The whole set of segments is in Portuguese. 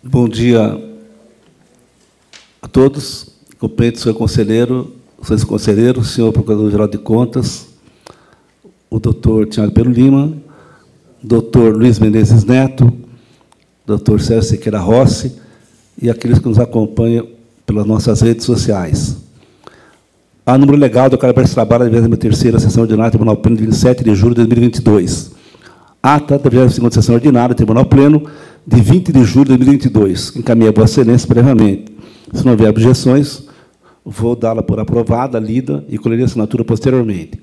Bom dia a todos. Cumprimento o senhor conselheiro, senhores conselheiros, senhor Procurador-Geral de Contas, o doutor Tiago Pero Lima, doutor Luiz Menezes Neto, doutor Sérgio Siqueira Rossi e aqueles que nos acompanham pelas nossas redes sociais. A número legal do Carabéis de Trabalho da 23ª Sessão Ordinária do Tribunal Pleno de 27 de julho de 2022. Ata da 22ª Sessão Ordinária do Tribunal Pleno de 20 de julho de 2022. Encaminhei a Vossa Excelência previamente. Se não houver objeções, vou dá-la por aprovada, lida e colherei a assinatura posteriormente.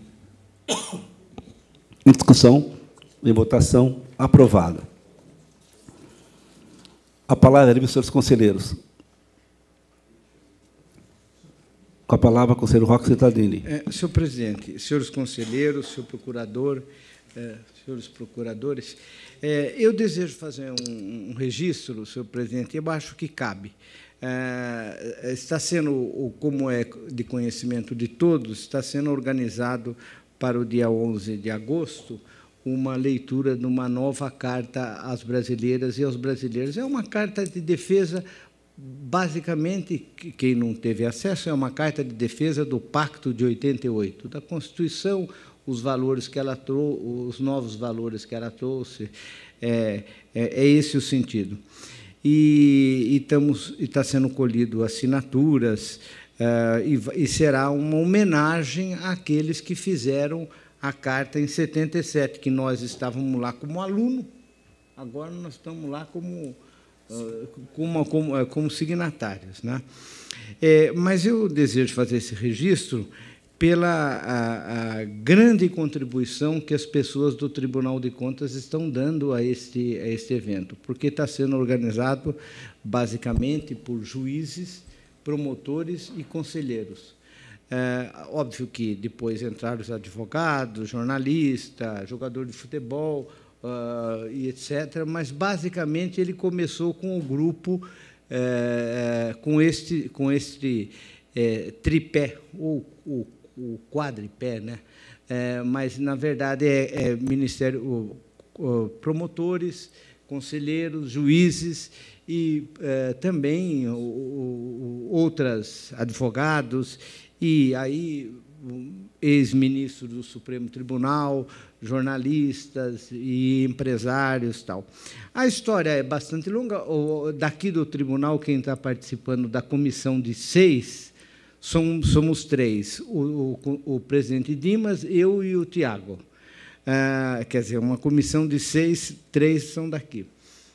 Em discussão, em votação, aprovada. A palavra é livre, senhores conselheiros. Com a palavra, o conselheiro Roque Cittadini. Senhor presidente, senhores conselheiros, senhor procurador, senhores procuradores, eu desejo fazer um registro, senhor presidente, eu acho que cabe. Está sendo, como é de conhecimento de todos, está sendo organizado para o dia 11 de agosto uma leitura de uma nova carta às brasileiras e aos brasileiros. É uma carta de defesa. Basicamente, quem não teve acesso, é uma carta de defesa do Pacto de 88, da Constituição, os valores que ela trouxe, os novos valores que ela trouxe, é esse o sentido. E está sendo colhido assinaturas, e será uma homenagem àqueles que fizeram a carta em 77, que nós estávamos lá como aluno, agora nós estamos lá como signatários, né? Mas eu desejo fazer esse registro pela a grande contribuição que as pessoas do Tribunal de Contas estão dando a este evento, porque está sendo organizado basicamente por juízes, promotores e conselheiros. Óbvio que depois entraram os advogados, jornalistas, jogador de futebol, e etc., mas, basicamente, ele começou com o grupo, com este tripé, ou o quadripé, né? Mas, na verdade, Ministério, promotores, conselheiros, juízes e também outros advogados, e aí ex-ministros do Supremo Tribunal, jornalistas e empresários, tal. A história é bastante longa. Daqui do tribunal, quem está participando da comissão de 6 somos 3, o presidente Dimas, eu e o Tiago. Quer dizer, uma comissão de 6, 3 são daqui.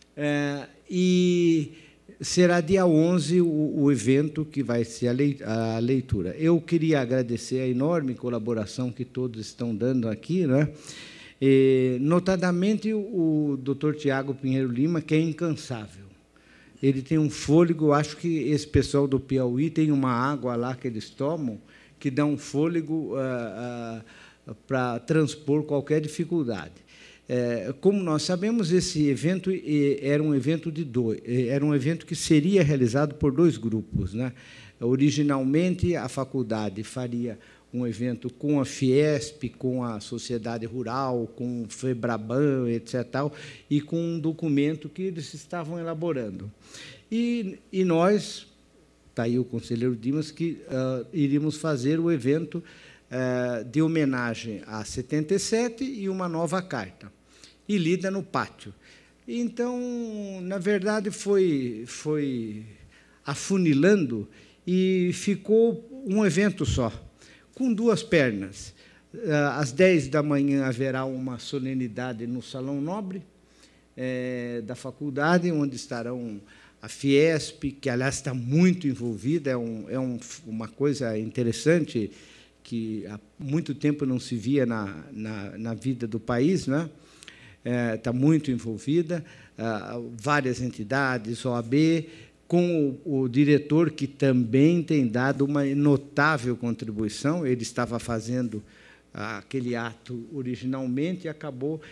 E será dia 11 o evento que vai ser a leitura. Eu queria agradecer a enorme colaboração que todos estão dando aqui, né? Notadamente o doutor Tiago Pinheiro Lima, que é incansável. Ele tem um fôlego, acho que esse pessoal do Piauí tem uma água lá que eles tomam, que dá um fôlego para transpor qualquer dificuldade. Como nós sabemos, esse evento era um evento era um evento que seria realizado por 2 grupos, né? Originalmente, a faculdade faria um evento com a Fiesp, com a Sociedade Rural, com o FEBRABAN, etc., e com um documento que eles estavam elaborando. E nós, está aí o conselheiro Dimas, que iríamos fazer o evento de homenagem a 77 e uma nova carta, e lida no pátio. Então, na verdade, foi afunilando e ficou um evento só, com 2 pernas. Às 10 da manhã haverá uma solenidade no Salão Nobre da faculdade, onde estarão a Fiesp, que, aliás, está muito envolvida, uma coisa interessante que há muito tempo não se via na vida do país, né? Está muito envolvida, várias entidades, OAB, com o diretor, que também tem dado uma notável contribuição. Ele estava fazendo aquele ato originalmente e acabou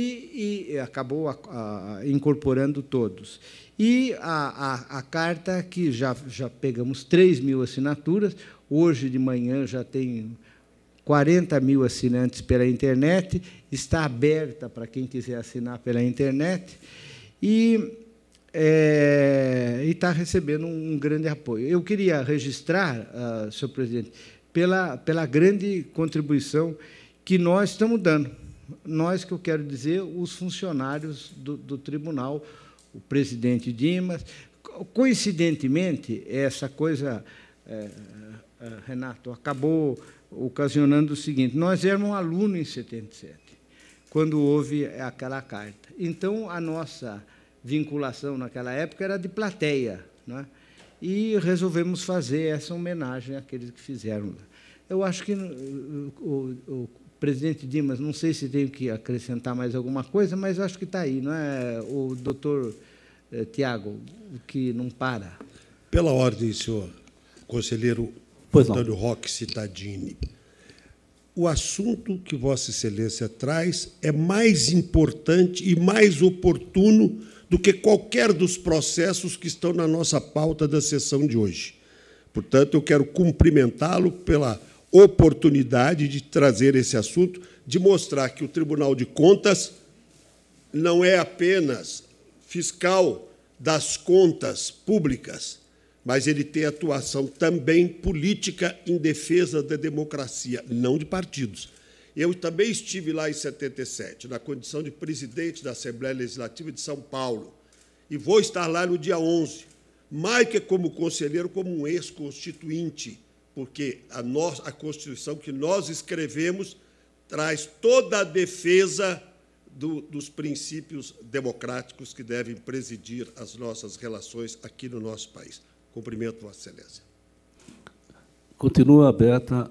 incorporando todos. E a carta, que já pegamos 3.000 assinaturas, hoje de manhã já tem 40.000 assinantes pela internet, está aberta para quem quiser assinar pela internet, e e está recebendo um grande apoio. Eu queria registrar, senhor presidente, pela grande contribuição que nós estamos dando. Nós, que eu quero dizer, os funcionários do tribunal, o presidente Dimas. Coincidentemente, essa coisa, Renato, acabou ocasionando o seguinte: nós éramos alunos em 77, quando houve aquela carta. Então, a nossa vinculação naquela época era de plateia, não é? E resolvemos fazer essa homenagem àqueles que fizeram. Eu acho que o presidente Dimas, não sei se tenho que acrescentar mais alguma coisa, mas acho que está aí, não é, o doutor Tiago, que não para. Pela ordem, senhor conselheiro Antônio Roque Cittadini, o assunto que Vossa Excelência traz é mais importante e mais oportuno do que qualquer dos processos que estão na nossa pauta da sessão de hoje. Portanto, eu quero cumprimentá-lo pela oportunidade de trazer esse assunto, de mostrar que o Tribunal de Contas não é apenas fiscal das contas públicas, mas ele tem atuação também política em defesa da democracia, não de partidos. Eu também estive lá em 77, na condição de presidente da Assembleia Legislativa de São Paulo, e vou estar lá no dia 11, mais que como conselheiro, como um ex-constituinte, porque a Constituição que nós escrevemos traz toda a defesa dos princípios democráticos que devem presidir as nossas relações aqui no nosso país. Cumprimento, Vossa Excelência. Continua aberta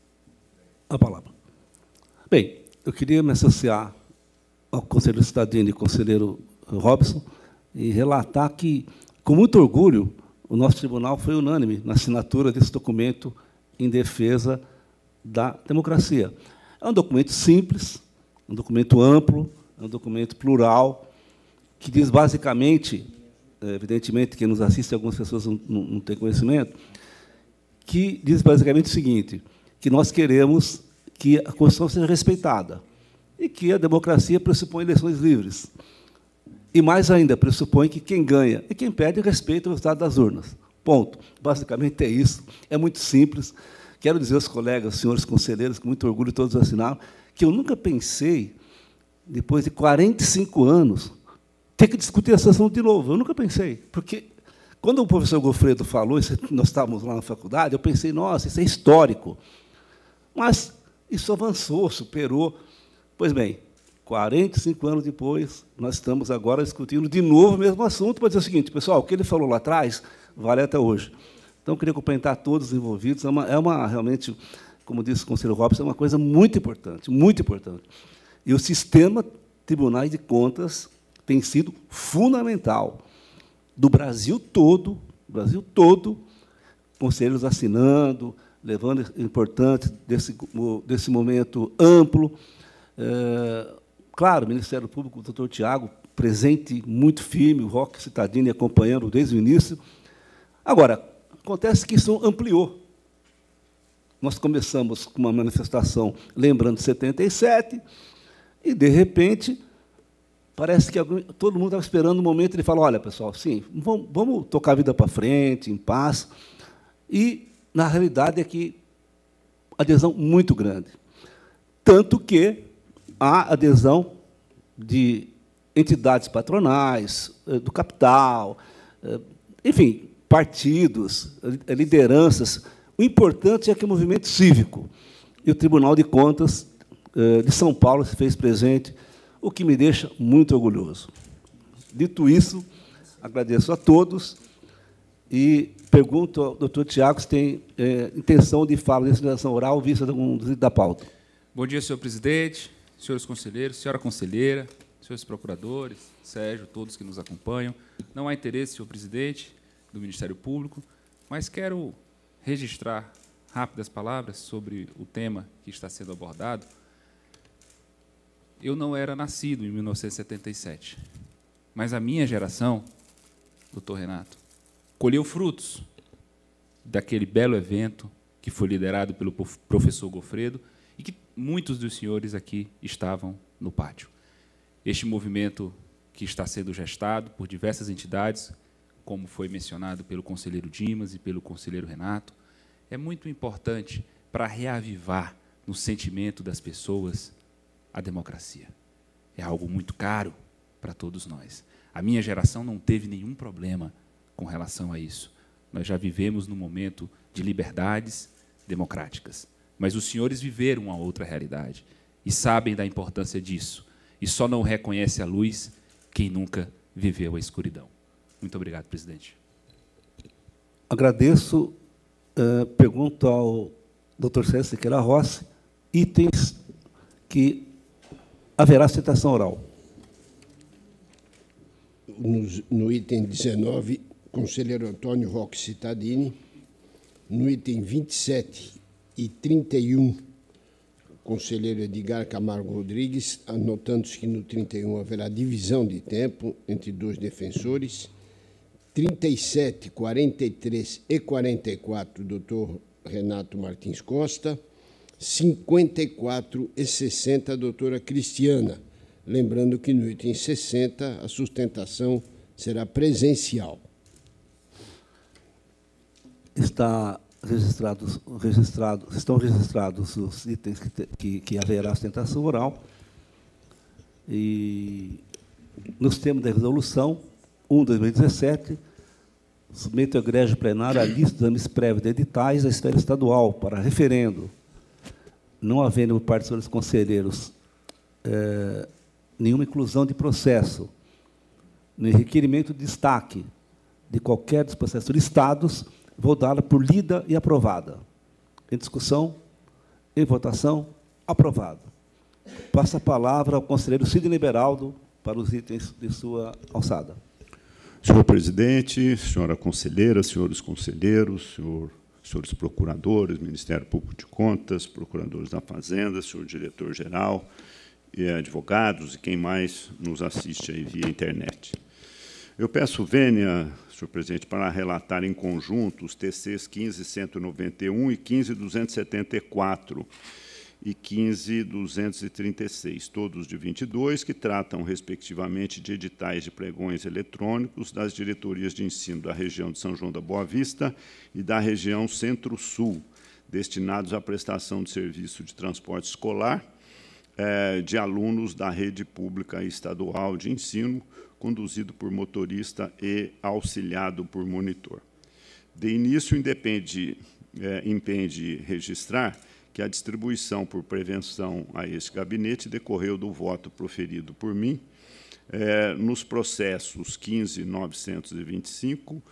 a palavra. Bem, eu queria me associar ao conselheiro Cittadini e conselheiro Robson e relatar que, com muito orgulho, o nosso tribunal foi unânime na assinatura desse documento em defesa da democracia. É um documento simples, um documento amplo, é um documento plural, que diz basicamente, evidentemente, quem nos assiste, algumas pessoas não têm conhecimento, que diz basicamente o seguinte, que nós queremos que a Constituição seja respeitada e que a democracia pressupõe eleições livres. E, mais ainda, pressupõe que quem ganha e quem perde respeita o resultado das urnas. Ponto. Basicamente é isso. É muito simples. Quero dizer aos colegas, senhores conselheiros, com muito orgulho todos assinaram, que eu nunca pensei, depois de 45 anos, ter que discutir essa assunto de novo. Eu nunca pensei. Porque, quando o professor Gofredo falou, nós estávamos lá na faculdade, eu pensei, nossa, isso é histórico. Mas isso avançou, superou. Pois bem, 45 anos depois, nós estamos agora discutindo de novo o mesmo assunto, para dizer o seguinte, pessoal, o que ele falou lá atrás vale até hoje. Então, eu queria cumprimentar todos os envolvidos. Realmente, como disse o conselheiro Robson, é uma coisa muito importante, muito importante. E o sistema Tribunais de Contas tem sido fundamental. Do Brasil todo, conselheiros assinando, levando importante desse momento amplo. Claro, o Ministério Público, o doutor Tiago, presente, muito firme, o Roque Cittadini acompanhando desde o início. Agora, acontece que isso ampliou. Nós começamos com uma manifestação lembrando 77, e, de repente, parece que todo mundo estava esperando o momento de falar, olha, pessoal, sim, vamos tocar a vida para frente, em paz. E, na realidade, é que adesão muito grande. Tanto que há adesão de entidades patronais, do capital, enfim, partidos, lideranças. O importante é que o movimento cívico e o Tribunal de Contas de São Paulo se fez presente, o que me deixa muito orgulhoso. Dito isso, agradeço a todos e pergunto ao doutor Tiago se tem intenção de fala de legislação oral, vista da pauta. Bom dia, senhor presidente, senhores conselheiros, senhora conselheira, senhores procuradores, Sérgio, todos que nos acompanham. Não há interesse, senhor presidente, do Ministério Público, mas quero registrar rápidas palavras sobre o tema que está sendo abordado. Eu não era nascido em 1977, mas a minha geração, doutor Renato, colheu frutos daquele belo evento que foi liderado pelo professor Gofredo e que muitos dos senhores aqui estavam no pátio. Este movimento que está sendo gestado por diversas entidades, como foi mencionado pelo conselheiro Dimas e pelo conselheiro Renato, é muito importante para reavivar no sentimento das pessoas a democracia. É algo muito caro para todos nós. A minha geração não teve nenhum problema com relação a isso. Nós já vivemos num momento de liberdades democráticas. Mas os senhores viveram uma outra realidade e sabem da importância disso. E só não reconhece a luz quem nunca viveu a escuridão. Muito obrigado, presidente. Agradeço. Pergunto ao Dr. César Siqueira Rossi itens que haverá citação oral. No item 19, conselheiro Antônio Roque Cittadini. No item 27 e 31, conselheiro Edgar Camargo Rodrigues, anotando-se que no 31 haverá divisão de tempo entre dois defensores. 37, 43 e 44, doutor Renato Martins Costa. 54 e 60, doutora Cristiana. Lembrando que no item 60 a sustentação será presencial. Estão registrados os itens que haverá sustentação oral. E, nos termos da resolução 1/2017, submete ao egrégio plenário a lista dos exames prévios de editais da esfera estadual para referendo, não havendo por parte dos senhores conselheiros nenhuma inclusão de processo, nem requerimento de destaque de qualquer dos processos listados, vou dá-la por lida e aprovada. Em discussão, em votação, aprovada. Passa a palavra ao conselheiro Sidney Beraldo para os itens de sua alçada. Senhor presidente, senhora conselheira, senhores conselheiros, senhores procuradores, Ministério Público de Contas, procuradores da Fazenda, senhor diretor-geral, e advogados e quem mais nos assiste aí via internet. Eu peço vênia, senhor presidente, para relatar em conjunto os TCs 15.191 e 15.274 e 15.236, todos de 22, que tratam, respectivamente, de editais de pregões eletrônicos das diretorias de ensino da região de São João da Boa Vista e da região Centro-Sul, destinados à prestação de serviço de transporte escolar de alunos da rede pública estadual de ensino, conduzido por motorista e auxiliado por monitor. De início, impende registrar que a distribuição por prevenção a este gabinete decorreu do voto proferido por mim nos processos 15.925,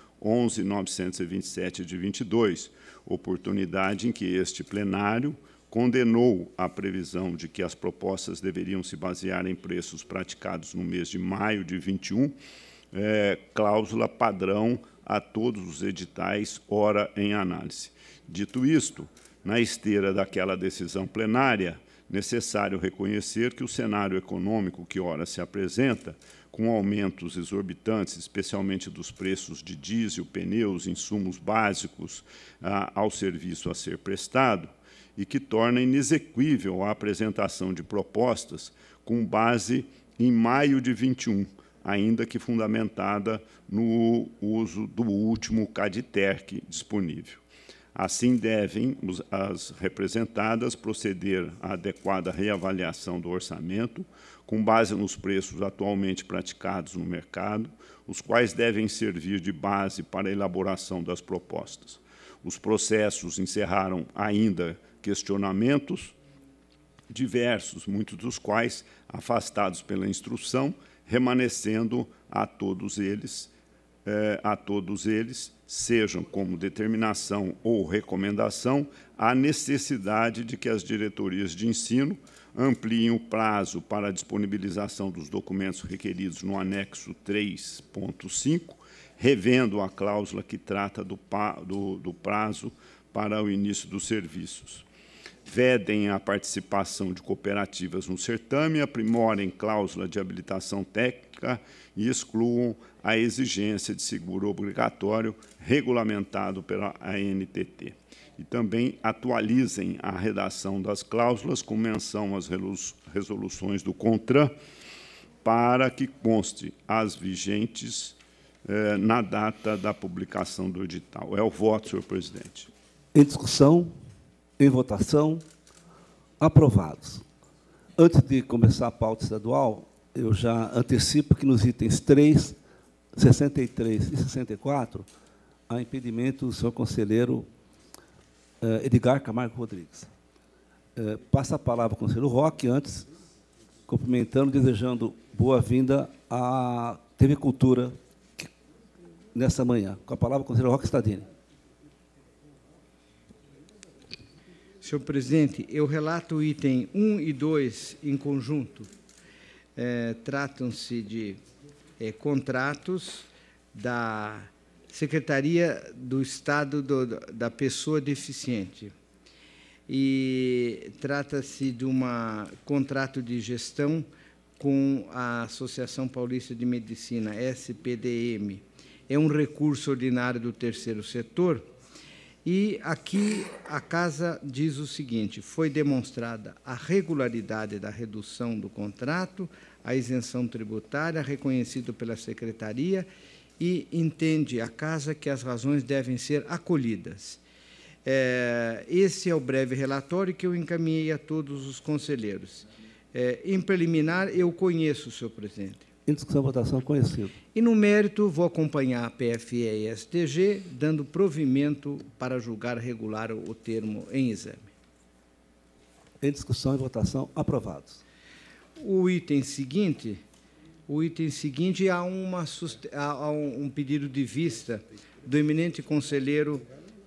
11.927 de 22, oportunidade em que este plenário condenou a previsão de que as propostas deveriam se basear em preços praticados no mês de maio de 21, cláusula padrão a todos os editais ora em análise. Dito isto, na esteira daquela decisão plenária, necessário reconhecer que o cenário econômico que ora se apresenta, com aumentos exorbitantes, especialmente dos preços de diesel, pneus, insumos básicos ao serviço a ser prestado, e que torna inexequível a apresentação de propostas com base em maio de 21, ainda que fundamentada no uso do último CADTERC disponível. Assim, devem as representadas proceder à adequada reavaliação do orçamento, com base nos preços atualmente praticados no mercado, os quais devem servir de base para a elaboração das propostas. Os processos encerraram ainda questionamentos diversos, muitos dos quais afastados pela instrução, remanescendo a todos eles, sejam como determinação ou recomendação, a necessidade de que as diretorias de ensino ampliem o prazo para a disponibilização dos documentos requeridos no anexo 3.5, revendo a cláusula que trata do prazo para o início dos serviços. Vedem a participação de cooperativas no certame, aprimorem cláusula de habilitação técnica e excluam a exigência de seguro obrigatório regulamentado pela ANTT. E também atualizem a redação das cláusulas com menção às resoluções do CONTRAN para que conste as vigentes na data da publicação do edital. É o voto, senhor presidente. Em discussão, em votação, aprovados. Antes de começar a pauta estadual, eu já antecipo que nos itens 3, 63 e 64, há impedimento do senhor conselheiro Edgar Camargo Rodrigues. Passa a palavra ao conselheiro Roque, antes, cumprimentando, desejando boa-vinda à TV Cultura nessa manhã. Com a palavra, o conselheiro Roque Stadini. Senhor presidente, eu relato o item 1 e 2 em conjunto. Tratam-se de contratos da Secretaria do Estado da Pessoa Deficiente. E trata-se de um contrato de gestão com a Associação Paulista de Medicina, SPDM. É um recurso ordinário do terceiro setor. E aqui a Casa diz o seguinte: foi demonstrada a regularidade da redução do contrato, a isenção tributária, reconhecido pela Secretaria, e entende a Casa que as razões devem ser acolhidas. Esse é o breve relatório que eu encaminhei a todos os conselheiros. Em preliminar, eu conheço, senhor presidente. Em discussão e votação, conhecido. E, no mérito, vou acompanhar a PFE e a STG, dando provimento para julgar regular o termo em exame. Em discussão e votação, aprovados. O item seguinte há um pedido de vista do eminente conselheiro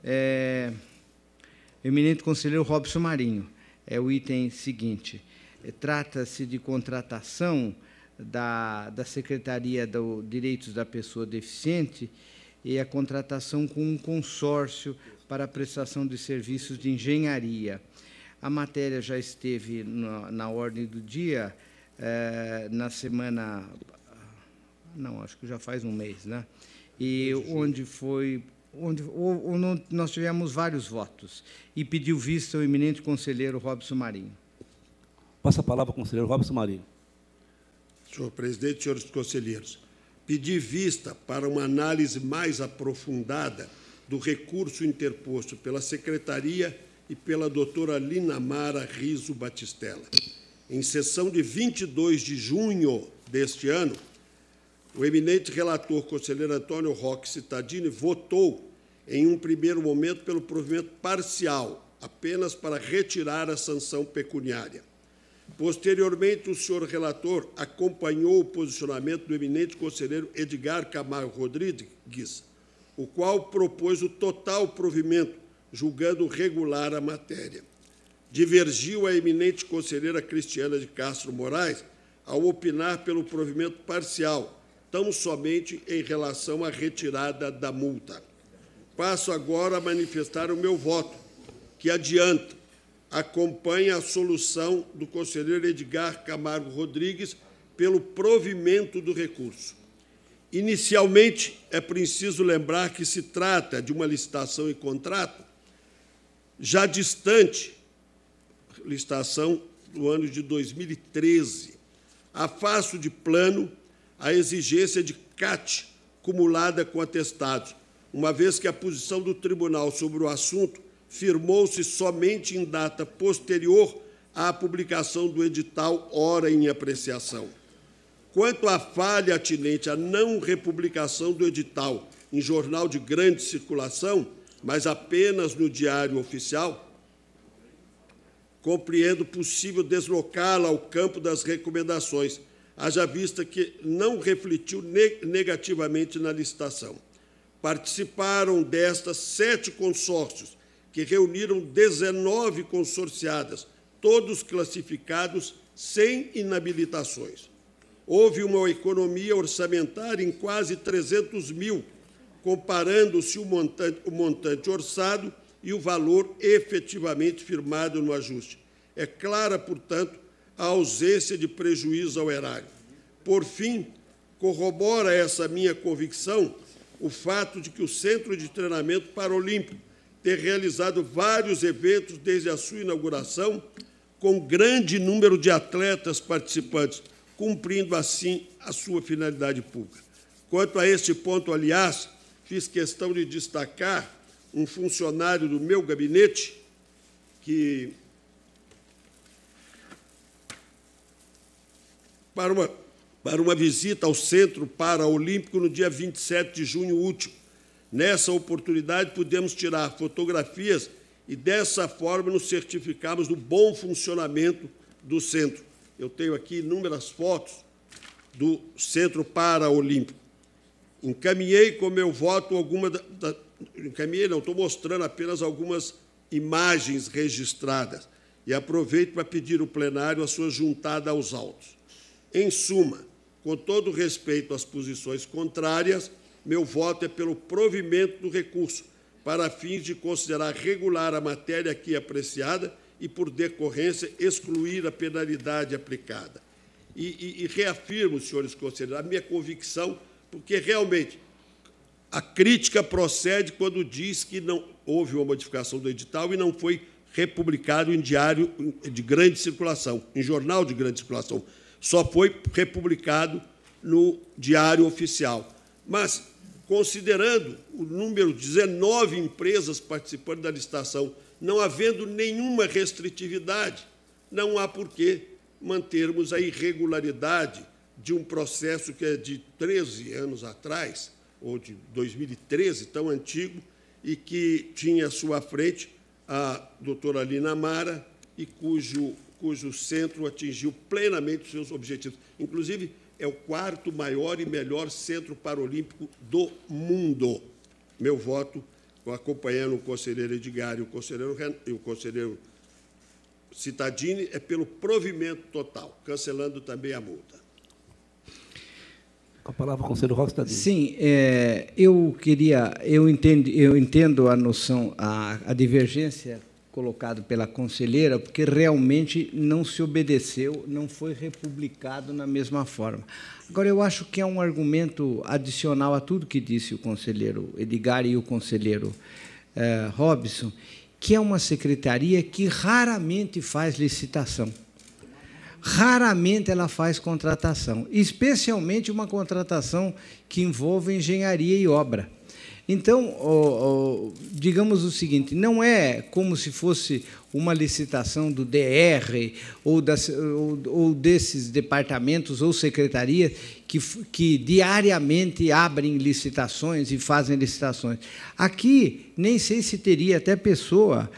Robson Marinho. É o item seguinte. Trata-se de contratação da Secretaria dos Direitos da Pessoa Deficiente e a contratação com um consórcio para a prestação de serviços de engenharia. A matéria já esteve na ordem do dia na semana... Não, acho que já faz um mês, né? E onde nós tivemos vários votos. E pediu vista ao eminente conselheiro Robson Marinho. Passa a palavra ao conselheiro Robson Marinho. Senhor presidente, senhores conselheiros, pedi vista para uma análise mais aprofundada do recurso interposto pela Secretaria e pela doutora Linamara Riso Batistella. Em sessão de 22 de junho deste ano, o eminente relator, conselheiro Antônio Roque Cittadini, votou, em um primeiro momento, pelo provimento parcial, apenas para retirar a sanção pecuniária. Posteriormente, o senhor relator acompanhou o posicionamento do eminente conselheiro Edgar Camargo Rodrigues, o qual propôs o total provimento, julgando regular a matéria. Divergiu a eminente conselheira Cristiana de Castro Moraes ao opinar pelo provimento parcial, tão somente em relação à retirada da multa. Passo agora a manifestar o meu voto, que adianta, acompanha a solução do conselheiro Edgar Camargo Rodrigues pelo provimento do recurso. Inicialmente, é preciso lembrar que se trata de uma licitação e contrato já distante, licitação do ano de 2013. Afasto de plano a exigência de CAT cumulada com atestados, uma vez que a posição do tribunal sobre o assunto firmou-se somente em data posterior à publicação do edital, ora em apreciação. Quanto à falha atinente à não republicação do edital em jornal de grande circulação, mas apenas no Diário Oficial, compreendo possível deslocá-la ao campo das recomendações, haja vista que não refletiu negativamente na licitação. Participaram destas 7 consórcios, que reuniram 19 consorciadas, todos classificados sem inabilitações. Houve uma economia orçamentária em quase 300 mil, comparando-se o montante orçado e o valor efetivamente firmado no ajuste. É clara, portanto, a ausência de prejuízo ao erário. Por fim, corrobora essa minha convicção o fato de que o Centro de Treinamento Paralímpico ter realizado vários eventos desde a sua inauguração, com grande número de atletas participantes, cumprindo, assim, a sua finalidade pública. Quanto a este ponto, aliás, fiz questão de destacar um funcionário do meu gabinete que, para uma visita ao Centro Paraolímpico no dia 27 de junho último. Nessa oportunidade, pudemos tirar fotografias e, dessa forma, nos certificamos do bom funcionamento do centro. Eu tenho aqui inúmeras fotos do Centro Paraolímpico. Encaminhei com meu voto estou mostrando apenas algumas imagens registradas e aproveito para pedir ao plenário a sua juntada aos autos. Em suma, com todo respeito às posições contrárias, meu voto é pelo provimento do recurso, para fins de considerar regular a matéria aqui apreciada e, por decorrência, excluir a penalidade aplicada. E reafirmo, senhores conselheiros, a minha convicção, porque, realmente, a crítica procede quando diz que não houve uma modificação do edital e não foi republicado em diário de grande circulação, em jornal de grande circulação. Só foi republicado no Diário Oficial. Mas, considerando o número de 19 empresas participando da licitação, não havendo nenhuma restritividade, não há por que mantermos a irregularidade de um processo que é de 13 anos atrás, ou de 2013, tão antigo, e que tinha à sua frente a doutora Lina Amara, e cujo centro atingiu plenamente os seus objetivos. Inclusive, é o 4º maior e melhor centro paralímpico do mundo. Meu voto, acompanhando o conselheiro Edgar e o conselheiro Cittadini, é pelo provimento total, cancelando também a multa. Com a palavra, o conselheiro Roque Cittadini. Sim, eu entendo a noção, a divergência colocado pela conselheira, porque realmente não se obedeceu, não foi republicado na mesma forma. Agora, eu acho que é um argumento adicional a tudo que disse o conselheiro Edgar e o conselheiro Robson, que é uma secretaria que raramente faz licitação. Raramente ela faz contratação, especialmente uma contratação que envolve engenharia e obra. Então, digamos o seguinte, não é como se fosse uma licitação do DR ou desses departamentos ou secretarias que diariamente abrem licitações e fazem licitações. Aqui, nem sei se teria até pessoa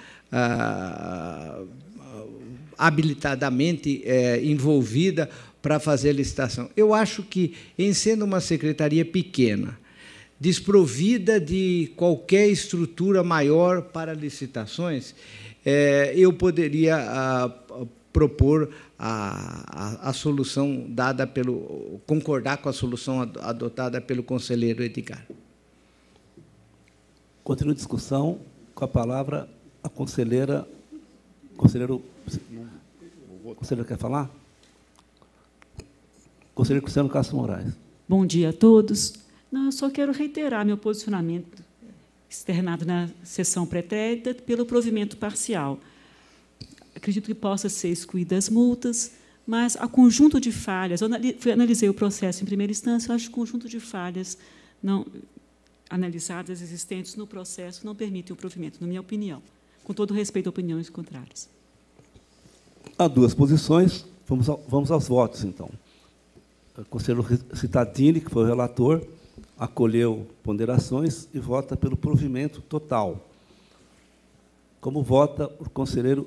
habilitadamente envolvida para fazer a licitação. Eu acho que, em sendo uma secretaria pequena, desprovida de qualquer estrutura maior para licitações, eu poderia propor a solução dada concordar com a solução adotada pelo conselheiro Edgar. Continua a discussão. Com a palavra, a conselheira. Conselheiro quer falar? Conselheiro Cristiano Castro Moraes. Bom dia a todos. Não, eu só quero reiterar meu posicionamento externado na sessão pretérita pelo provimento parcial. Acredito que possa ser excluídas as multas, mas há conjunto de falhas. Eu analisei o processo em primeira instância, eu acho que o conjunto de falhas não analisadas existentes no processo não permitem o provimento, na minha opinião, com todo respeito a opiniões contrárias. Há duas posições. Vamos aos votos, então. O conselheiro Cittadini, que foi o relator, acolheu ponderações e vota pelo provimento total. Como vota o conselheiro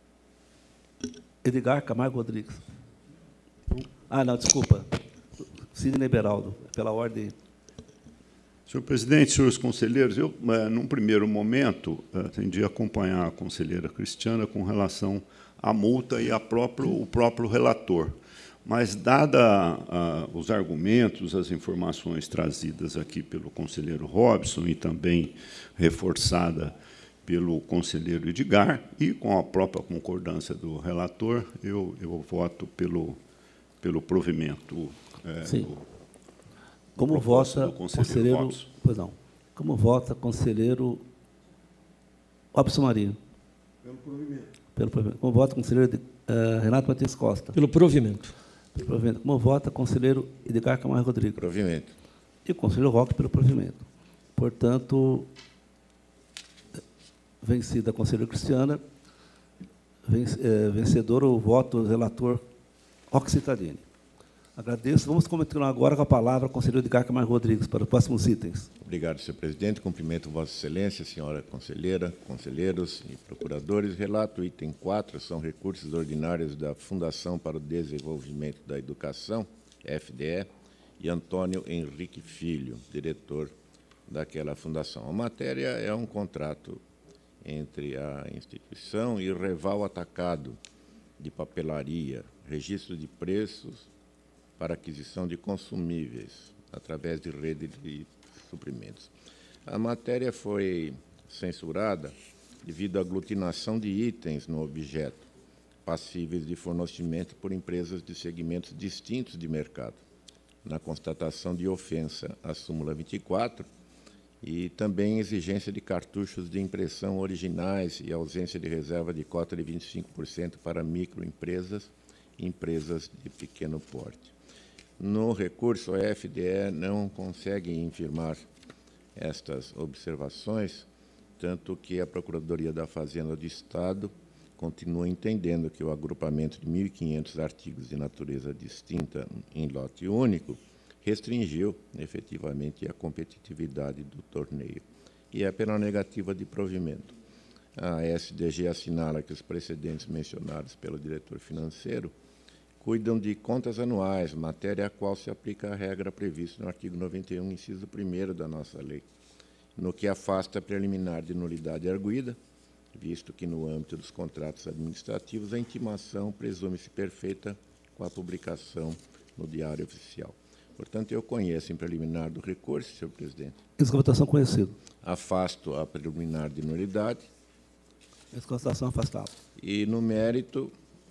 Edgar Camargo Rodrigues? Não, desculpa. Sidney Beraldo, pela ordem. Senhor presidente, senhores conselheiros, eu, num primeiro momento, tendi a acompanhar a conselheira Cristiana com relação à multa e o próprio relator. Mas, dada os argumentos, as informações trazidas aqui pelo conselheiro Robson e também reforçada pelo conselheiro Edgar, e com a própria concordância do relator, eu voto pelo provimento. Como vota conselheiro? Pois não. Como vota conselheiro Robson Marinho? Pelo provimento. Pelo provimento. Como vota conselheiro Renato Martins Costa? Pelo provimento. Como vota conselheiro Edgar Camargo Rodrigues? Provimento. e o conselheiro Roque pelo provimento. Portanto, vencida a conselheira Cristiana, vencedor o voto do relator Roque Cittadini. Agradeço. Vamos continuar agora com a palavra ao conselheiro Edgar Camargo Rodrigues para os próximos itens. Obrigado, senhor presidente. Cumprimento Vossa Excelência, senhora conselheira, conselheiros e procuradores. Relato o item 4, são recursos ordinários da Fundação para o Desenvolvimento da Educação, FDE, e Antônio Henrique Filho, diretor daquela fundação. A matéria é um contrato entre a instituição e o Reval Atacado de Papelaria, registro de preços para aquisição de consumíveis através de rede de suprimentos. A matéria foi censurada devido à aglutinação de itens no objeto, passíveis de fornecimento por empresas de segmentos distintos de mercado, na constatação de ofensa à súmula 24 e também exigência de cartuchos de impressão originais e ausência de reserva de cota de 25% para microempresas e empresas de pequeno porte. No recurso, a FDE não consegue infirmar estas observações, tanto que a Procuradoria da Fazenda do Estado continua entendendo que o agrupamento de 1.500 artigos de natureza distinta em lote único restringiu, efetivamente, a competitividade do torneio. E é pela negativa de provimento. A SDG assinala que os precedentes mencionados pelo diretor financeiro cuidam de contas anuais, matéria a qual se aplica a regra prevista no artigo 91, inciso 1º da nossa lei, no que afasta a preliminar de nulidade arguida, visto que, no âmbito dos contratos administrativos, a intimação presume-se perfeita com a publicação no Diário Oficial. Portanto, eu conheço em preliminar do recurso, senhor presidente. Essa votação conhecido. Afasto a preliminar de nulidade. Essa constatação afastada. E, no mérito,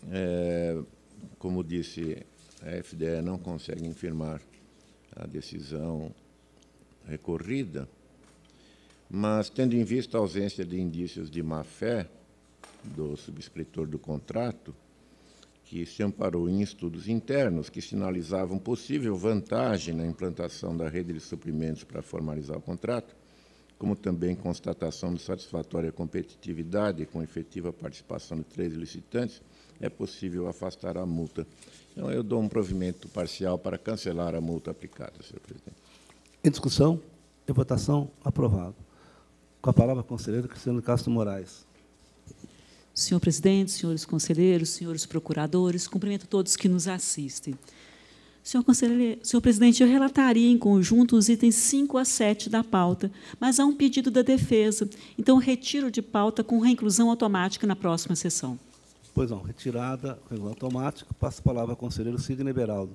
como disse, a FDE não consegue infirmar a decisão recorrida, mas, tendo em vista a ausência de indícios de má-fé do subscritor do contrato, que se amparou em estudos internos que sinalizavam possível vantagem na implantação da rede de suprimentos para formalizar o contrato, como também constatação de satisfatória competitividade com efetiva participação de 3 licitantes, é possível afastar a multa. Então, eu dou um provimento parcial para cancelar a multa aplicada, senhor presidente. Em discussão e votação, aprovado. Com a palavra, a conselheira Cristiano Castro Moraes. Senhor presidente, senhores conselheiros, senhores procuradores, cumprimento todos que nos assistem. Senhor presidente, eu relataria em conjunto os itens 5 a 7 da pauta, mas há um pedido da defesa, então retiro de pauta com reinclusão automática na próxima sessão. Pois não, retirada, reinclusão automática. Passo a palavra ao conselheiro Sidney Beraldo.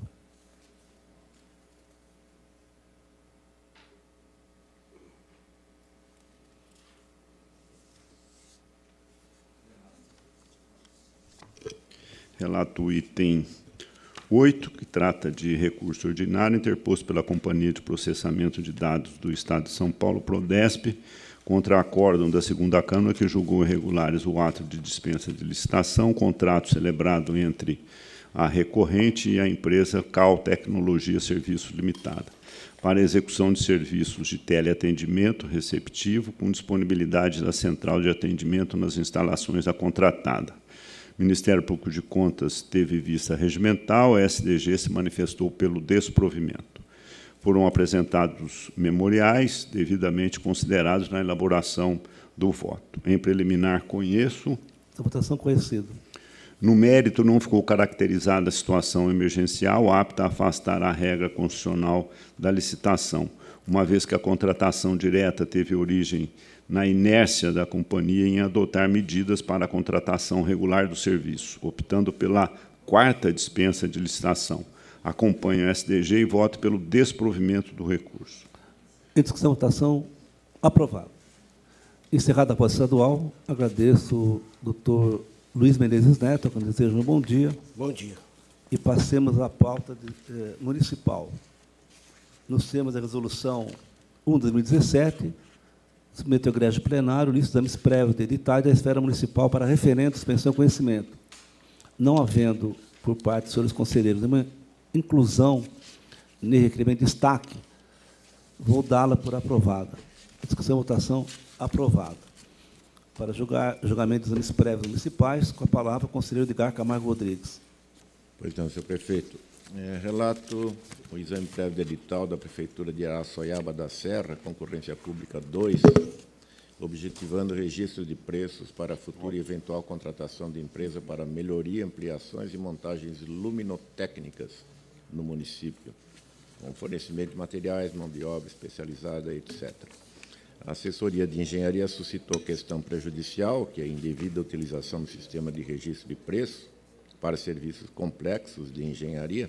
Relato o item 8, que trata de recurso ordinário interposto pela Companhia de Processamento de Dados do Estado de São Paulo, Prodesp, contra acórdão da 2ª Câmara, que julgou irregulares o ato de dispensa de licitação, contrato celebrado entre a recorrente e a empresa Cal Tecnologia Serviços Limitada, para execução de serviços de teleatendimento receptivo, com disponibilidade da central de atendimento nas instalações da contratada. O Ministério Público de Contas teve vista regimental, a SDG se manifestou pelo desprovimento. Foram apresentados memoriais devidamente considerados na elaboração do voto. Em preliminar, conheço. A votação conhecida. No mérito, não ficou caracterizada a situação emergencial apta a afastar a regra constitucional da licitação, uma vez que a contratação direta teve origem na inércia da companhia em adotar medidas para a contratação regular do serviço, optando pela 4ª dispensa de licitação. Acompanho o SDG e voto pelo desprovimento do recurso. Em discussão, votação, aprovado. Encerrada a pauta estadual, agradeço o doutor Luiz Menezes Neto, a quem desejo um bom dia. Bom dia. E passemos à pauta municipal. Nos termos da resolução 1 de 2017, submeteu ao egrégio plenário o lista de exames prévios de editais da esfera municipal para referendo, suspensão e conhecimento. Não havendo, por parte dos senhores conselheiros, uma inclusão nem requerimento de destaque Vou dá-la por aprovada. Discussão e votação aprovada. Para julgamento dos exames prévios municipais, com a palavra o conselheiro Edgar Camargo Rodrigues. Pois não, senhor prefeito. Relato o exame prévio de edital da Prefeitura de Araçoiaba da Serra, concorrência pública 2, objetivando o registro de preços para a futura e eventual contratação de empresa para melhoria, ampliações e montagens luminotécnicas no município, com fornecimento de materiais, mão de obra especializada, etc. A assessoria de engenharia suscitou questão prejudicial, que é a indevida utilização do sistema de registro de preços para serviços complexos de engenharia.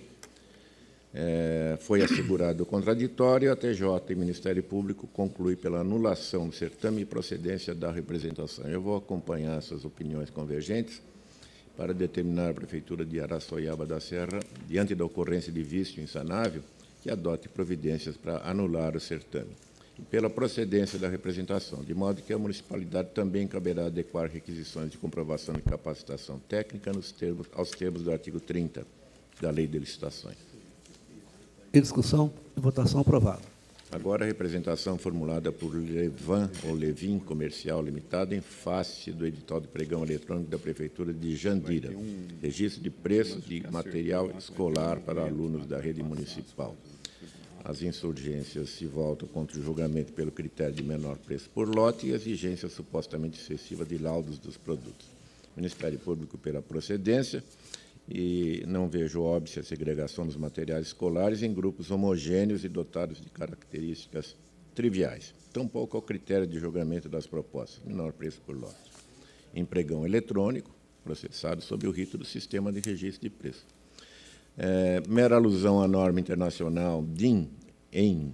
Foi assegurado o contraditório, a TJ e o Ministério Público conclui pela anulação do certame e procedência da representação. Eu vou acompanhar essas opiniões convergentes para determinar a Prefeitura de Araçoiaba da Serra, diante da ocorrência de vício insanável, que adote providências para anular o certame. E pela procedência da representação, de modo que a municipalidade também caberá adequar requisições de comprovação de capacitação técnica aos termos do artigo 30 da Lei de Licitações. Em discussão e votação aprovada. Agora, a representação formulada por Levan ou Levin Comercial Limitada em face do edital de pregão eletrônico da Prefeitura de Jandira, registro de preços de material escolar para alunos da rede municipal. As insurgências se voltam contra o julgamento pelo critério de menor preço por lote e exigência supostamente excessiva de laudos dos produtos. O Ministério Público pela procedência, e não vejo óbvio a segregação dos materiais escolares em grupos homogêneos e dotados de características triviais. Tampouco ao critério de julgamento das propostas, menor preço por lote. Em pregão eletrônico, processado sob o rito do sistema de registro de preço. Mera alusão à norma internacional DIN em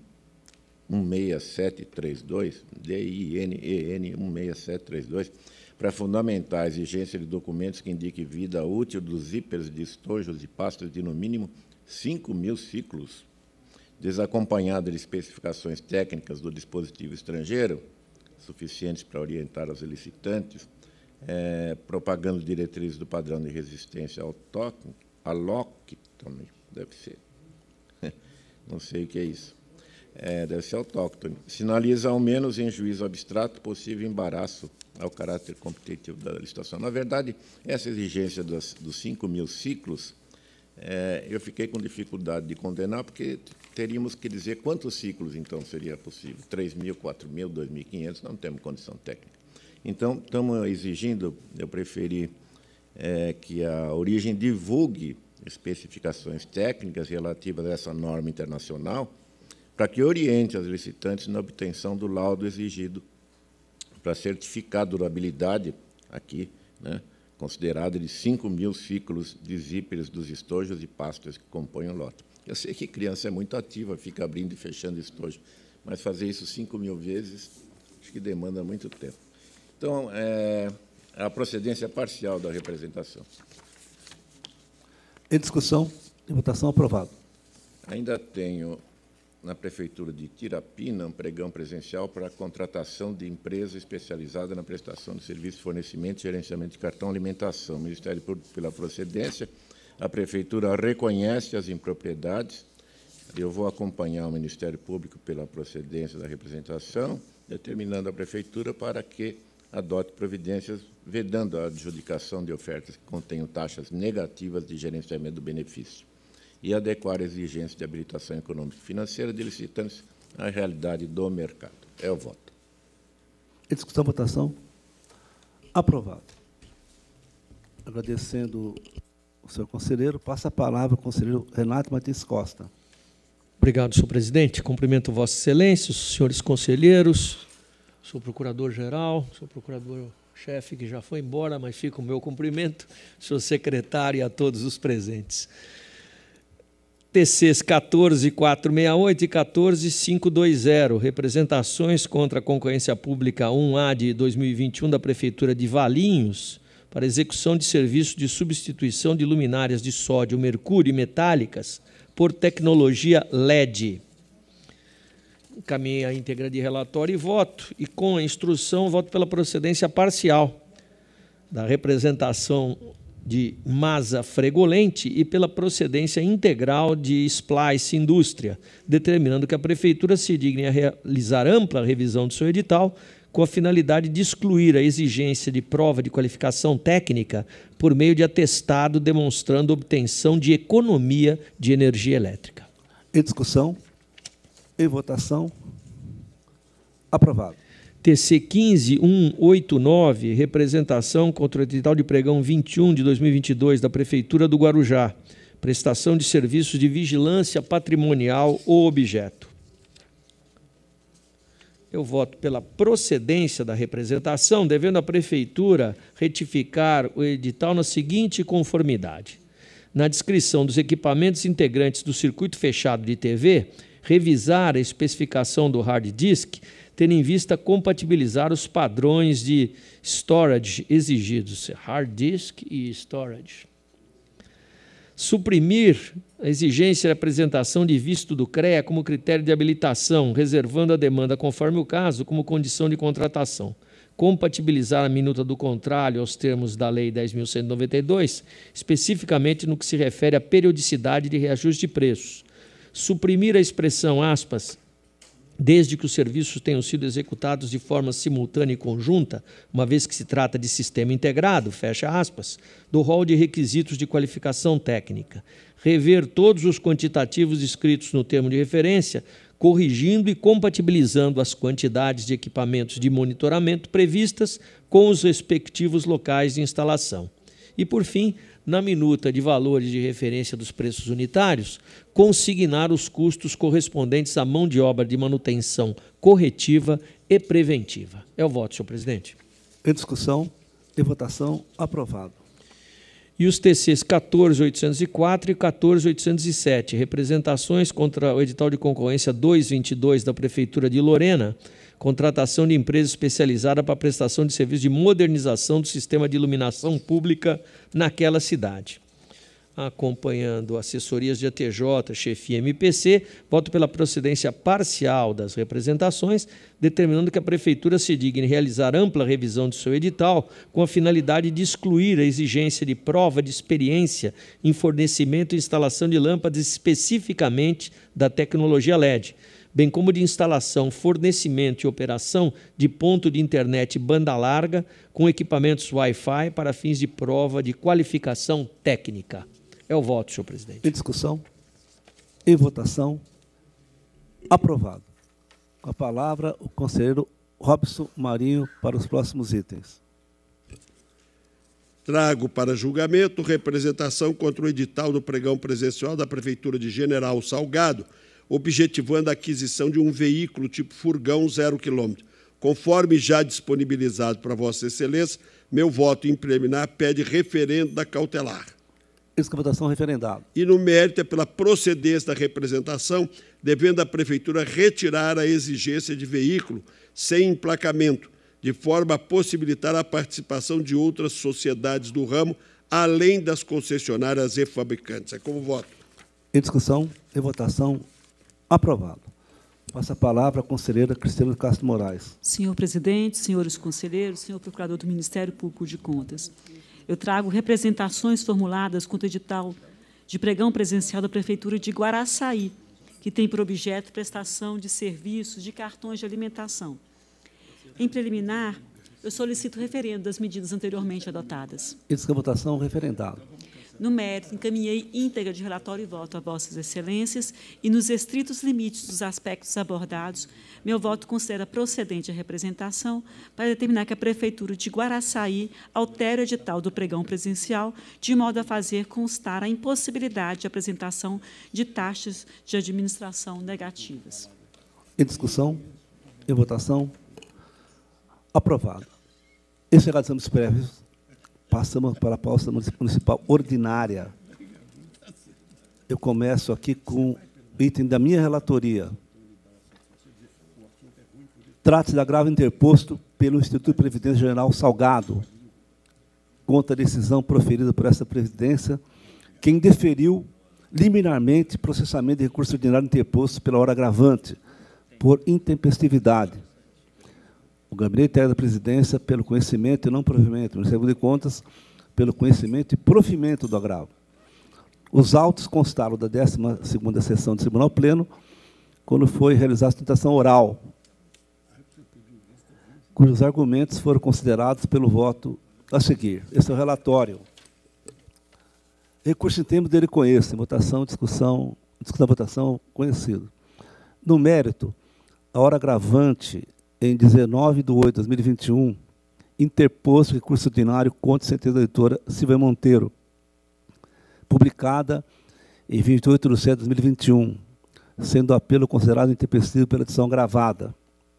16732, DINEN 16732, para fundamentar a exigência de documentos que indiquem vida útil dos zíperes de estojos e pastas de, no mínimo, 5.000 ciclos, desacompanhada de especificações técnicas do dispositivo estrangeiro, suficientes para orientar os licitantes, propagando diretrizes do padrão de resistência alóctone, deve ser, não sei o que é isso, deve ser autóctone, sinaliza ao menos em juízo abstrato possível embaraço ao caráter competitivo da licitação. Na verdade, essa exigência dos 5.000 ciclos, eu fiquei com dificuldade de condenar, porque teríamos que dizer quantos ciclos, então, seria possível. 3.000, 4.000, 2.500, não temos condição técnica. Então, estamos exigindo, eu preferi que a origem divulgue especificações técnicas relativas a essa norma internacional, para que oriente as licitantes na obtenção do laudo exigido para certificar a durabilidade, aqui, né, considerada de 5.000 ciclos de zíperes dos estojos e pastas que compõem o lote. Eu sei que criança é muito ativa, fica abrindo e fechando estojo, mas fazer isso 5.000 vezes, acho que demanda muito tempo. Então, a procedência parcial da representação. Em discussão e votação aprovado. Ainda tenho na Prefeitura de Tirapina um pregão presencial para a contratação de empresa especializada na prestação de serviços de fornecimento e gerenciamento de cartão alimentação. O Ministério Público, pela procedência, a Prefeitura reconhece as impropriedades. Eu vou acompanhar o Ministério Público pela procedência da representação, determinando a Prefeitura para que adote providências vedando a adjudicação de ofertas que contenham taxas negativas de gerenciamento do benefício e adequar exigências de habilitação econômica e financeira de licitantes à realidade do mercado. É o voto. Em discussão, votação. Aprovado. Agradecendo o senhor conselheiro, passa a palavra ao conselheiro Renato Martins Costa. Obrigado, senhor presidente. Cumprimento Vossa Excelência, os senhores conselheiros, sou procurador-geral, sou procurador-chefe que já foi embora, mas fica o meu cumprimento, senhor secretário e a todos os presentes. TCs 14468 e 14520, representações contra a concorrência pública 1A de 2021 da Prefeitura de Valinhos para execução de serviço de substituição de luminárias de sódio, mercúrio e metálicas por tecnologia LED. Encaminhei a íntegra de relatório e voto, e com a instrução voto pela procedência parcial da representação de Masa Fregolente e pela procedência integral de Splice Indústria, determinando que a Prefeitura se digne a realizar ampla revisão do seu edital com a finalidade de excluir a exigência de prova de qualificação técnica por meio de atestado demonstrando obtenção de economia de energia elétrica. Em discussão, em votação, aprovado. TC 15189, representação contra o edital de pregão 21 de 2022 da Prefeitura do Guarujá, prestação de serviços de vigilância patrimonial ou objeto. Eu voto pela procedência da representação, devendo a Prefeitura retificar o edital na seguinte conformidade. Na descrição dos equipamentos integrantes do circuito fechado de TV, revisar a especificação do hard disk, tendo em vista compatibilizar os padrões de storage exigidos, hard disk e storage. Suprimir a exigência de apresentação de visto do CREA como critério de habilitação, reservando a demanda conforme o caso como condição de contratação. Compatibilizar a minuta do contrário aos termos da Lei 10.192, especificamente no que se refere à periodicidade de reajuste de preços. Suprimir a expressão, aspas, desde que os serviços tenham sido executados de forma simultânea e conjunta, uma vez que se trata de sistema integrado, fecha aspas, do rol de requisitos de qualificação técnica. Rever todos os quantitativos descritos no termo de referência, corrigindo e compatibilizando as quantidades de equipamentos de monitoramento previstas com os respectivos locais de instalação. E, por fim, na minuta de valores de referência dos preços unitários, consignar os custos correspondentes à mão de obra de manutenção corretiva e preventiva. É o voto, senhor presidente. Em discussão, em votação, aprovado. E os TCs 14.804 e 14.807, representações contra o edital de concorrência 222 da Prefeitura de Lorena, contratação de empresa especializada para prestação de serviço de modernização do sistema de iluminação pública naquela cidade. Acompanhando assessorias de ATJ, chefia MPC, voto pela procedência parcial das representações, determinando que a Prefeitura se digne realizar ampla revisão de seu edital com a finalidade de excluir a exigência de prova de experiência em fornecimento e instalação de lâmpadas especificamente da tecnologia LED, bem como de instalação, fornecimento e operação de ponto de internet banda larga com equipamentos Wi-Fi para fins de prova de qualificação técnica. É o voto, senhor presidente. Em discussão, em votação, aprovado. Com a palavra, o conselheiro Robson Marinho para os próximos itens. Trago para julgamento representação contra o edital do pregão presencial da Prefeitura de General Salgado, objetivando a aquisição de um veículo tipo furgão 0 km. Conforme já disponibilizado para Vossa Excelência, meu voto em preliminar pede referendo da cautelar. Eis que a votação referendada. E no mérito é pela procedência da representação, devendo a Prefeitura retirar a exigência de veículo sem emplacamento, de forma a possibilitar a participação de outras sociedades do ramo, além das concessionárias e fabricantes. É como voto. Em discussão, em votação, aprovado. Passa a palavra à conselheira Cristiana Castro Moraes. Senhor presidente, senhores conselheiros, senhor procurador do Ministério Público de Contas, eu trago representações formuladas contra o edital de pregão presencial da Prefeitura de Guaraçaí, que tem por objeto prestação de serviços de cartões de alimentação. Em preliminar, eu solicito referendo das medidas anteriormente adotadas. Eis que a votação referendada. No mérito, encaminhei íntegra de relatório e voto a Vossas Excelências e, nos estritos limites dos aspectos abordados, meu voto considera procedente a representação para determinar que a Prefeitura de Guaraçaí altere o edital do pregão presencial de modo a fazer constar a impossibilidade de apresentação de taxas de administração negativas. Em discussão, em votação, aprovado. Encerrados os prévios, passamos para a pauta municipal ordinária. Eu começo aqui com o item da minha relatoria. Trata-se de agravo interposto pelo Instituto de Previdência General Salgado, contra a decisão proferida por essa Previdência, que indeferiu liminarmente processamento de recurso ordinário interposto pela hora agravante, por intempestividade. O Gabinete Técnico da Presidência, pelo conhecimento e não provimento do Ministério de Contas, pelo conhecimento e provimento do agravo. Os autos constaram da 12ª sessão do Tribunal Pleno, quando foi realizada a sustentação oral, cujos argumentos foram considerados pelo voto a seguir. Esse é o relatório. Recurso em termos dele conheço, votação, discussão, votação, conhecido. No mérito, a hora agravante, em 19 de 8 de 2021, interposto recurso ordinário contra a sentença da doutora Silvia Monteiro, publicada em 28 de 7 de 2021, sendo o apelo considerado intempestivo pela edição gravada.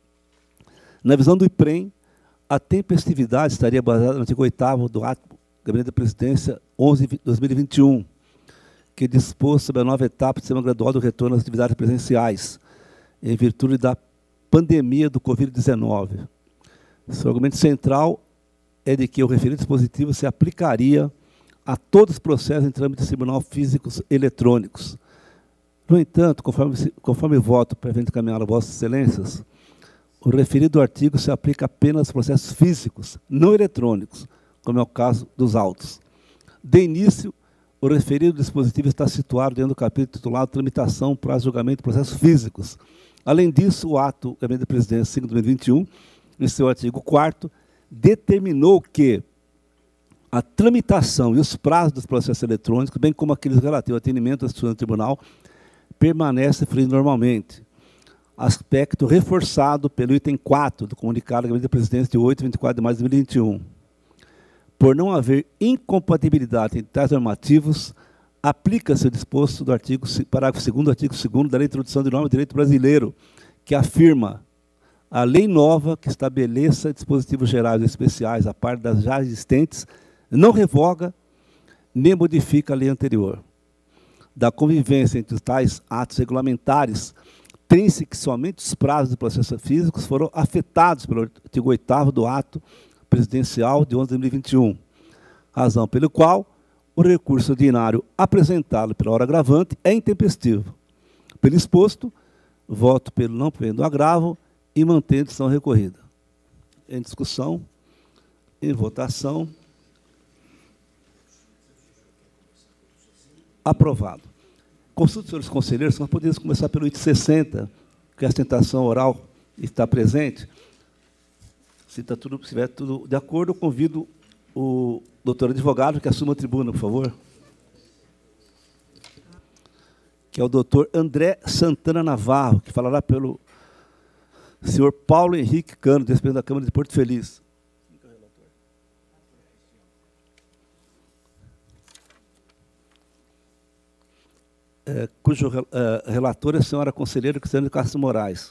Na visão do IPREM, a tempestividade estaria baseada no artigo 8º do ato do Gabinete da Presidência 11 de 2021, que dispôs sobre a nova etapa de sistema gradual do retorno às atividades presenciais, em virtude da pandemia do Covid-19. Seu argumento central é de que o referido dispositivo se aplicaria a todos os processos em trâmite tribunal físicos eletrônicos. No entanto, conforme o voto previamente encaminhado a Vossas Excelências, o referido artigo se aplica apenas aos processos físicos, não eletrônicos, como é o caso dos autos. De início, o referido dispositivo está situado dentro do capítulo titulado Tramitação para julgamento de processos físicos. Além disso, o ato do Gabinete da Presidência 5 de 2021, em seu artigo 4º, determinou que a tramitação e os prazos dos processos eletrônicos, bem como aqueles relativos ao atendimento das decisões do tribunal, permanecem fluindo normalmente. Aspecto reforçado pelo item 4 do comunicado do Gabinete da Presidência de 8 e 24 de maio de 2021. Por não haver incompatibilidade entre tais normativos, aplica-se o disposto do artigo, parágrafo 2º do artigo 2º da Lei de Introdução de Normas do Direito Brasileiro, que afirma a lei nova que estabeleça dispositivos gerais e especiais a par das já existentes não revoga nem modifica a lei anterior. Da convivência entre tais atos regulamentares, tem-se que somente os prazos de processos físicos foram afetados pelo artigo 8º do ato presidencial de 11 de 2021, razão pelo qual o recurso ordinário apresentado pela hora agravante é intempestivo. Pelo exposto, voto pelo não provimento do agravo e mantendo a decisão recorrida. Em discussão, em votação. Aprovado. Consulto os senhores conselheiros, nós podemos começar pelo item 60, que a sustentação oral está presente. Se estiver tudo de acordo, eu convido o doutor advogado que assuma a tribuna, por favor. Que é o doutor André Santana Navarro, que falará pelo senhor Paulo Henrique Cano, presidente da Câmara de Porto Feliz. Cujo relator é a senhora conselheira Cristiane de Castro Moraes.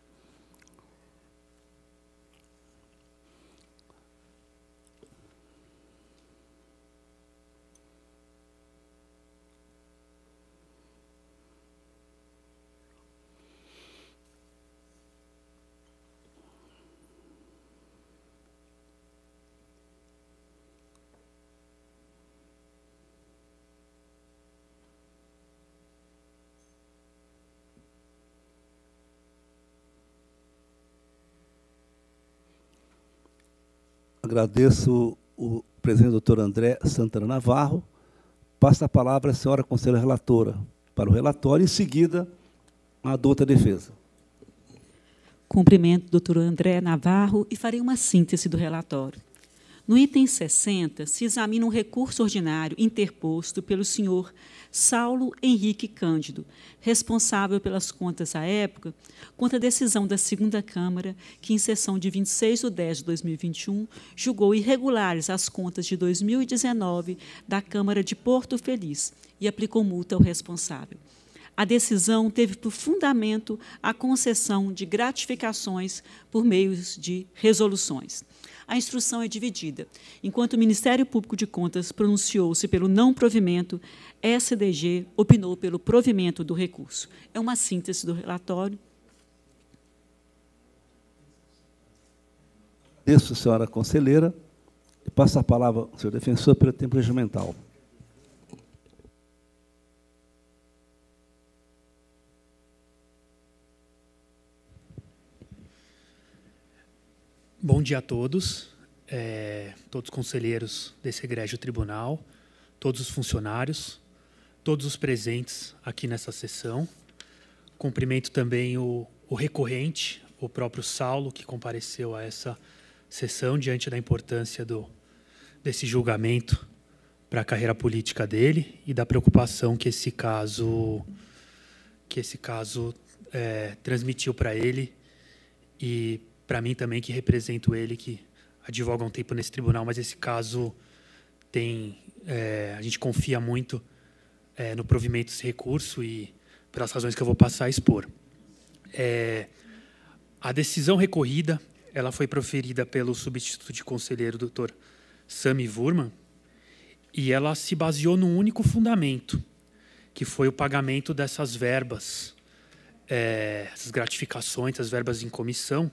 Agradeço o presidente doutor André Santana Navarro. Passa a palavra à senhora conselheira relatora para o relatório, e, em seguida, a douta defesa. Cumprimento o doutor André Navarro e farei uma síntese do relatório. No item 60, se examina um recurso ordinário interposto pelo senhor Saulo Henrique Cândido, responsável pelas contas à época, contra a decisão da 2ª Câmara, que, em sessão de 26 de 10 de 2021, julgou irregulares as contas de 2019 da Câmara de Porto Feliz e aplicou multa ao responsável. A decisão teve por fundamento a concessão de gratificações por meio de resoluções. A instrução é dividida. Enquanto o Ministério Público de Contas pronunciou-se pelo não provimento, SDG opinou pelo provimento do recurso. É uma síntese do relatório. Agradeço, senhora conselheira, e passo a palavra ao senhor defensor pelo tempo regimental. Bom dia a todos. todos os conselheiros desse egrégio tribunal, todos os funcionários, todos os presentes aqui nessa sessão. Cumprimento também o recorrente, o próprio Saulo, que compareceu a essa sessão diante da importância desse julgamento para a carreira política dele e da preocupação que esse caso transmitiu para ele e para mim também, que represento ele, que advoga há um tempo nesse tribunal, mas esse caso a gente confia muito no provimento desse recurso e pelas razões que eu vou passar a expor. A decisão recorrida ela foi proferida pelo substituto de conselheiro, Dr. Sami Wurman, e ela se baseou num único fundamento, que foi o pagamento dessas verbas, essas gratificações, essas verbas em comissão,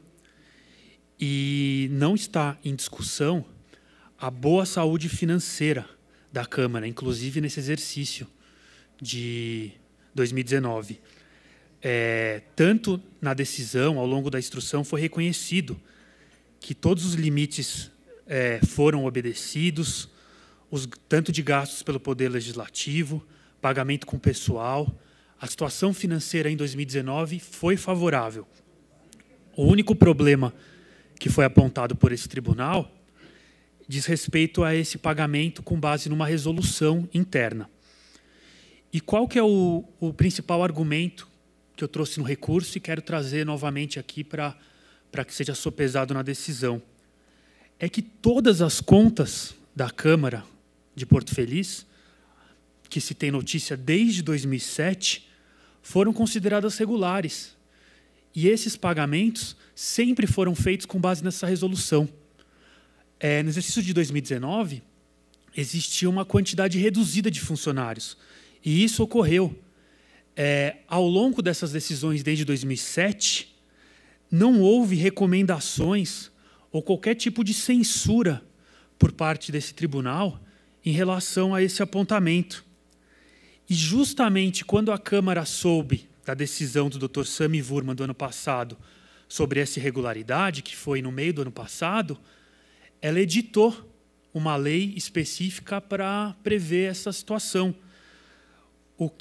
e não está em discussão a boa saúde financeira da Câmara, inclusive nesse exercício de 2019. Tanto na decisão, ao longo da instrução, foi reconhecido que todos os limites foram obedecidos, tanto de gastos pelo Poder Legislativo, pagamento com pessoal. A situação financeira em 2019 foi favorável. O único problema que foi apontado por esse tribunal diz respeito a esse pagamento com base numa resolução interna. E qual que é o principal argumento que eu trouxe no recurso e quero trazer novamente aqui para que seja sopesado na decisão? É que todas as contas da Câmara de Porto Feliz, que se tem notícia desde 2007, foram consideradas regulares. E esses pagamentos sempre foram feitos com base nessa resolução. No exercício de 2019, existia uma quantidade reduzida de funcionários. E isso ocorreu. Ao longo dessas decisões desde 2007, não houve recomendações ou qualquer tipo de censura por parte desse tribunal em relação a esse apontamento. E justamente quando a Câmara soube da decisão do Dr. Sami Wurman do ano passado sobre essa irregularidade, que foi no meio do ano passado, ela editou uma lei específica para prever essa situação. O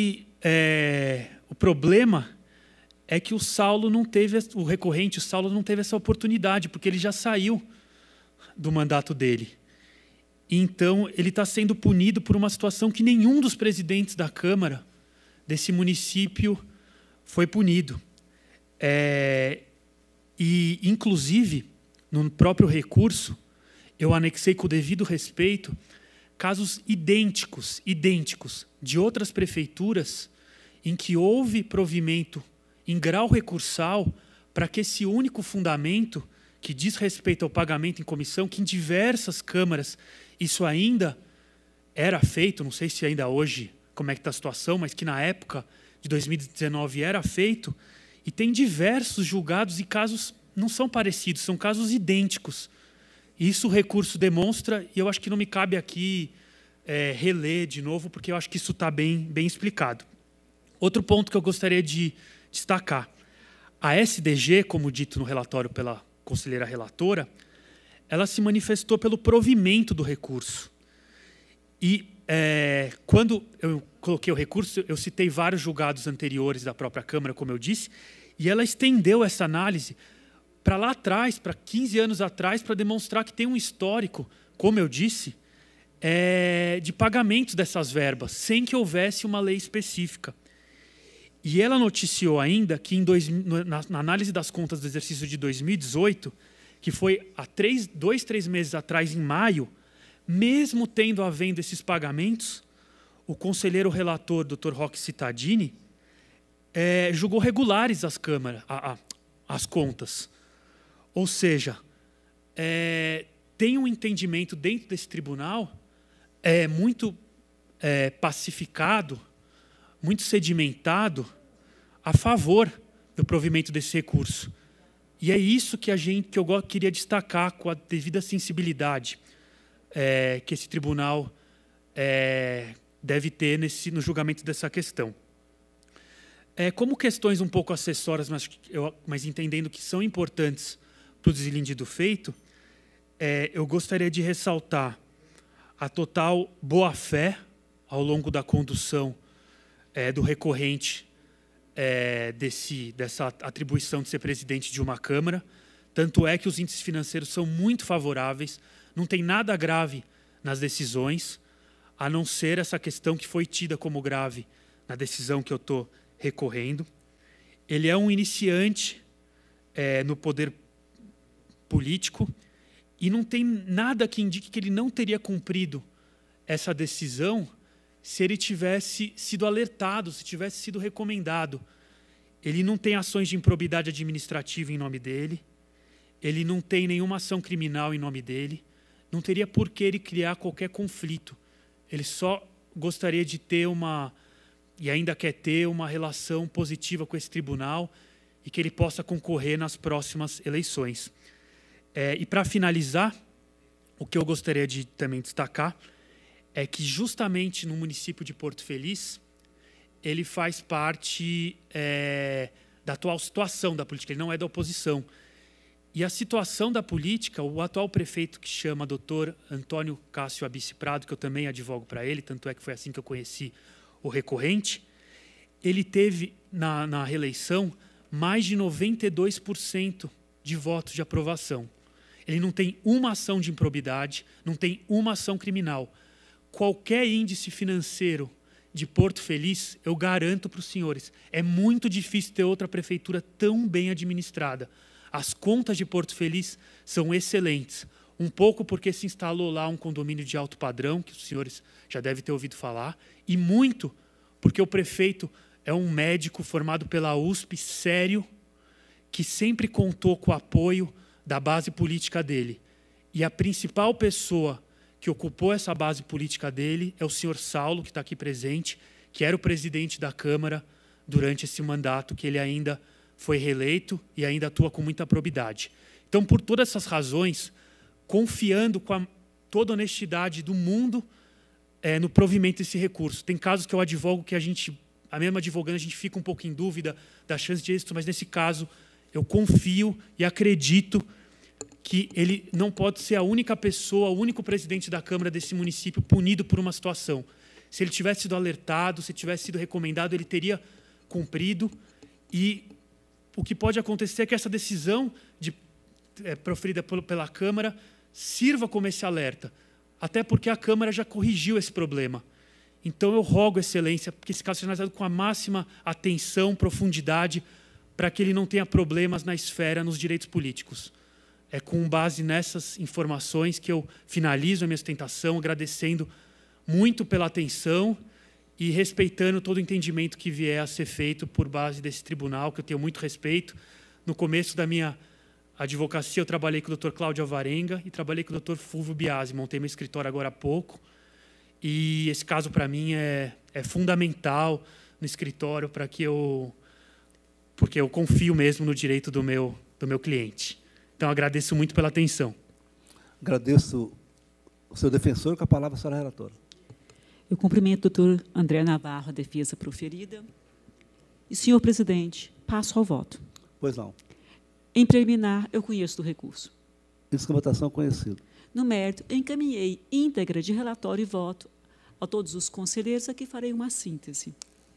problema é que o recorrente, o Saulo, não teve essa oportunidade, porque ele já saiu do mandato dele. Então, ele está sendo punido por uma situação que nenhum dos presidentes da Câmara desse município foi punido. E, inclusive, no próprio recurso, eu anexei com o devido respeito casos idênticos de outras prefeituras em que houve provimento em grau recursal para que esse único fundamento que diz respeito ao pagamento em comissão, que em diversas câmaras isso ainda era feito, não sei se ainda hoje como é que está a situação, mas que na época de 2019 era feito, e tem diversos julgados e casos não são parecidos, são casos idênticos. Isso o recurso demonstra, e eu acho que não me cabe aqui reler de novo, porque eu acho que isso está bem explicado. Outro ponto que eu gostaria de destacar. A SDG, como dito no relatório pela conselheira relatora, ela se manifestou pelo provimento do recurso. E quando eu coloquei o recurso, eu citei vários julgados anteriores da própria Câmara, como eu disse, e ela estendeu essa análise para lá atrás, para 15 anos atrás, para demonstrar que tem um histórico, como eu disse, de pagamentos dessas verbas, sem que houvesse uma lei específica. E ela noticiou ainda que, na análise das contas do exercício de 2018, que foi há 2-3 meses atrás, em maio, mesmo tendo havendo esses pagamentos, o conselheiro relator, Dr. Roque Cittadini, julgou regulares as contas. Ou seja, tem um entendimento dentro desse tribunal muito pacificado, muito sedimentado, a favor do provimento desse recurso. E é isso que eu queria destacar com a devida sensibilidade que esse tribunal deve ter no julgamento dessa questão. Como questões um pouco acessórias, mas entendendo que são importantes para o deslinde do feito, eu gostaria de ressaltar a total boa-fé ao longo da condução do recorrente dessa atribuição de ser presidente de uma Câmara. Tanto é que os índices financeiros são muito favoráveis, não tem nada grave nas decisões, a não ser essa questão que foi tida como grave na decisão que eu estou recorrendo. Ele é um iniciante no poder político e não tem nada que indique que ele não teria cumprido essa decisão se ele tivesse sido alertado, se tivesse sido recomendado. Ele não tem ações de improbidade administrativa em nome dele, ele não tem nenhuma ação criminal em nome dele, não teria por que ele criar qualquer conflito. Ele só gostaria de ter e ainda quer ter uma relação positiva com esse tribunal e que ele possa concorrer nas próximas eleições. E para finalizar, o que eu gostaria de também destacar é que justamente no município de Porto Feliz, ele faz parte da atual situação da política, ele não é da oposição. E a situação da política, o atual prefeito, que chama Dr. Antônio Cássio Abissi Prado, que eu também advogo para ele, tanto é que foi assim que eu conheci o recorrente, ele teve, na reeleição, mais de 92% de votos de aprovação. Ele não tem uma ação de improbidade, não tem uma ação criminal. Qualquer índice financeiro de Porto Feliz, eu garanto para os senhores, é muito difícil ter outra prefeitura tão bem administrada. As contas de Porto Feliz são excelentes. Um pouco porque se instalou lá um condomínio de alto padrão, que os senhores já devem ter ouvido falar, e muito porque o prefeito é um médico formado pela USP, sério, que sempre contou com o apoio da base política dele. E a principal pessoa que ocupou essa base política dele é o senhor Saulo, que está aqui presente, que era o presidente da Câmara durante esse mandato, que ele ainda foi reeleito e ainda atua com muita probidade. Então, por todas essas razões, confiando com toda a honestidade do mundo no provimento desse recurso. Tem casos que eu advogo que a mesma advogando, a gente fica um pouco em dúvida da chance de êxito, mas nesse caso eu confio e acredito que ele não pode ser a única pessoa, o único presidente da Câmara desse município punido por uma situação. Se ele tivesse sido alertado, se tivesse sido recomendado, ele teria cumprido. E o que pode acontecer é que essa decisão proferida pela Câmara sirva como esse alerta, até porque a Câmara já corrigiu esse problema. Então, eu rogo, Excelência, que esse caso seja analisado com a máxima atenção, profundidade, para que ele não tenha problemas na esfera, nos direitos políticos. É com base nessas informações que eu finalizo a minha sustentação, agradecendo muito pela atenção e respeitando todo o entendimento que vier a ser feito por base desse tribunal, que eu tenho muito respeito. No começo da minha advocacia, eu trabalhei com o Dr. Cláudio Alvarenga e trabalhei com o Dr. Fulvio Biasi, montei meu escritório agora há pouco. E esse caso, para mim, é fundamental no escritório porque eu confio mesmo no direito do meu cliente. Então, agradeço muito pela atenção. Agradeço o seu defensor, com a palavra a senhora relatora. Eu cumprimento o doutor André Navarro, a defesa proferida. E, senhor presidente, passo ao voto. Pois não. Em preliminar, eu conheço do recurso. Isso com votação conhecido. No mérito, encaminhei íntegra de relatório e voto a todos os conselheiros, aqui farei uma síntese.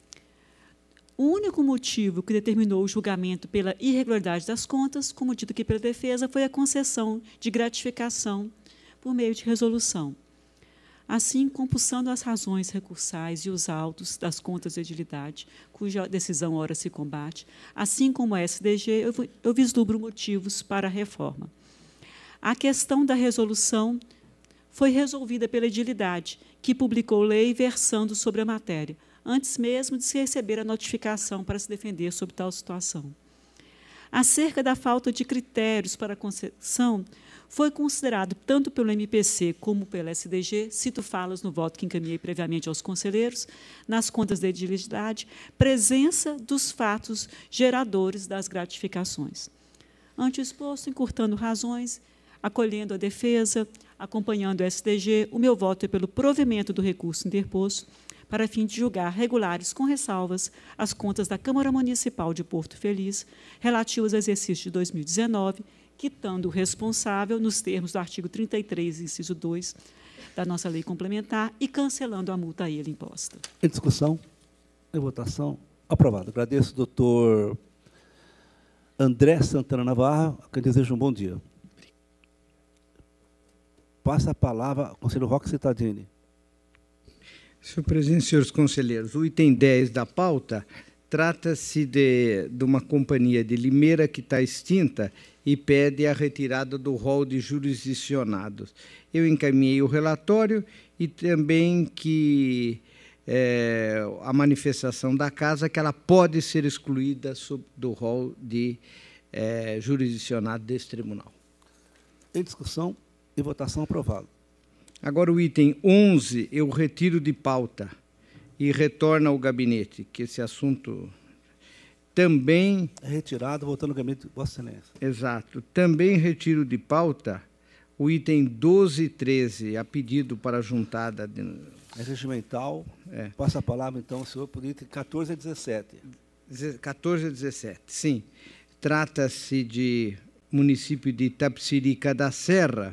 O único motivo que determinou o julgamento pela irregularidade das contas, como dito aqui pela defesa, foi a concessão de gratificação por meio de resolução. Assim, compulsando as razões recursais e os autos das contas de edilidade, cuja decisão ora se combate, assim como a SDG, eu vislumbro motivos para a reforma. A questão da resolução foi resolvida pela edilidade, que publicou lei versando sobre a matéria, antes mesmo de se receber a notificação para se defender sobre tal situação. Acerca da falta de critérios para a concessão, foi considerado, tanto pelo MPC como pela SDG, cito falas no voto que encaminhei previamente aos conselheiros, nas contas da edilidade, presença dos fatos geradores das gratificações. Ante o exposto, encurtando razões, acolhendo a defesa, acompanhando o SDG, o meu voto é pelo provimento do recurso interposto, para fim de julgar regulares com ressalvas as contas da Câmara Municipal de Porto Feliz, relativas ao exercício de 2019 quitando o responsável nos termos do artigo 33, inciso 2, da nossa lei complementar e cancelando a multa a ele imposta. Em discussão, em votação, aprovado. Agradeço, doutor André Santana Navarro, a quem desejo um bom dia. Passa a palavra ao conselheiro Roque Cittadini. Senhor presidente, senhores conselheiros, o item 10 da pauta trata-se de uma companhia de Limeira que está extinta e pede a retirada do rol de jurisdicionados. Eu encaminhei o relatório e também que a manifestação da Casa que ela pode ser excluída do rol de jurisdicionado desse tribunal. Em discussão e votação, aprovado. Agora, o item 11, eu retiro de pauta e retorno ao gabinete, que esse assunto também... É retirado, voltando ao gabinete de Vossa Excelência. Exato. Também retiro de pauta o item 12 e 13, a pedido para a juntada... É regimental. Passa a palavra, então, ao senhor, por item 14 a 17. 14 a 17, sim. Trata-se de município de Itapecerica da Serra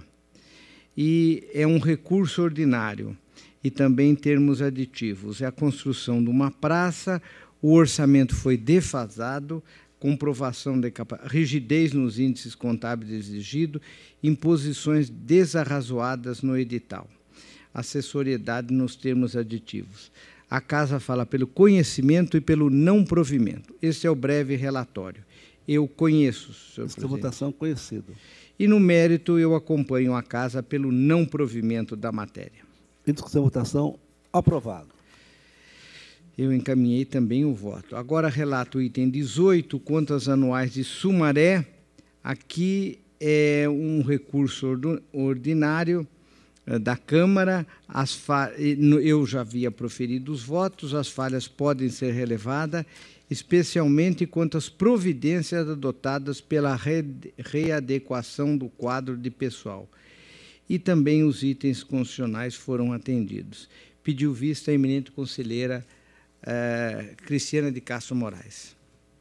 e é um recurso ordinário e também em termos aditivos. É a construção de uma praça, o orçamento foi defasado, comprovação de rigidez nos índices contábeis exigidos, imposições desarrazoadas no edital, acessoriedade nos termos aditivos. A Casa fala pelo conhecimento e pelo não provimento. Esse é o breve relatório. Eu conheço, senhor presidente. Votação conhecido. E, no mérito, eu acompanho a Casa pelo não provimento da matéria. Em discussão e votação, aprovado. Eu encaminhei também o voto. Agora, relato o item 18, contas anuais de Sumaré. Aqui é um recurso ordinário da Câmara. Eu já havia proferido os votos, as falhas podem ser relevadas, especialmente quanto às providências adotadas pela readequação do quadro de pessoal. E também os itens constitucionais foram atendidos. Pediu vista a eminente conselheira Cristiana de Castro Moraes.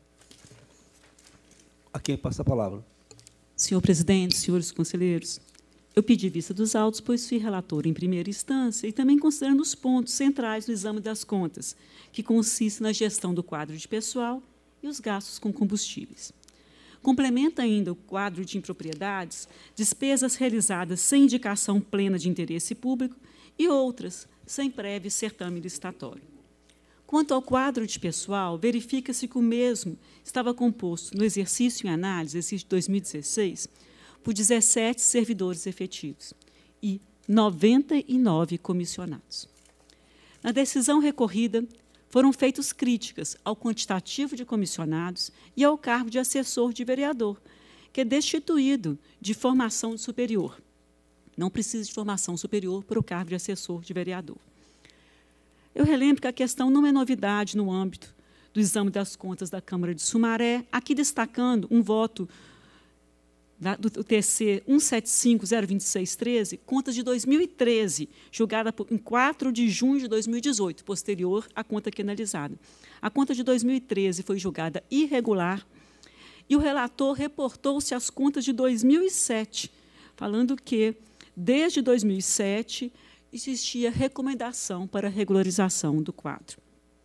A quem passa a palavra? Senhor presidente, senhores conselheiros, eu pedi vista dos autos, pois fui relator em primeira instância e também considerando os pontos centrais do exame das contas, que consiste na gestão do quadro de pessoal e os gastos com combustíveis. Complementa ainda o quadro de impropriedades, despesas realizadas sem indicação plena de interesse público e outras sem prévio certame licitatório. Quanto ao quadro de pessoal, verifica-se que o mesmo estava composto, no exercício em análise, exercício de 2016, por 17 servidores efetivos e 99 comissionados. Na decisão recorrida, foram feitas críticas ao quantitativo de comissionados e ao cargo de assessor de vereador, que é destituído de formação superior. Não precisa de formação superior para o cargo de assessor de vereador. Eu relembro que a questão não é novidade no âmbito do exame das contas da Câmara de Sumaré, aqui destacando um voto do TC 175-02613, contas de 2013, julgada em 4 de junho de 2018, posterior à conta aqui analisada. A conta de 2013 foi julgada irregular e o relator reportou-se às contas de 2007, falando que, desde 2007, existia recomendação para regularização do quadro.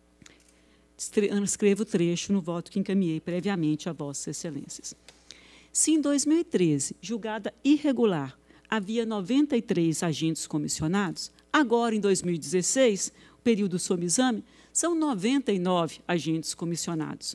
Escrevo o trecho no voto que encaminhei previamente a Vossas Excelências. Se em 2013, julgada irregular, havia 93 agentes comissionados, agora, em 2016, o período sob exame, são 99 agentes comissionados.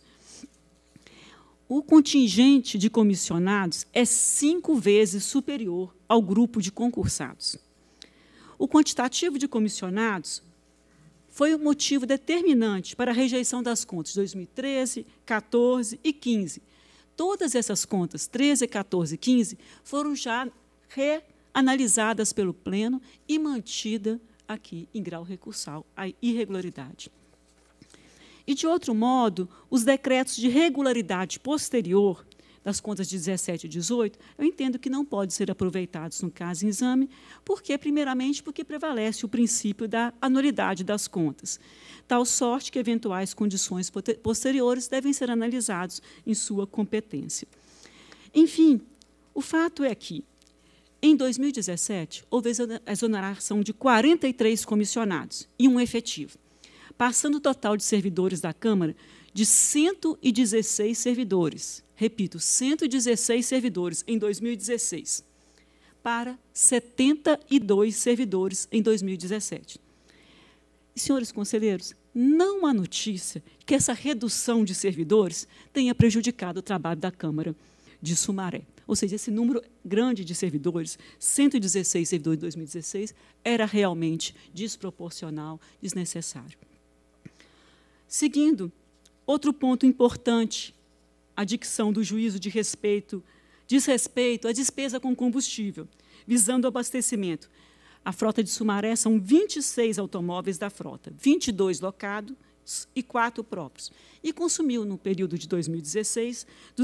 O contingente de comissionados é 5 vezes superior ao grupo de concursados. O quantitativo de comissionados foi o motivo determinante para a rejeição das contas de 2013, 14 e 15. Todas essas contas, 13, 14 e 15, foram já reanalisadas pelo Pleno e mantida aqui em grau recursal a irregularidade. E, de outro modo, os decretos de regularidade posterior das contas de 17 e 18, eu entendo que não podem ser aproveitados no caso em exame, primeiramente, porque prevalece o princípio da anualidade das contas, tal sorte que eventuais condições posteriores devem ser analisados em sua competência. Enfim, O fato é que, em 2017, houve a exoneração de 43 comissionados e um efetivo, passando o total de servidores da Câmara de 116 servidores, repito, 116 servidores em 2016, para 72 servidores em 2017. E, senhores conselheiros, não há notícia que essa redução de servidores tenha prejudicado o trabalho da Câmara de Sumaré. Ou seja, esse número grande de servidores, 116 servidores em 2016, era realmente desproporcional, desnecessário. Seguindo, outro ponto importante, a dicção do juízo de respeito, diz respeito à despesa com combustível, visando o abastecimento. A frota de Sumaré são 26 automóveis da frota, 22 locados e 4 próprios, e consumiu, no período de 2016, R$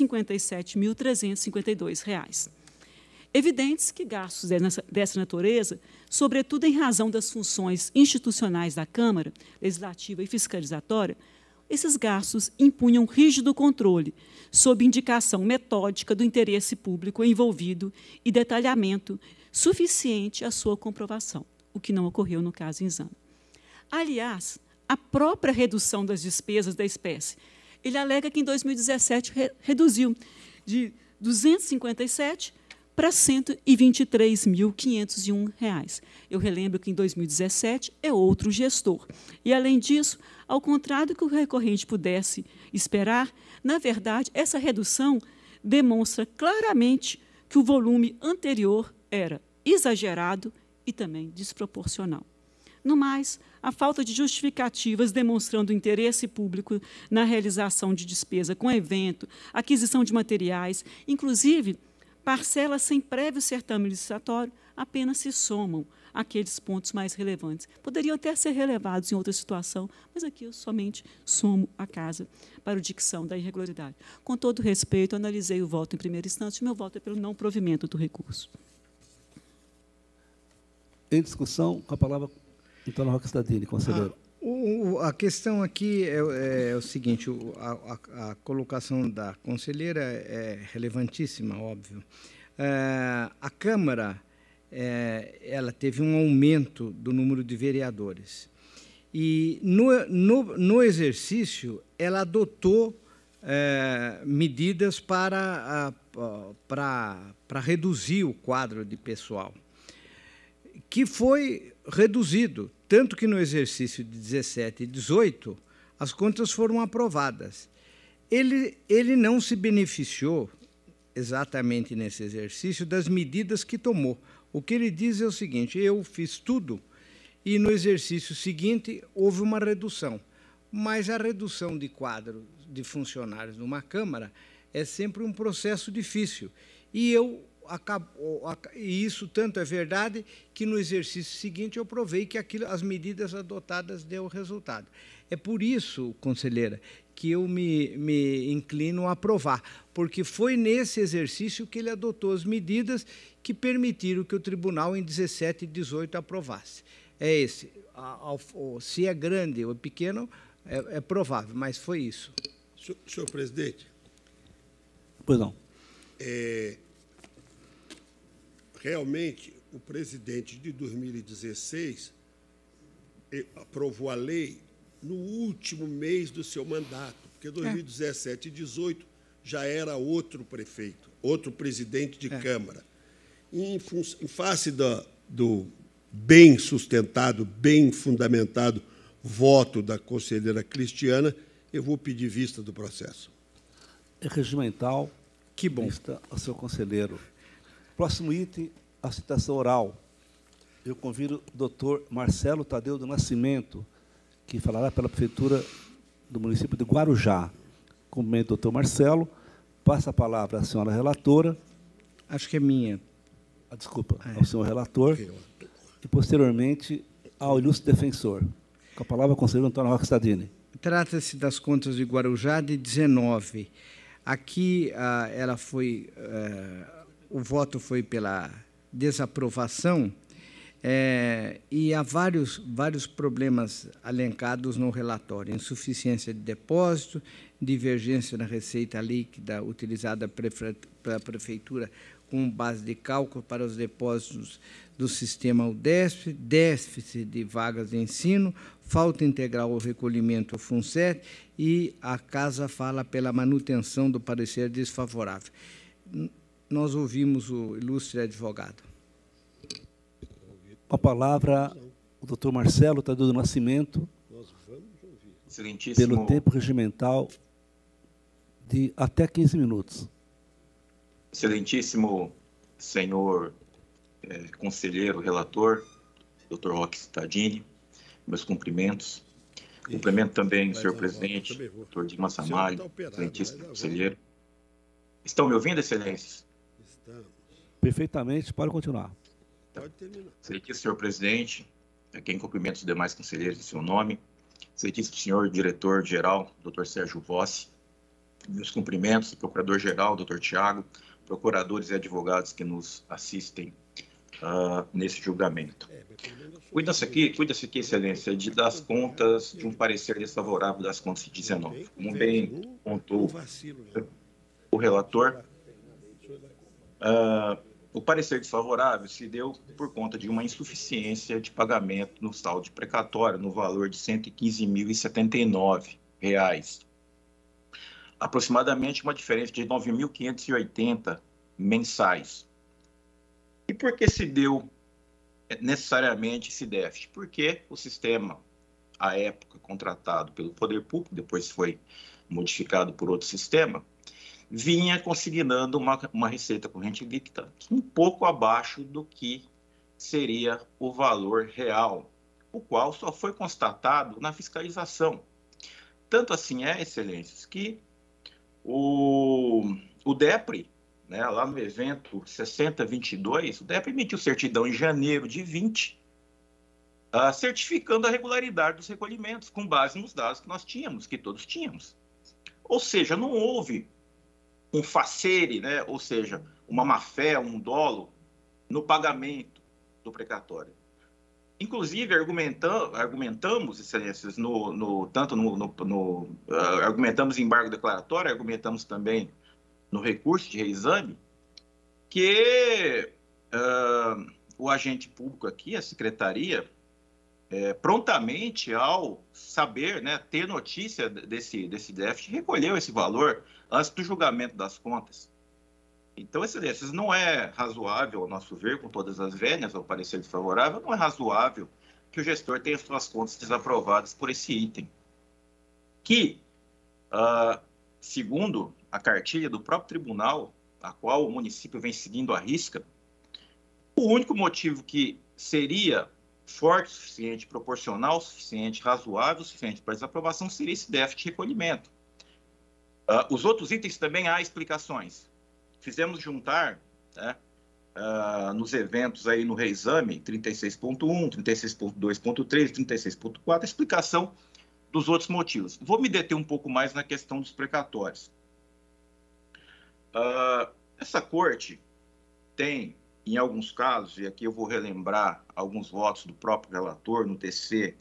257.352. Evidentes que gastos dessa natureza, sobretudo em razão das funções institucionais da Câmara, legislativa e fiscalizatória, esses gastos impunham rígido controle, sob indicação metódica do interesse público envolvido e detalhamento suficiente à sua comprovação, o que não ocorreu no caso Inzano. Aliás, a própria redução das despesas da espécie, ele alega que em 2017 reduziu de R$ 257 para R$ 123.501. Eu relembro que em 2017 é outro gestor. E, além disso, ao contrário do que o recorrente pudesse esperar, na verdade, essa redução demonstra claramente que o volume anterior era exagerado e também desproporcional. No mais, a falta de justificativas demonstrando interesse público na realização de despesa com evento, aquisição de materiais, inclusive parcelas sem prévio certame licitatório, apenas se somam àqueles pontos mais relevantes. Poderiam até ser relevados em outra situação, mas aqui eu somente somo a casa para a dicção da irregularidade. Com todo respeito, analisei o voto em primeira instância e meu voto é pelo não provimento do recurso. Em discussão, com a palavra, então, Roque Cittadini, conselheiro. A questão aqui é o seguinte, a colocação da conselheira é relevantíssima, óbvio. A Câmara ela teve um aumento do número de vereadores. E, no exercício, ela adotou medidas para reduzir o quadro de pessoal, que foi reduzido, tanto que no exercício de 17 e 18, as contas foram aprovadas. Ele não se beneficiou, exatamente nesse exercício, das medidas que tomou. O que ele diz é o seguinte, eu fiz tudo e, no exercício seguinte, houve uma redução. Mas a redução de quadro de funcionários numa Câmara é sempre um processo difícil. E isso tanto é verdade que no exercício seguinte eu provei que as medidas adotadas deu resultado. É por isso, conselheira, que eu me inclino a aprovar, porque foi nesse exercício que ele adotou as medidas que permitiram que o tribunal, em 17 e 18, aprovasse. É esse. Se é grande ou pequeno, é provável, mas foi isso. Senhor presidente. Pois não. Realmente, o presidente de 2016 aprovou a lei no último mês do seu mandato, porque 2017 e 2018 já era outro prefeito, outro presidente de Câmara. E, em face do bem sustentado, bem fundamentado voto da conselheira Cristiana, eu vou pedir vista do processo. É regimental. Que bom. Vista ao seu conselheiro. Próximo item, a citação oral. Eu convido o doutor Marcelo Tadeu do Nascimento, que falará pela Prefeitura do município de Guarujá. Cumprimento o doutor Marcelo. Passa a palavra à senhora relatora. Acho que é minha. Desculpa, ao senhor relator. E, posteriormente, ao ilustre defensor. Com a palavra, o conselheiro Antônio Roque Cittadini. Trata-se das contas de Guarujá de 19. Aqui, o voto foi pela desaprovação, E há vários problemas alencados no relatório: insuficiência de depósito, divergência na receita líquida utilizada pela Prefeitura com base de cálculo para os depósitos do sistema UDESP, déficit de vagas de ensino, falta integral ao recolhimento ao FUNSET, e a Casa fala pela manutenção do parecer desfavorável. Nós ouvimos o ilustre advogado. Com a palavra, o doutor Marcelo Tadeu do Nascimento, pelo tempo regimental de até 15 minutos. Excelentíssimo senhor conselheiro relator, doutor Roque Cittadini, meus cumprimentos. Cumprimento também o senhor presidente, doutor Dimas Ramalho, excelentíssimo conselheiro. Estão me ouvindo, excelências? Estamos. Perfeitamente, pode continuar. Pode terminar. Excelentíssimo senhor presidente, a quem cumprimento os demais conselheiros em seu nome, excelentíssimo senhor diretor-geral, doutor Sérgio Vossi, meus cumprimentos, procurador-geral, doutor Tiago, procuradores e advogados que nos assistem nesse julgamento. Cuida-se aqui, excelência, das contas, de um parecer desfavorável das contas de 19. Como bem pontuou o relator, o parecer desfavorável se deu por conta de uma insuficiência de pagamento no saldo precatório no valor de R$ 115.079, aproximadamente uma diferença de R$ 9.580 mensais. E por que se deu necessariamente esse déficit? Porque o sistema, à época, contratado pelo Poder Público, depois foi modificado por outro sistema, vinha consignando uma receita corrente líquida um pouco abaixo do que seria o valor real, o qual só foi constatado na fiscalização. Tanto assim excelências, que o DEPRE, né, lá no evento 6022, o DEPRE emitiu certidão em janeiro de 20, certificando a regularidade dos recolhimentos, com base nos dados que nós tínhamos, que todos tínhamos. Ou seja, não houve um facere, né, ou seja, uma má-fé, um dolo no pagamento do precatório. Inclusive, argumentamos, excelências, argumentamos em embargo declaratório, argumentamos também no recurso de reexame, que o agente público aqui, a secretaria, prontamente, ao saber, né, ter notícia desse déficit, recolheu esse valor antes do julgamento das contas. Então, excelências, não é razoável, ao nosso ver, com todas as vénias, ao parecer desfavorável, não é razoável que o gestor tenha suas contas desaprovadas por esse item. Que, segundo a cartilha do próprio tribunal, a qual o município vem seguindo à risca, o único motivo que seria forte o suficiente, proporcional o suficiente, razoável o suficiente para desaprovação seria esse déficit de recolhimento. Os outros itens também há explicações. Fizemos juntar, né, nos eventos aí no reexame 36.1, 36.2.3, 36.4, a explicação dos outros motivos. Vou me deter um pouco mais na questão dos precatórios. Essa corte tem, em alguns casos, e aqui eu vou relembrar alguns votos do próprio relator no TC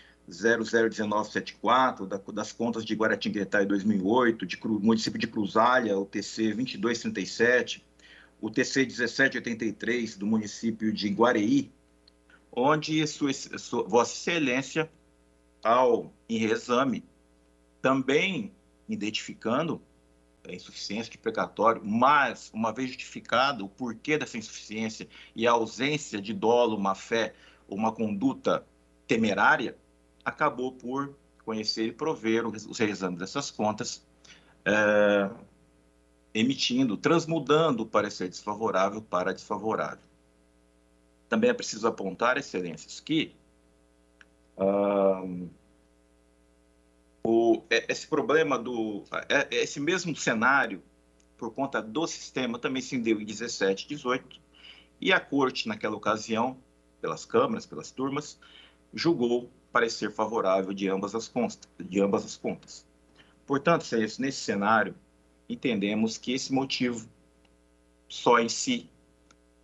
001974, das contas de Guaratinguetá em 2008, município de Cruzália, o TC 2237, o TC 1783 do município de Guareí, onde Vossa Excelência, em reexame, também identificando a insuficiência de precatório, mas, uma vez justificado o porquê dessa insuficiência e a ausência de dolo, má-fé ou uma conduta temerária, acabou por conhecer e prover os reexames dessas contas, transmudando o parecer desfavorável para desfavorável. Também é preciso apontar, excelências, que esse problema esse mesmo cenário, por conta do sistema, também se deu em 17 e 18, e a corte, naquela ocasião, pelas câmaras, pelas turmas, julgou parecer favorável de ambas as contas. Portanto, nesse cenário, entendemos que esse motivo só em si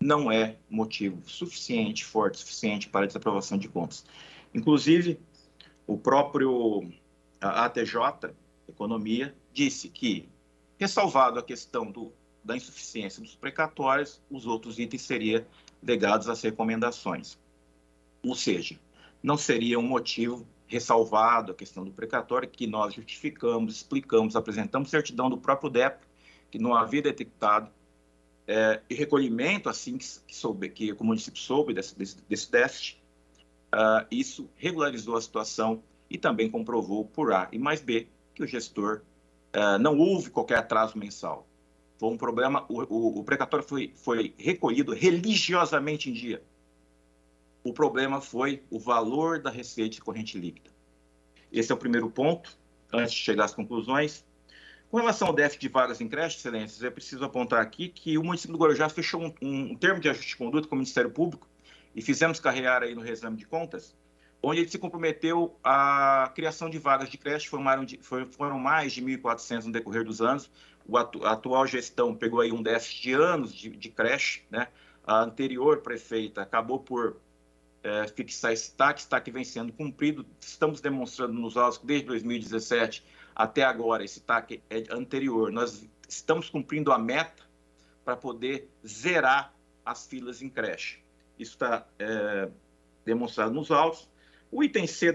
não é motivo suficiente, forte, suficiente para a desaprovação de contas. Inclusive, o próprio ATJ, Economia, disse que, ressalvado a questão da insuficiência dos precatórios, os outros itens seriam legados às recomendações. Ou seja, não seria um motivo ressalvado a questão do precatório, que nós justificamos, explicamos, apresentamos certidão do próprio DEP, que não havia detectado e recolhimento, assim que o município soube desse déficit. Isso regularizou a situação e também comprovou por A e mais B que o gestor não houve qualquer atraso mensal. Foi um problema, o precatório foi recolhido religiosamente em dia. O problema foi o valor da receita corrente líquida. Esse é o primeiro ponto, antes de chegar às conclusões. Com relação ao déficit de vagas em creche, excelências, eu preciso apontar aqui que o município do Guarujá fechou um termo de ajuste de conduta com o Ministério Público e fizemos carrear aí no reexame de contas, onde ele se comprometeu à criação de vagas de creche, foram mais de 1.400 no decorrer dos anos. A atual gestão pegou aí um déficit de anos de creche, né? A anterior prefeita acabou por fixar esse TAC vem sendo cumprido. Estamos demonstrando nos autos que desde 2017 até agora esse TAC é anterior. Nós estamos cumprindo a meta para poder zerar as filas em creche. Isso está demonstrado nos autos. O item C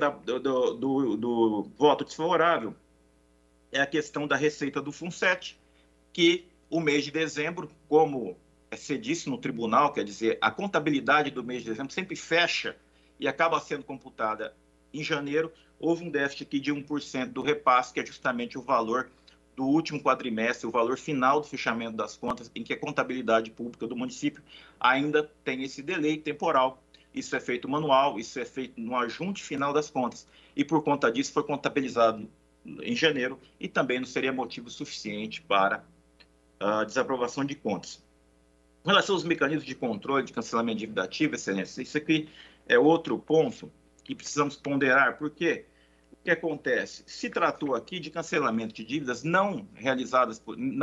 do voto desfavorável é a questão da receita do FUNSET, que o mês de dezembro, como se disse no tribunal, quer dizer, a contabilidade do mês de dezembro sempre fecha e acaba sendo computada em janeiro. Houve um déficit aqui de 1% do repasse, que é justamente o valor do último quadrimestre, o valor final do fechamento das contas, em que a contabilidade pública do município ainda tem esse delay temporal. Isso é feito manual, isso é feito no ajunte final das contas. E por conta disso foi contabilizado em janeiro e também não seria motivo suficiente para a desaprovação de contas. Com relação aos mecanismos de controle de cancelamento de dívida ativa, excelência, isso aqui é outro ponto que precisamos ponderar, porque o que acontece? Se tratou aqui de cancelamento de dívidas não realizadas,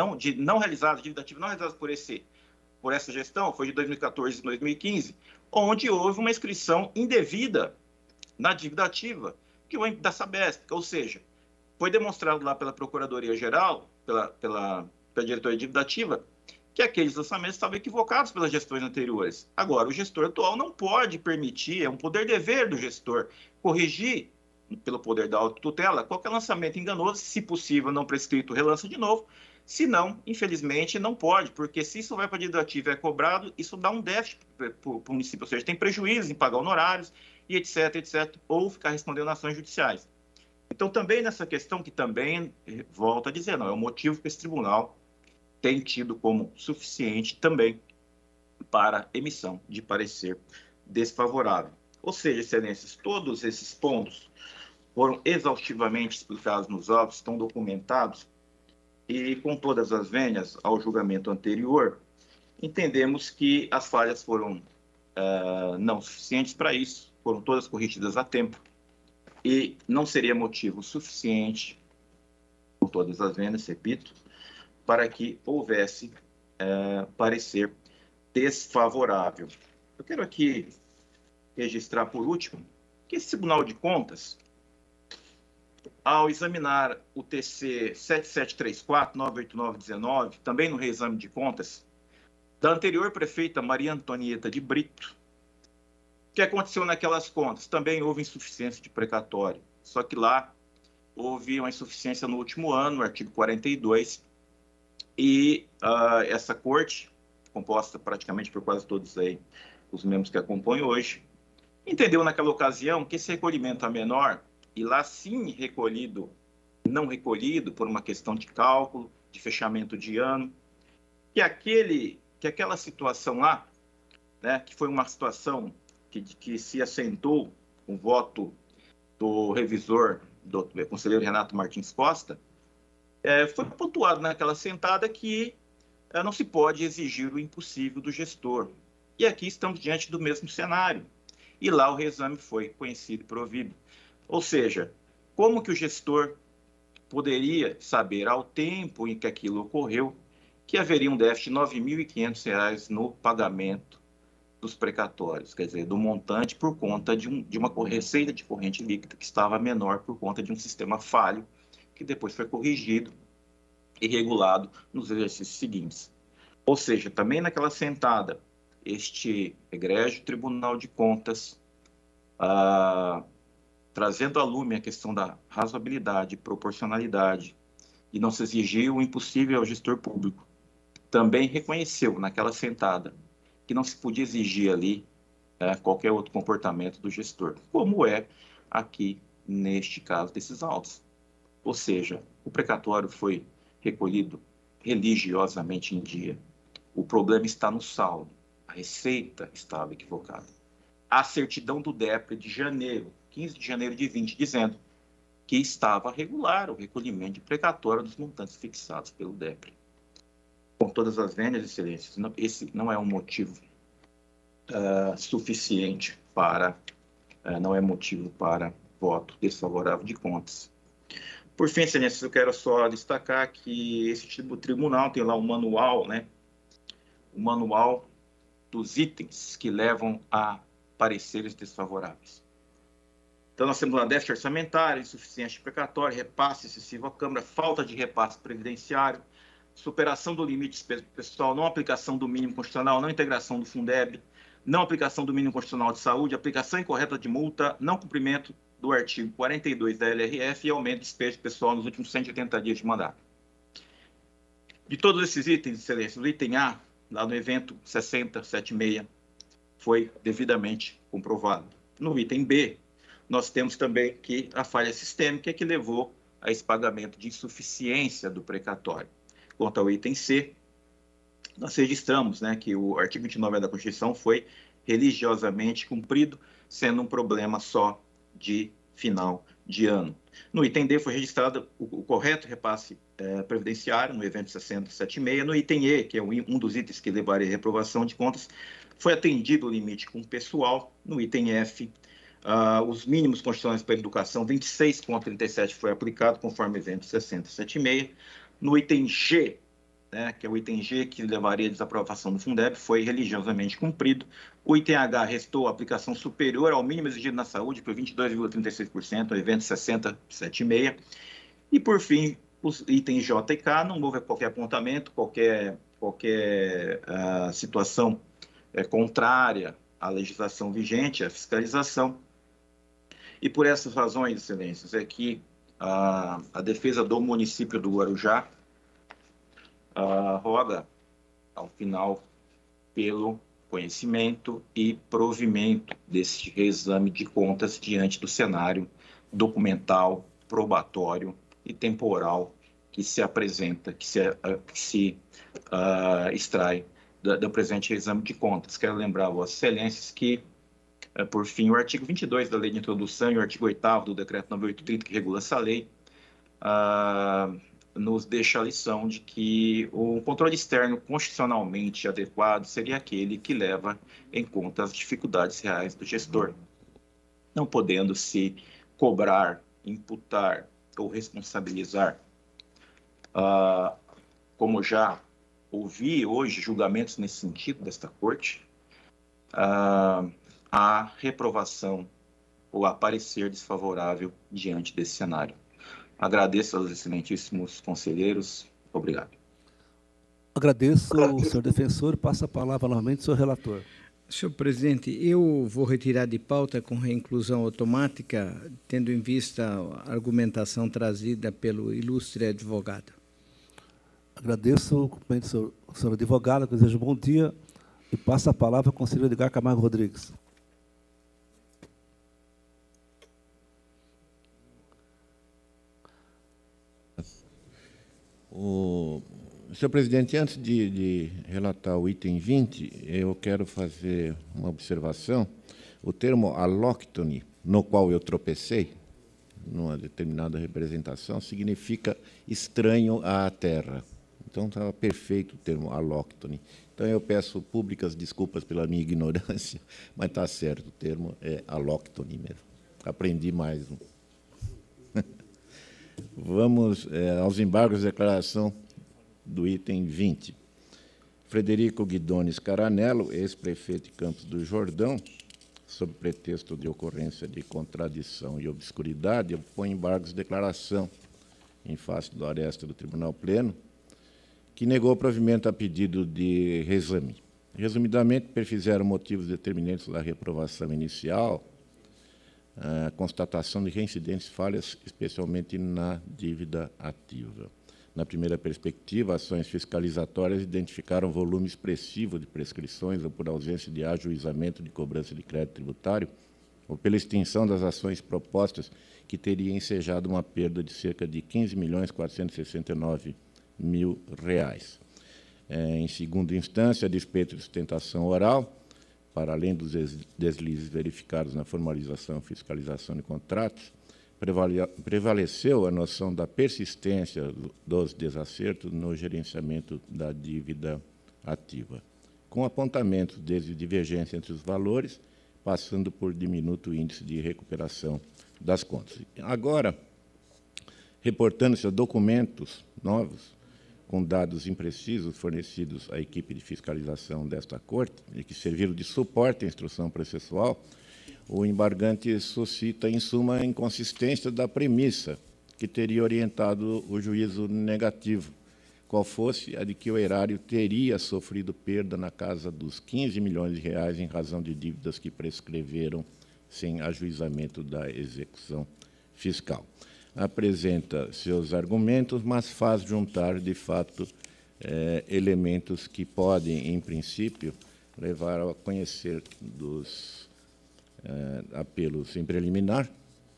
dívida ativa não realizadas por essa gestão, foi de 2014 e 2015, onde houve uma inscrição indevida na dívida ativa, que vem da Sabesp, ou seja, foi demonstrado lá pela Procuradoria-Geral, pela diretoria de dívida ativa, que aqueles lançamentos estavam equivocados pelas gestões anteriores. Agora, o gestor atual não pode permitir, é um poder-dever do gestor, corrigir, pelo poder da autotutela, qualquer lançamento enganoso, se possível, não prescrito, relança de novo, se não, infelizmente, não pode, porque se isso vai para a dívida ativa e é cobrado, isso dá um déficit para o município, ou seja, tem prejuízo em pagar honorários, e etc., ou ficar respondendo ações judiciais. Então, também nessa questão, que também, volto a dizer, não é o motivo que esse tribunal tem tido como suficiente também para emissão de parecer desfavorável. Ou seja, excelências, todos esses pontos foram exaustivamente explicados nos autos, estão documentados, e com todas as vênias ao julgamento anterior, entendemos que as falhas foram não suficientes para isso, foram todas corrigidas a tempo, e não seria motivo suficiente, com todas as vênias, repito, para que houvesse parecer desfavorável. Eu quero aqui registrar, por último, que esse Tribunal de Contas, ao examinar o TC 7734-98919, também no reexame de contas, da anterior prefeita Maria Antonieta de Brito, o que aconteceu naquelas contas? Também houve insuficiência de precatório, só que lá houve uma insuficiência no último ano, no artigo 42, e essa corte, composta praticamente por quase todos aí os membros que acompanham hoje, entendeu naquela ocasião que esse recolhimento a menor, e lá sim recolhido, não recolhido por uma questão de cálculo, de fechamento de ano, que aquela situação lá, né, que foi uma situação que se assentou com o voto do revisor, do conselheiro Renato Martins Costa, foi pontuado naquela sentada que não se pode exigir o impossível do gestor. E aqui estamos diante do mesmo cenário. E lá o reexame foi conhecido e provido. Ou seja, como que o gestor poderia saber ao tempo em que aquilo ocorreu que haveria um déficit de R$ 9.500 no pagamento dos precatórios, quer dizer, do montante por conta de uma receita de corrente líquida que estava menor por conta de um sistema falho, que depois foi corrigido e regulado nos exercícios seguintes. Ou seja, também naquela sentada, este egrégio Tribunal de Contas, trazendo à lume a questão da razoabilidade, proporcionalidade, e não se exigiu o impossível ao gestor público, também reconheceu naquela sentada que não se podia exigir ali qualquer outro comportamento do gestor, como é aqui neste caso desses autos. Ou seja, o precatório foi recolhido religiosamente em dia. O problema está no saldo. A receita estava equivocada. A certidão do DEPRE de janeiro, 15 de janeiro de 20, dizendo que estava regular o recolhimento de precatório dos montantes fixados pelo DEPRE. Com todas as vênias, excelências, esse não é um motivo suficiente para, não é motivo para voto desfavorável de contas. Por fim, excelências, eu quero só destacar que esse tribunal tem lá um manual, né? O manual dos itens que levam a pareceres desfavoráveis. Então, nós temos lá déficit orçamentário, insuficiência precatória, repasse excessivo à Câmara, falta de repasse previdenciário, superação do limite de despesa pessoal, não aplicação do mínimo constitucional, não integração do Fundeb, não aplicação do mínimo constitucional de saúde, aplicação incorreta de multa, não cumprimento do artigo 42 da LRF e aumento de despesa pessoal nos últimos 180 dias de mandato. De todos esses itens, excelência, o item A, lá no evento 6076, foi devidamente comprovado. No item B, nós temos também que a falha sistêmica que levou a esse pagamento de insuficiência do precatório. Quanto ao item C, nós registramos, né, que o artigo 29 da Constituição foi religiosamente cumprido, sendo um problema só de final de ano. No item D foi registrado o correto repasse previdenciário, no evento 6076. No item E, que é um dos itens que levaria à reprovação de contas, foi atendido o limite com o pessoal. No item F, os mínimos constitucionais para a educação, 26,37 foi aplicado, conforme o evento 6076. No item G, né, que é o item G que levaria à desaprovação do Fundeb, foi religiosamente cumprido. O item H restou a aplicação superior ao mínimo exigido na saúde por 22,36%, no evento 6076. E, por fim, os itens J e K, não houve qualquer apontamento, qualquer situação contrária à legislação vigente, à fiscalização. E por essas razões, excelências, é que a defesa do município do Guarujá roga, ao final, pelo conhecimento e provimento desse reexame de contas diante do cenário documental, probatório e temporal que se apresenta, que se extrai do presente exame de contas. Quero lembrar a Vossas Excelências que, por fim, o artigo 22 da Lei de Introdução e o artigo 8º do Decreto 9830, que regula essa lei, nos deixa a lição de que o controle externo constitucionalmente adequado seria aquele que leva em conta as dificuldades reais do gestor, não podendo se cobrar, imputar ou responsabilizar, como já ouvi hoje julgamentos nesse sentido desta Corte, a reprovação ou a parecer desfavorável diante desse cenário. Agradeço aos excelentíssimos conselheiros. Obrigado. Agradeço ao senhor defensor e passo a palavra novamente ao senhor relator. Senhor presidente, eu vou retirar de pauta com reinclusão automática, tendo em vista a argumentação trazida pelo ilustre advogado. Agradeço o cumprimento do senhor advogado, desejo bom dia e passo a palavra ao conselheiro Edgar Camargo Rodrigues. Senhor presidente, antes de relatar o item 20, eu quero fazer uma observação. O termo alóctone, no qual eu tropecei, numa determinada representação, significa estranho à terra. Então, estava perfeito o termo alóctone. Então, eu peço públicas desculpas pela minha ignorância, mas está certo, o termo é alóctone mesmo. Aprendi mais um. Vamos aos embargos de declaração do item 20. Frederico Guidones Caranello, ex-prefeito de Campos do Jordão, sob pretexto de ocorrência de contradição e obscuridade, opõe embargos de declaração em face do aresta do Tribunal Pleno, que negou o provimento a pedido de reexame. Resumidamente, perfizeram motivos determinantes da reprovação inicial, a constatação de reincidentes falhas, especialmente na dívida ativa. Na primeira perspectiva, ações fiscalizatórias identificaram volume expressivo de prescrições ou por ausência de ajuizamento de cobrança de crédito tributário, ou pela extinção das ações propostas, que teria ensejado uma perda de cerca de R$ 15.469.000. Em segunda instância, a despeito de sustentação oral, para além dos deslizes verificados na formalização e fiscalização de contratos, prevaleceu a noção da persistência dos desacertos no gerenciamento da dívida ativa, com apontamentos desde divergência entre os valores, passando por diminuto índice de recuperação das contas. Agora, reportando-se a documentos novos, com dados imprecisos fornecidos à equipe de fiscalização desta Corte, e que serviram de suporte à instrução processual, o embargante suscita, em suma, a inconsistência da premissa que teria orientado o juízo negativo, qual fosse a de que o erário teria sofrido perda na casa dos R$ 15 milhões em razão de dívidas que prescreveram sem ajuizamento da execução fiscal. Apresenta seus argumentos, mas faz juntar, de fato, elementos que podem, em princípio, levar a conhecer dos apelos em preliminar.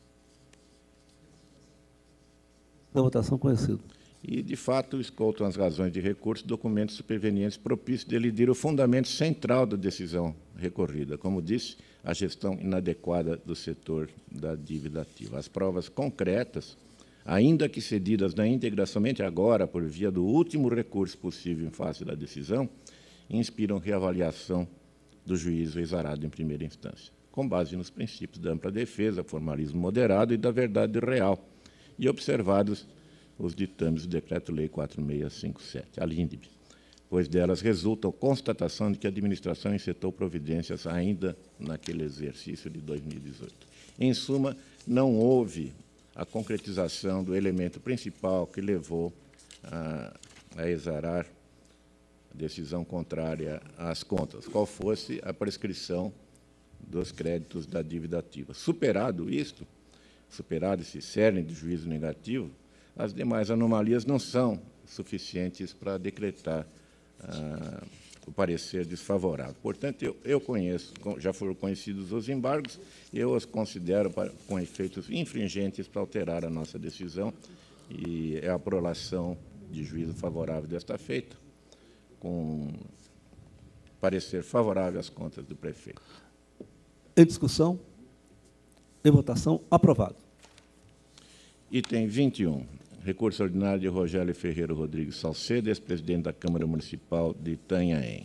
Da votação conhecido. E, de fato, escoltam as razões de recurso documentos supervenientes propícios de elidir o fundamento central da decisão recorrida, como disse, a gestão inadequada do setor da dívida ativa. As provas concretas, ainda que cedidas na íntegra somente agora por via do último recurso possível em face da decisão, inspiram reavaliação do juízo exarado em primeira instância, com base nos princípios da ampla defesa, formalismo moderado e da verdade real, e observados os ditames do Decreto-Lei 4657, a LINDB, pois delas resulta a constatação de que a administração encetou providências ainda naquele exercício de 2018. Em suma, não houve a concretização do elemento principal que levou a exarar a decisão contrária às contas, qual fosse a prescrição dos créditos da dívida ativa. Superado isto, superado esse cerne de juízo negativo, as demais anomalias não são suficientes para decretar o parecer desfavorável. Portanto, eu conheço, já foram conhecidos os embargos, eu os considero com efeitos infringentes para alterar a nossa decisão, e é a prolação de juízo favorável desta feita, com parecer favorável às contas do prefeito. Em discussão, em votação, aprovado. Item 21. Recurso ordinário de Rogério Ferreira Rodrigues Salcedo, ex-presidente da Câmara Municipal de Itanhaém.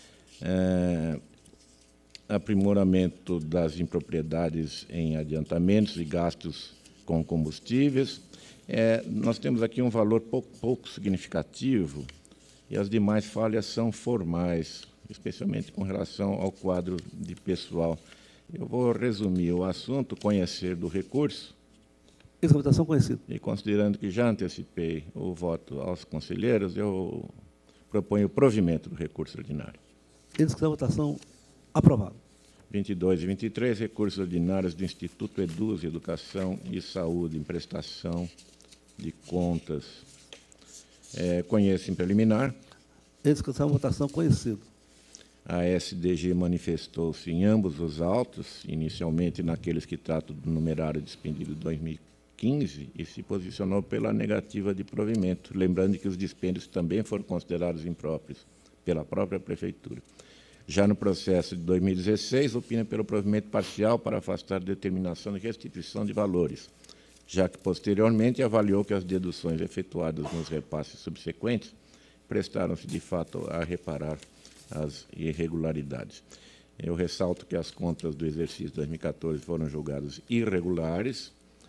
Aprimoramento das impropriedades em adiantamentos e gastos com combustíveis. Nós temos aqui um valor pouco significativo, e as demais falhas são formais, especialmente com relação ao quadro de pessoal. Eu vou resumir o assunto, conhecer do recurso. Essa votação conhecida. E considerando que já antecipei o voto aos conselheiros, eu proponho o provimento do recurso ordinário. Em discussão, votação aprovado. 22 e 23, recursos ordinários do Instituto Eduz, Educação e Saúde, em prestação de contas. Conheço em preliminar. Em discussão, votação conhecido. A SDG manifestou-se em ambos os autos, inicialmente naqueles que tratam do numerário dispendido de 2015, e se posicionou pela negativa de provimento, lembrando que os dispêndios também foram considerados impróprios pela própria Prefeitura. Já no processo de 2016, opina pelo provimento parcial para afastar determinação de restituição de valores, já que, posteriormente, avaliou que as deduções efetuadas nos repasses subsequentes prestaram-se, de fato, a reparar as irregularidades. Eu ressalto que as contas do exercício 2014 foram julgadas irregulares,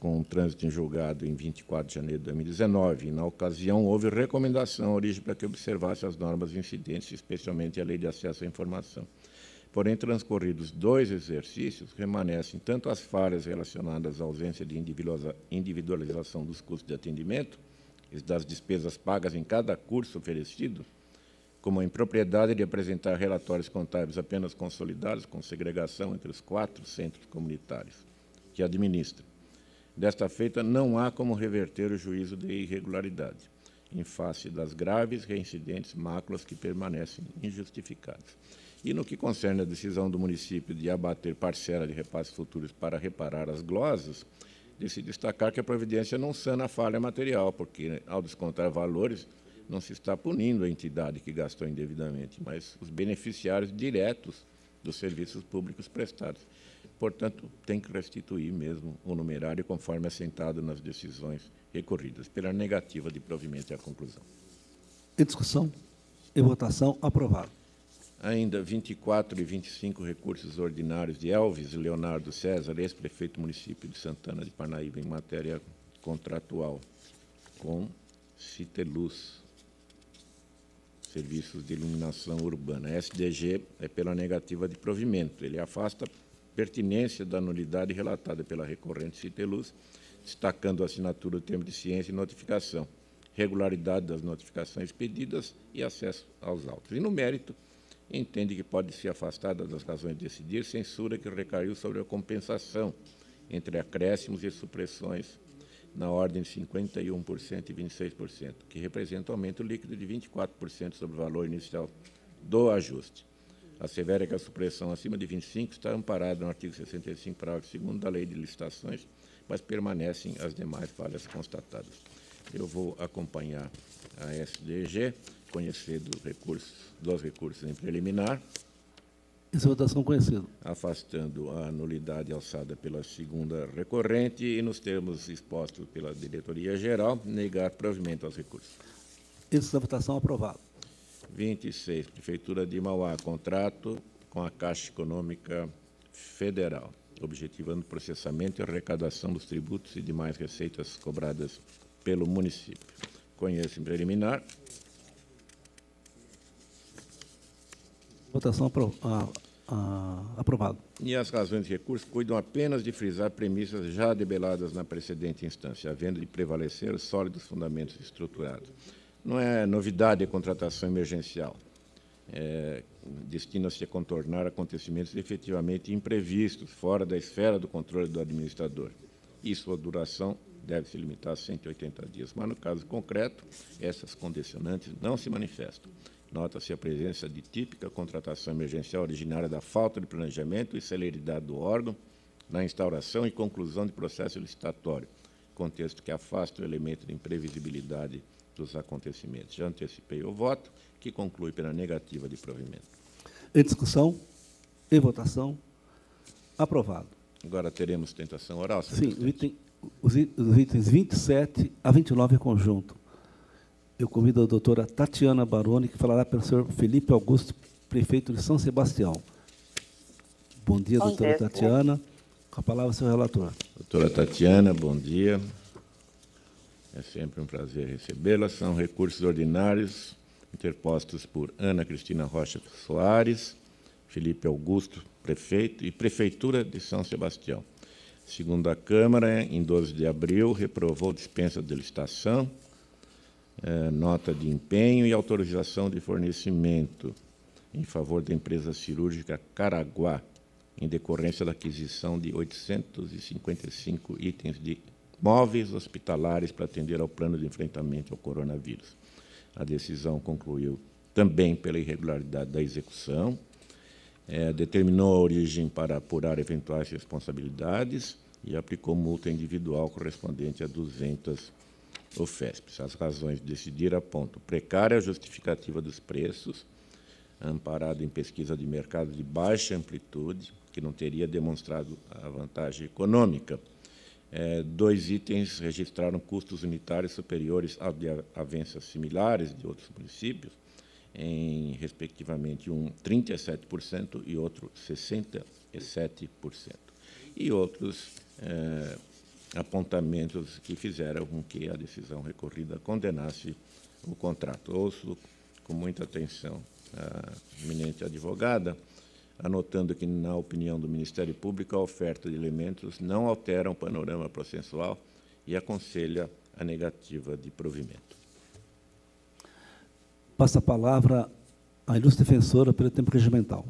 com trânsito em julgado em 24 de janeiro de 2019. E, na ocasião, houve recomendação à origem para que observasse as normas incidentes, especialmente a Lei de Acesso à Informação. Porém, transcorridos 2 exercícios, permanecem tanto as falhas relacionadas à ausência de individualização dos custos de atendimento e das despesas pagas em cada curso oferecido, como a impropriedade de apresentar relatórios contábeis apenas consolidados, com segregação entre os 4 centros comunitários que administra. Desta feita, não há como reverter o juízo de irregularidade, em face das graves reincidentes máculas que permanecem injustificadas. E no que concerne a decisão do município de abater parcela de repasses futuros para reparar as glosas, de se destacar que a providência não sana a falha material, porque, ao descontar valores, não se está punindo a entidade que gastou indevidamente, mas os beneficiários diretos dos serviços públicos prestados. Portanto, tem que restituir mesmo o numerário conforme assentado nas decisões recorridas. Pela negativa de provimento e a conclusão. Em discussão e votação, aprovado. Ainda 24 e 25 recursos ordinários de Elvis Leonardo César, ex-prefeito do município de Santana de Parnaíba, em matéria contratual com Citeluz, Serviços de Iluminação Urbana. A SDG é pela negativa de provimento. Ele afasta a pertinência da nulidade relatada pela recorrente Citeluz, destacando a assinatura do termo de ciência e notificação, regularidade das notificações pedidas e acesso aos autos. E, no mérito, entende que pode ser afastada das razões de decidir censura que recaiu sobre a compensação entre acréscimos e supressões na ordem de 51% e 26%, que representa um aumento líquido de 24% sobre o valor inicial do ajuste. Assevera que a supressão acima de 25% está amparada no artigo 65, parágrafo 2º da Lei de Licitações, mas permanecem as demais falhas constatadas. Eu vou acompanhar a SDG, conhecer dos recursos em preliminar. Essa votação conhecida. Afastando a nulidade alçada pela segunda recorrente e, nos termos expostos pela diretoria-geral, negar provimento aos recursos. Essa votação aprovada. 26, Prefeitura de Mauá, contrato com a Caixa Econômica Federal, objetivando o processamento e arrecadação dos tributos e demais receitas cobradas pelo município. Conheço em preliminar. Votação aprovado. E as razões de recurso cuidam apenas de frisar premissas já debeladas na precedente instância, havendo de prevalecer sólidos fundamentos estruturados. Não é novidade a contratação emergencial. Destina-se a contornar acontecimentos efetivamente imprevistos, fora da esfera do controle do administrador. E sua duração deve se limitar a 180 dias. Mas, no caso concreto, essas condicionantes não se manifestam. Nota-se a presença de típica contratação emergencial originária da falta de planejamento e celeridade do órgão na instauração e conclusão de processo licitatório, contexto que afasta o elemento de imprevisibilidade dos acontecimentos. Já antecipei o voto, que conclui pela negativa de provimento. Em discussão e votação, aprovado. Agora teremos tentação oral. Sim, os itens 27 a 29 em conjunto. Eu convido a doutora Tatiana Baroni, que falará pelo senhor Felipe Augusto, prefeito de São Sebastião. Bom dia, doutora Tatiana. Com a palavra, senhor relator. Doutora Tatiana, bom dia. É sempre um prazer recebê-la. São recursos ordinários interpostos por Ana Cristina Rocha Soares, Felipe Augusto, prefeito, e Prefeitura de São Sebastião. Segundo a Câmara, em 12 de abril, reprovou dispensa de licitação, nota de empenho e autorização de fornecimento em favor da empresa cirúrgica Caraguá, em decorrência da aquisição de 855 itens de móveis hospitalares para atender ao plano de enfrentamento ao coronavírus. A decisão concluiu também pela irregularidade da execução, determinou a origem para apurar eventuais responsabilidades e aplicou multa individual correspondente a 200 OFESPs. As razões de decidir apontam precária justificativa dos preços, amparado em pesquisa de mercado de baixa amplitude, que não teria demonstrado a vantagem econômica. 2 itens registraram custos unitários superiores a de avanças similares de outros municípios, em, respectivamente, um 37% e outro 67%. E outros apontamentos que fizeram com que a decisão recorrida condenasse o contrato. Ouço com muita atenção a eminente advogada, anotando que, na opinião do Ministério Público, a oferta de elementos não altera o panorama processual e aconselha a negativa de provimento. Passa a palavra à ilustre defensora pelo tempo regimental.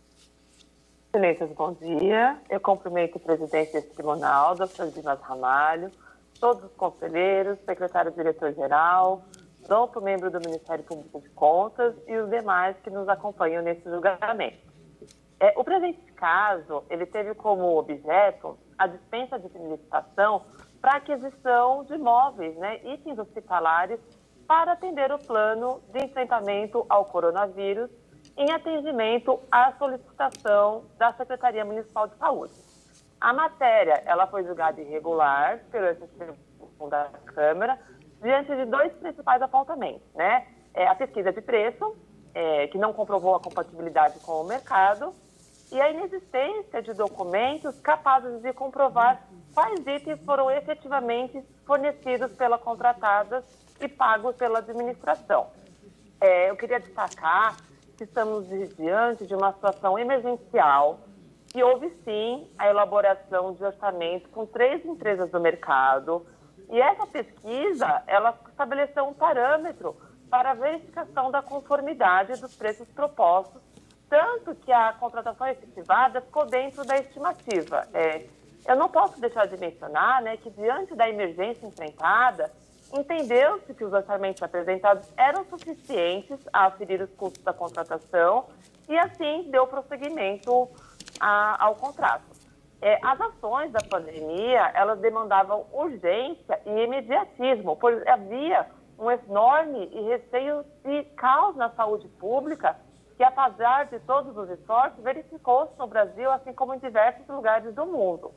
Excelências, bom dia. Eu cumprimento o presidente desse tribunal, Dr. Dimas Ramalho, todos os conselheiros, secretário-diretor-geral, duplo membro do Ministério Público de Contas e os demais que nos acompanham nesse julgamento. O presente caso, ele teve como objeto a dispensa de licitação para aquisição de imóveis, itens hospitalares, para atender o plano de enfrentamento ao coronavírus em atendimento à solicitação da Secretaria Municipal de Saúde. A matéria ela foi julgada irregular pelo STF da Câmara diante de dois principais apontamentos, a pesquisa de preço, que não comprovou a compatibilidade com o mercado, e a inexistência de documentos capazes de comprovar quais itens foram efetivamente fornecidos pela contratada e pagos pela administração. Eu queria destacar que estamos diante de uma situação emergencial, que houve sim a elaboração de orçamento com 3 empresas do mercado, e essa pesquisa ela estabeleceu um parâmetro para a verificação da conformidade dos preços propostos, tanto que a contratação efetivada ficou dentro da estimativa. Eu não posso deixar de mencionar que, diante da emergência enfrentada, entendeu-se que os orçamentos apresentados eram suficientes a aferir os custos da contratação e, assim, deu prosseguimento ao contrato. As ações da pandemia, elas demandavam urgência e imediatismo, pois havia um enorme e receio de caos na saúde pública que, apesar de todos os esforços, verificou-se no Brasil, assim como em diversos lugares do mundo.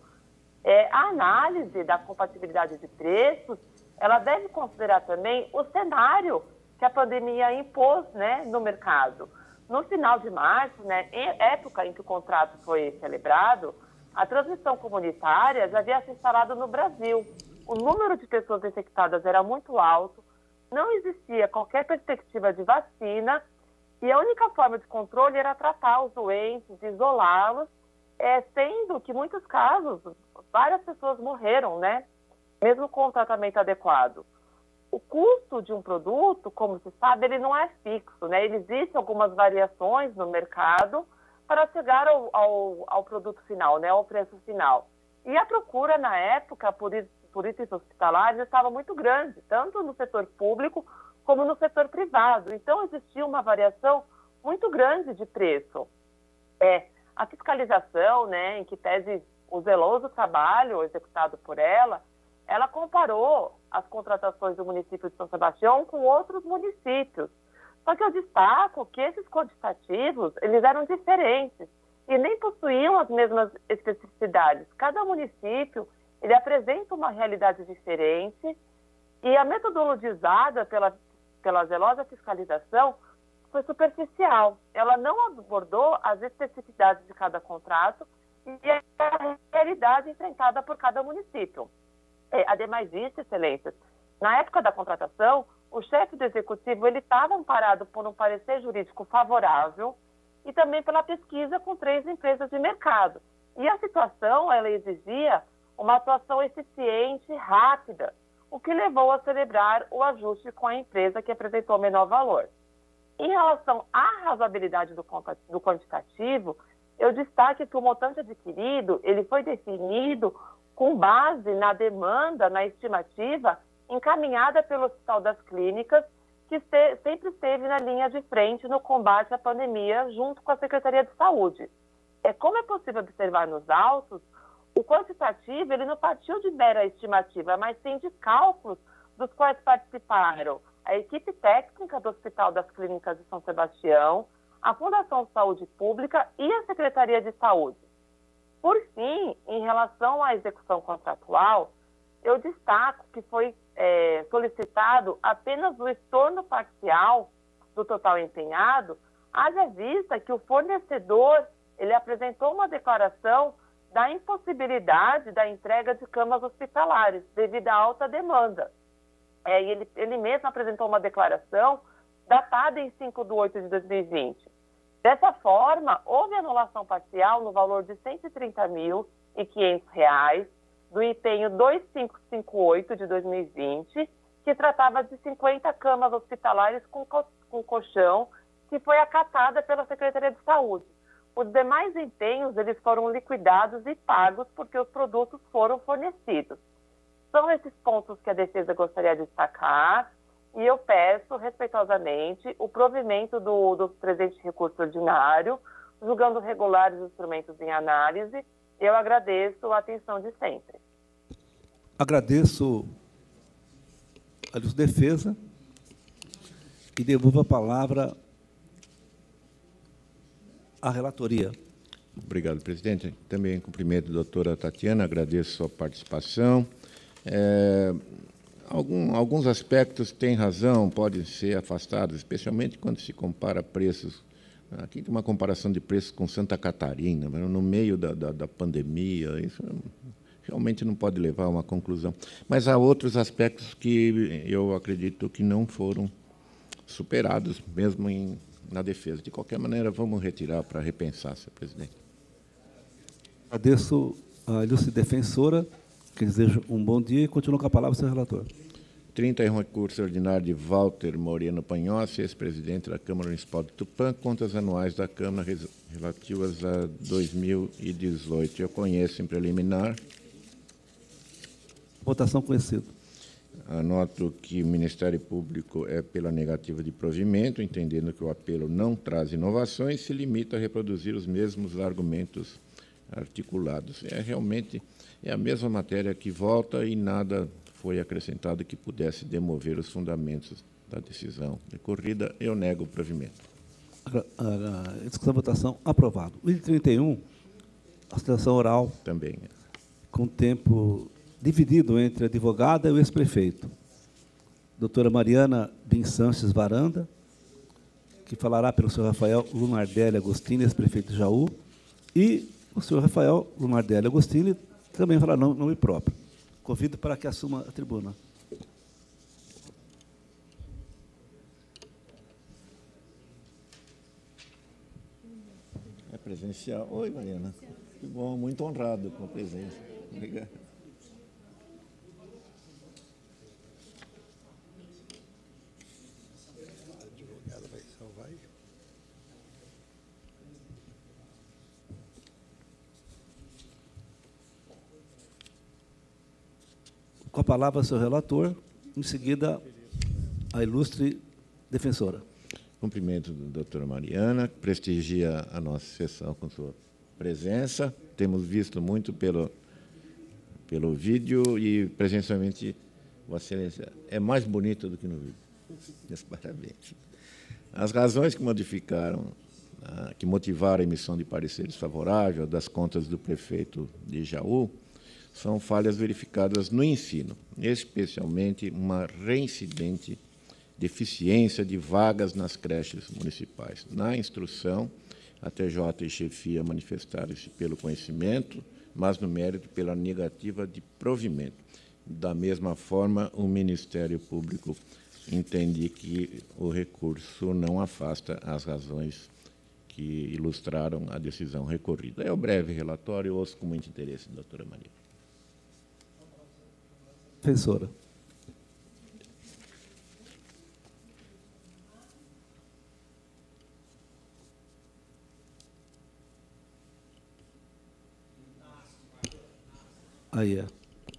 A análise da compatibilidade de preços, ela deve considerar também o cenário que a pandemia impôs no mercado. No final de março, época em que o contrato foi celebrado, a transmissão comunitária já havia se instalado no Brasil. O número de pessoas infectadas era muito alto, não existia qualquer perspectiva de vacina e a única forma de controle era tratar os doentes, isolá-los, sendo que, em muitos casos, várias pessoas morreram, mesmo com o tratamento adequado. O custo de um produto, como se sabe, ele não é fixo, Ele existe algumas variações no mercado para chegar ao produto final, ao preço final. E a procura, na época, por itens hospitalares estava muito grande, tanto no setor público como no setor privado. Então, existia uma variação muito grande de preço. A fiscalização, em que tese o zeloso trabalho executado por ela comparou as contratações do município de São Sebastião com outros municípios. Só que eu destaco que esses quantitativos, eles eram diferentes e nem possuíam as mesmas especificidades. Cada município, ele apresenta uma realidade diferente e a metodologia usada pela zelosa fiscalização foi superficial. Ela não abordou as especificidades de cada contrato e a realidade enfrentada por cada município. Ademais disso, excelências, na época da contratação, o chefe do executivo ele estava amparado por um parecer jurídico favorável e também pela pesquisa com 3 empresas de mercado. E a situação ela exigia uma atuação eficiente e rápida, o que levou a celebrar o ajuste com a empresa que apresentou menor valor. Em relação à razoabilidade do quantitativo, eu destaco que o montante adquirido ele foi definido com base na demanda, na estimativa, encaminhada pelo Hospital das Clínicas, que sempre esteve na linha de frente no combate à pandemia, junto com a Secretaria de Saúde. Como é possível observar nos autos, o quantitativo ele não partiu de mera estimativa, mas sim de cálculos dos quais participaram a equipe técnica do Hospital das Clínicas de São Sebastião, a Fundação de Saúde Pública e a Secretaria de Saúde. Por fim, em relação à execução contratual, eu destaco que foi solicitado apenas o estorno parcial do total empenhado, haja vista que o fornecedor ele apresentou uma declaração da impossibilidade da entrega de camas hospitalares devido à alta demanda. E ele mesmo apresentou uma declaração datada em 5/8/2020. Dessa forma, houve anulação parcial no valor de R$ 130.500 do empenho 2558 de 2020, que tratava de 50 camas hospitalares com colchão, que foi acatada pela Secretaria de Saúde. Os demais empenhos eles foram liquidados e pagos porque os produtos foram fornecidos. São esses pontos que a defesa gostaria de destacar e eu peço respeitosamente o provimento do presente recurso ordinário, julgando regulares os instrumentos em análise. Eu agradeço a atenção de sempre. Agradeço a defesa e devolvo a palavra à relatoria. Obrigado, presidente. Também cumprimento a doutora Tatiana, agradeço a sua participação. Alguns aspectos têm razão, podem ser afastados, especialmente quando se compara preços. Aqui tem uma comparação de preços com Santa Catarina, no meio da pandemia, isso realmente não pode levar a uma conclusão. Mas há outros aspectos que eu acredito que não foram superados, mesmo na defesa. De qualquer maneira, vamos retirar para repensar, senhor presidente. Agradeço a ilustre defensora, que desejo um bom dia, e continuo com a palavra, senhor relator. 31, recurso ordinário de Walter Moreno Panhossi, ex-presidente da Câmara Municipal de Tupã, contas anuais da Câmara relativas a 2018. Eu conheço em preliminar. Votação conhecida. Anoto que o Ministério Público é pela negativa de provimento, entendendo que o apelo não traz inovações, se limita a reproduzir os mesmos argumentos articulados. Realmente a mesma matéria que volta e nada foi acrescentado que pudesse demover os fundamentos da decisão decorrida. Eu nego o provimento. Discussão e votação, aprovado. O item 31, a citação oral. Também. Com tempo dividido entre a advogada e o ex-prefeito. Doutora Mariana Bin Sanches Varanda, que falará pelo senhor Rafael Lunardelli Agostini, ex-prefeito de Jaú, e o senhor Rafael Lunardelli Agostini também falará nome próprio. Convido para que assuma a tribuna. É presencial. Oi, Mariana. Que bom, muito honrado com a presença. Obrigado. Com a palavra, senhor relator, em seguida, a ilustre defensora. Cumprimento da doutora Mariana, que prestigia a nossa sessão com sua presença. Temos visto muito pelo vídeo e, presencialmente, Vossa Excelência é mais bonita do que no vídeo. Meus parabéns. As razões que motivaram a emissão de pareceres favoráveis das contas do prefeito de Jaú são falhas verificadas no ensino, especialmente uma reincidente deficiência de vagas nas creches municipais. Na instrução, a TJ e chefia manifestaram-se pelo conhecimento, mas no mérito pela negativa de provimento. Da mesma forma, o Ministério Público entende que o recurso não afasta as razões que ilustraram a decisão recorrida. É o breve relatório, ouço com muito interesse, doutora Maria. Defensora. Aí é.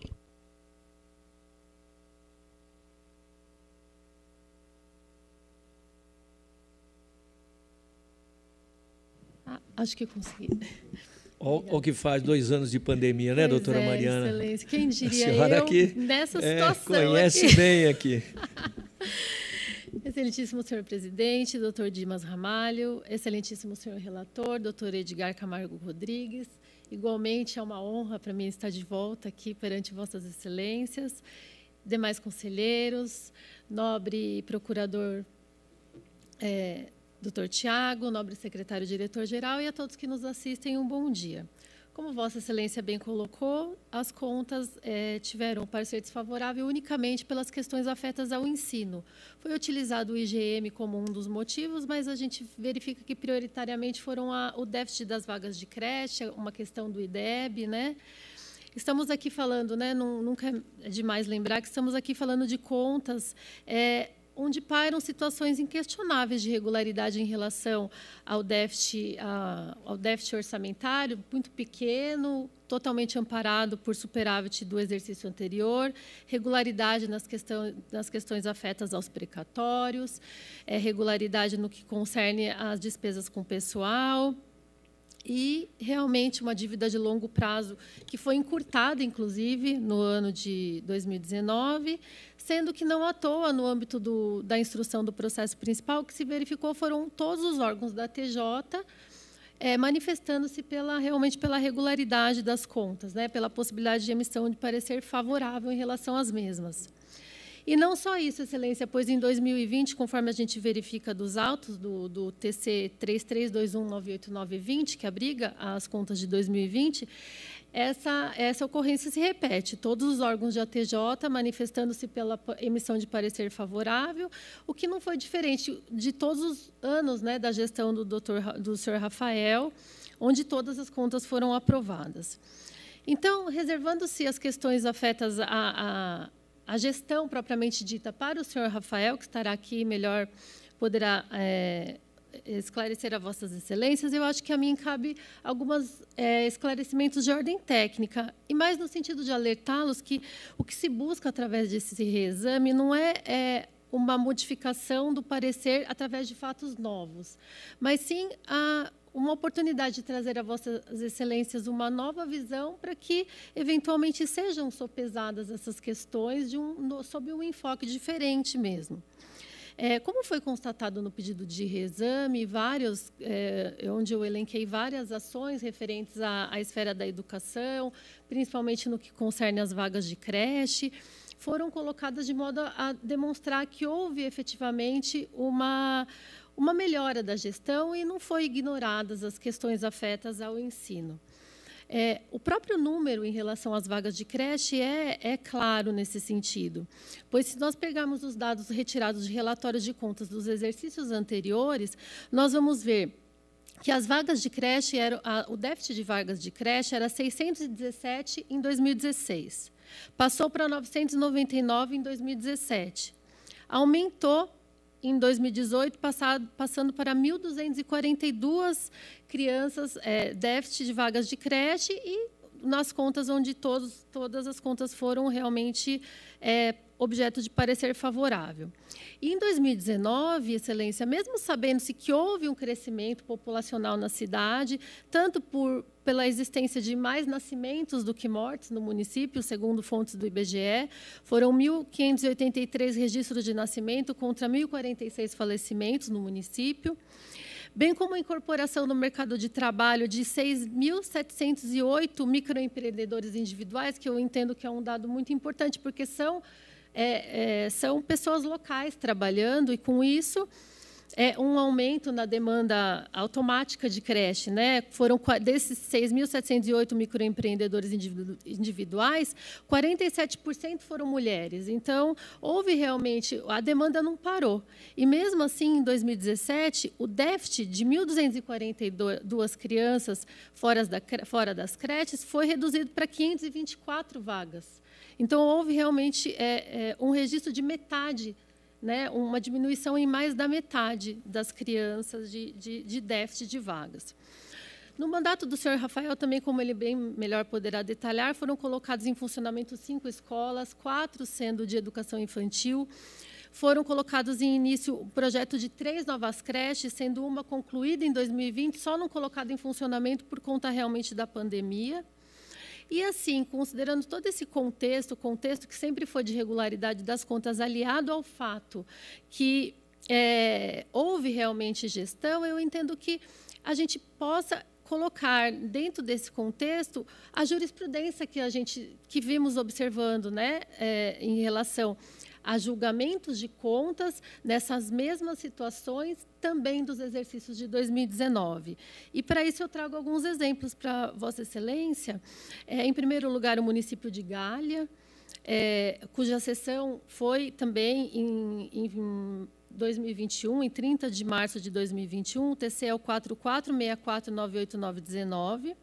Acho que consegui. Olha o que faz 2 anos de pandemia, né, doutora Mariana? Excelência. Quem diria a senhora eu aqui nessa situação conhece aqui. bem aqui. Excelentíssimo senhor presidente, doutor Dimas Ramalho, excelentíssimo senhor relator, doutor Edgar Camargo Rodrigues. Igualmente, é uma honra para mim estar de volta aqui perante vossas excelências, demais conselheiros, nobre procurador doutor Tiago, nobre secretário-diretor-geral e a todos que nos assistem, um bom dia. Como Vossa Excelência bem colocou, as contas tiveram parecer desfavorável unicamente pelas questões afetas ao ensino. Foi utilizado o IGM como um dos motivos, mas a gente verifica que prioritariamente foram o déficit das vagas de creche, uma questão do IDEB, né? Estamos aqui falando, né, nunca é demais lembrar que estamos aqui falando de contas onde pairam situações inquestionáveis de irregularidade em relação ao déficit orçamentário, muito pequeno, totalmente amparado por superávit do exercício anterior, regularidade nas questões afetas aos precatórios, regularidade no que concerne às despesas com pessoal, e realmente uma dívida de longo prazo que foi encurtada, inclusive, no ano de 2019, sendo que não à toa, no âmbito da instrução do processo principal, o que se verificou foram todos os órgãos da TJ manifestando-se realmente pela regularidade das contas, né, pela possibilidade de emissão de parecer favorável em relação às mesmas. E não só isso, Excelência, pois em 2020, conforme a gente verifica dos autos do TC 33219890, que abriga as contas de 2020, essa ocorrência se repete. Todos os órgãos de ATJ manifestando-se pela emissão de parecer favorável, o que não foi diferente de todos os anos, né, da gestão do senhor Rafael, onde todas as contas foram aprovadas. Então, reservando-se as questões afetas a gestão propriamente dita para o senhor Rafael, que estará aqui, melhor poderá esclarecer a Vossas Excelências, eu acho que a mim cabe alguns esclarecimentos de ordem técnica, e mais no sentido de alertá-los que o que se busca através desse reexame não é uma modificação do parecer através de fatos novos, mas sim uma oportunidade de trazer a Vossas Excelências uma nova visão para que, eventualmente, sejam sopesadas essas questões sob um enfoque diferente mesmo. Como foi constatado no pedido de reexame, onde eu elenquei várias ações referentes à esfera da educação, principalmente no que concerne às vagas de creche, foram colocadas de modo a demonstrar que houve, efetivamente, uma melhora da gestão e não foram ignoradas as questões afetas ao ensino. O próprio número em relação às vagas de creche é claro nesse sentido, pois se nós pegarmos os dados retirados de relatórios de contas dos exercícios anteriores, nós vamos ver que as vagas de creche, o déficit de vagas de creche era 617 em 2016, passou para 999 em 2017, aumentou em 2018, passando para 1.242 crianças, déficit de vagas de creche, e nas contas onde todas as contas foram realmente objeto de parecer favorável. E em 2019, Excelência, mesmo sabendo-se que houve um crescimento populacional na cidade, tanto pela existência de mais nascimentos do que mortes no município, segundo fontes do IBGE, foram 1.583 registros de nascimento contra 1.046 falecimentos no município, bem como a incorporação no mercado de trabalho de 6.708 microempreendedores individuais, que eu entendo que é um dado muito importante, porque são pessoas locais trabalhando, e, com isso, um aumento na demanda automática de creche, né? Foram desses 6.708 microempreendedores individuais, 47% foram mulheres. Então, houve realmente, a demanda não parou. E mesmo assim, em 2017, o déficit de 1.242 crianças fora das creches foi reduzido para 524 vagas. Então, houve realmente um registro de metade, né, uma diminuição em mais da metade das crianças de déficit de vagas. No mandato do senhor Rafael, também, como ele bem melhor poderá detalhar, foram colocadas em funcionamento 5 escolas, 4 sendo de educação infantil. Foram colocados em início o projeto de 3 novas creches, sendo uma concluída em 2020, só não colocada em funcionamento por conta realmente da pandemia. E, assim, considerando todo esse contexto, o contexto que sempre foi de regularidade das contas, aliado ao fato que houve realmente gestão, eu entendo que a gente possa colocar dentro desse contexto a jurisprudência que vimos observando, né, em relação a julgamentos de contas nessas mesmas situações também dos exercícios de 2019. E, para isso, eu trago alguns exemplos para Vossa Excelência. Em primeiro lugar, o município de Galha, cuja sessão foi também em 2021, em 30 de março de 2021, o TCE 4464498919,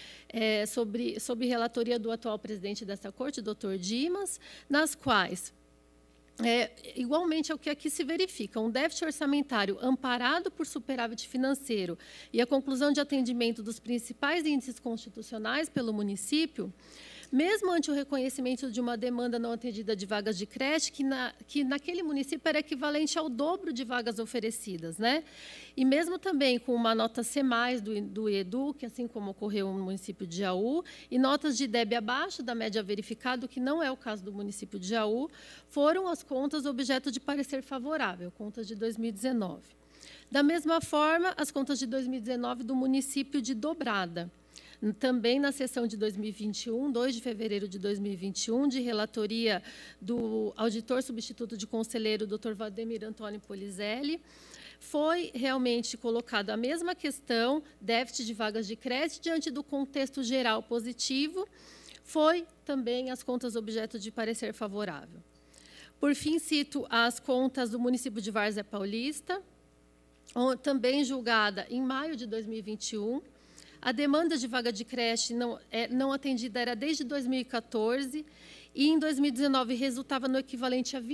sob relatoria do atual presidente desta Corte, doutor Dimas, nas quais, igualmente, é o que aqui se verifica, um déficit orçamentário amparado por superávit financeiro e a conclusão de atendimento dos principais índices constitucionais pelo município, mesmo ante o reconhecimento de uma demanda não atendida de vagas de creche, que naquele município era equivalente ao dobro de vagas oferecidas, né? E mesmo também com uma nota C+, do EDU, que assim como ocorreu no município de Jaú, e notas de DEB abaixo da média verificada, que não é o caso do município de Jaú, foram as contas objeto de parecer favorável, contas de 2019. Da mesma forma, as contas de 2019 do município de Dobrada, também na sessão de 2021, 2 de fevereiro de 2021, de relatoria do auditor substituto de conselheiro, Dr. Valdemir Antônio Polizelli, foi realmente colocada a mesma questão, déficit de vagas de creche, diante do contexto geral positivo, foi também as contas objeto de parecer favorável. Por fim, cito as contas do município de Várzea Paulista, também julgada em maio de 2021, a demanda de vaga de creche não atendida era desde 2014 e, em 2019, resultava no equivalente a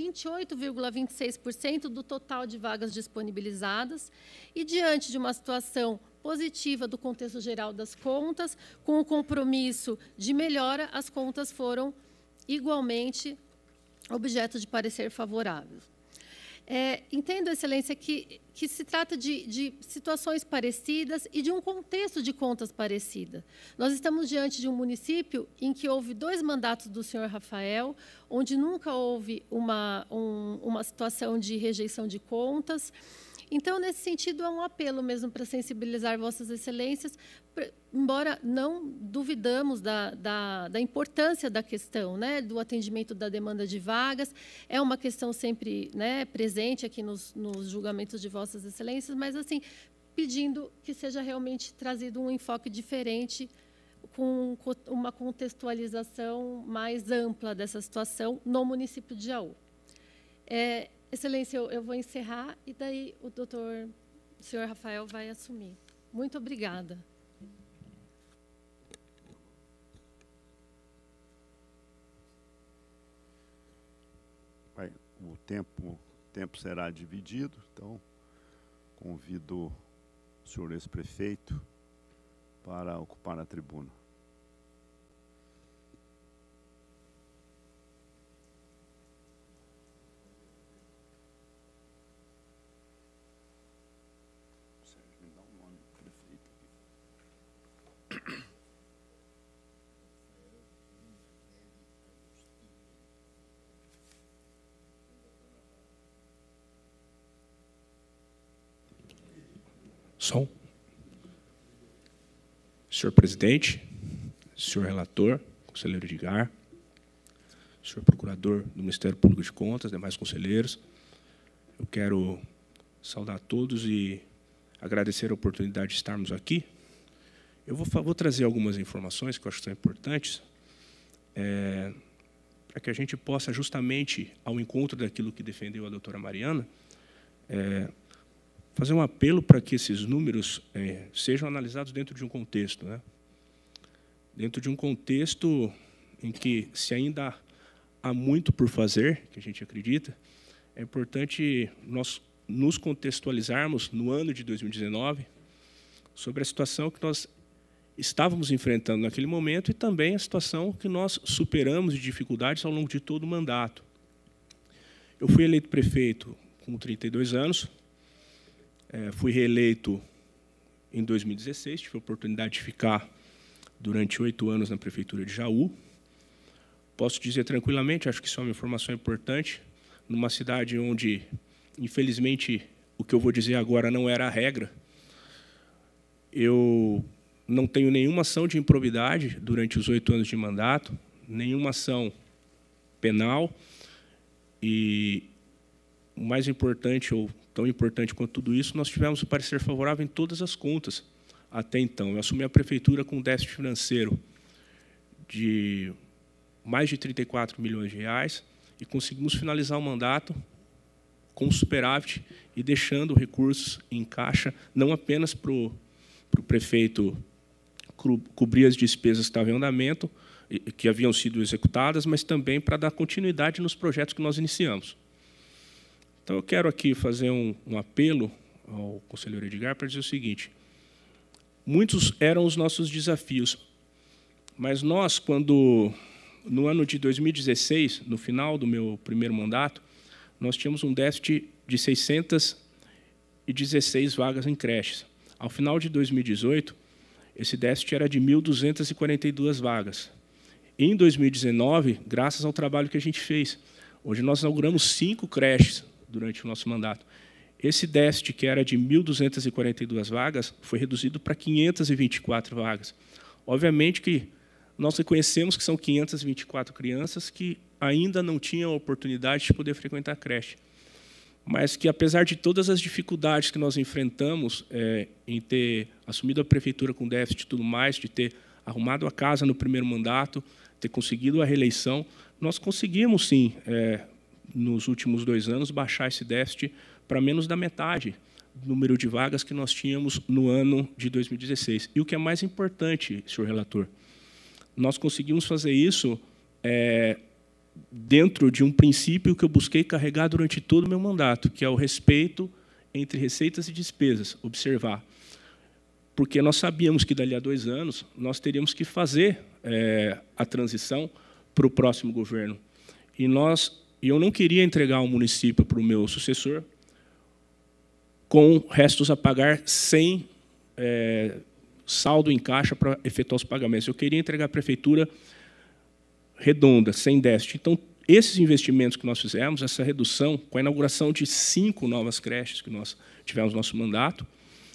28,26% do total de vagas disponibilizadas. E, diante de uma situação positiva do contexto geral das contas, com o compromisso de melhora, as contas foram igualmente objeto de parecer favorável. Entendo, Excelência, que se trata de situações parecidas e de um contexto de contas parecida. Nós estamos diante de um município em que houve 2 mandatos do senhor Rafael, onde nunca houve uma situação de rejeição de contas. Então, nesse sentido, é um apelo mesmo para sensibilizar Vossas Excelências, embora não duvidamos da importância da questão, né, do atendimento da demanda de vagas. É uma questão sempre, né, presente aqui nos julgamentos de Vossas Excelências, mas, assim, pedindo que seja realmente trazido um enfoque diferente, com uma contextualização mais ampla dessa situação no município de Jaú. Excelência, eu vou encerrar e daí o senhor Rafael vai assumir. Muito obrigada. O tempo será dividido, então convido o senhor ex-prefeito para ocupar a tribuna. Som. Senhor presidente, senhor relator, conselheiro Edgar, senhor procurador do Ministério Público de Contas, demais conselheiros, eu quero saudar todos e agradecer a oportunidade de estarmos aqui. Eu vou trazer algumas informações que eu acho que são importantes, para que a gente possa, justamente, ao encontro daquilo que defendeu a doutora Mariana, fazer um apelo para que esses números sejam analisados dentro de um contexto, né? Dentro de um contexto em que, se ainda há muito por fazer, que a gente acredita, é importante nós nos contextualizarmos no ano de 2019 sobre a situação que nós estávamos enfrentando naquele momento e também a situação que nós superamos de dificuldades ao longo de todo o mandato. Eu fui eleito prefeito com 32 anos, fui reeleito em 2016, tive a oportunidade de ficar durante 8 anos na Prefeitura de Jaú. Posso dizer tranquilamente, acho que isso é uma informação importante, numa cidade onde, infelizmente, o que eu vou dizer agora não era a regra. Eu não tenho nenhuma ação de improbidade durante os 8 anos de mandato, nenhuma ação penal. E o mais importante, ou tão importante quanto tudo isso, nós tivemos o parecer favorável em todas as contas até então. Eu assumi a prefeitura com um déficit financeiro de mais de 34 milhões de reais e conseguimos finalizar o mandato com superávit e deixando recursos em caixa, não apenas para o prefeito cobrir as despesas que estavam em andamento, que haviam sido executadas, mas também para dar continuidade nos projetos que nós iniciamos. Então, eu quero aqui fazer um apelo ao conselheiro Edgar para dizer o seguinte: muitos eram os nossos desafios, mas nós, quando, no ano de 2016, no final do meu primeiro mandato, nós tínhamos um déficit de 616 vagas em creches. Ao final de 2018, esse déficit era de 1.242 vagas. Em 2019, graças ao trabalho que a gente fez, hoje nós inauguramos 5 creches durante o nosso mandato. Esse déficit, que era de 1.242 vagas, foi reduzido para 524 vagas. Obviamente que nós reconhecemos que são 524 crianças que ainda não tinham a oportunidade de poder frequentar a creche, mas que, apesar de todas as dificuldades que nós enfrentamos em ter assumido a prefeitura com déficit e tudo mais, de ter arrumado a casa no primeiro mandato, ter conseguido a reeleição, nós conseguimos, sim, nos últimos 2 anos, baixar esse déficit para menos da metade do número de vagas que nós tínhamos no ano de 2016. E o que é mais importante, senhor relator, nós conseguimos fazer isso dentro de um princípio que eu busquei carregar durante todo o meu mandato, que é o respeito entre receitas e despesas, observar. Porque nós sabíamos que, dali a 2 anos, nós teríamos que fazer a transição para o próximo governo. E eu não queria entregar o município para o meu sucessor com restos a pagar sem saldo em caixa para efetuar os pagamentos. Eu queria entregar a prefeitura redonda, sem déficit. Então, esses investimentos que nós fizemos, essa redução, com a inauguração de 5 novas creches que nós tivemos no nosso mandato,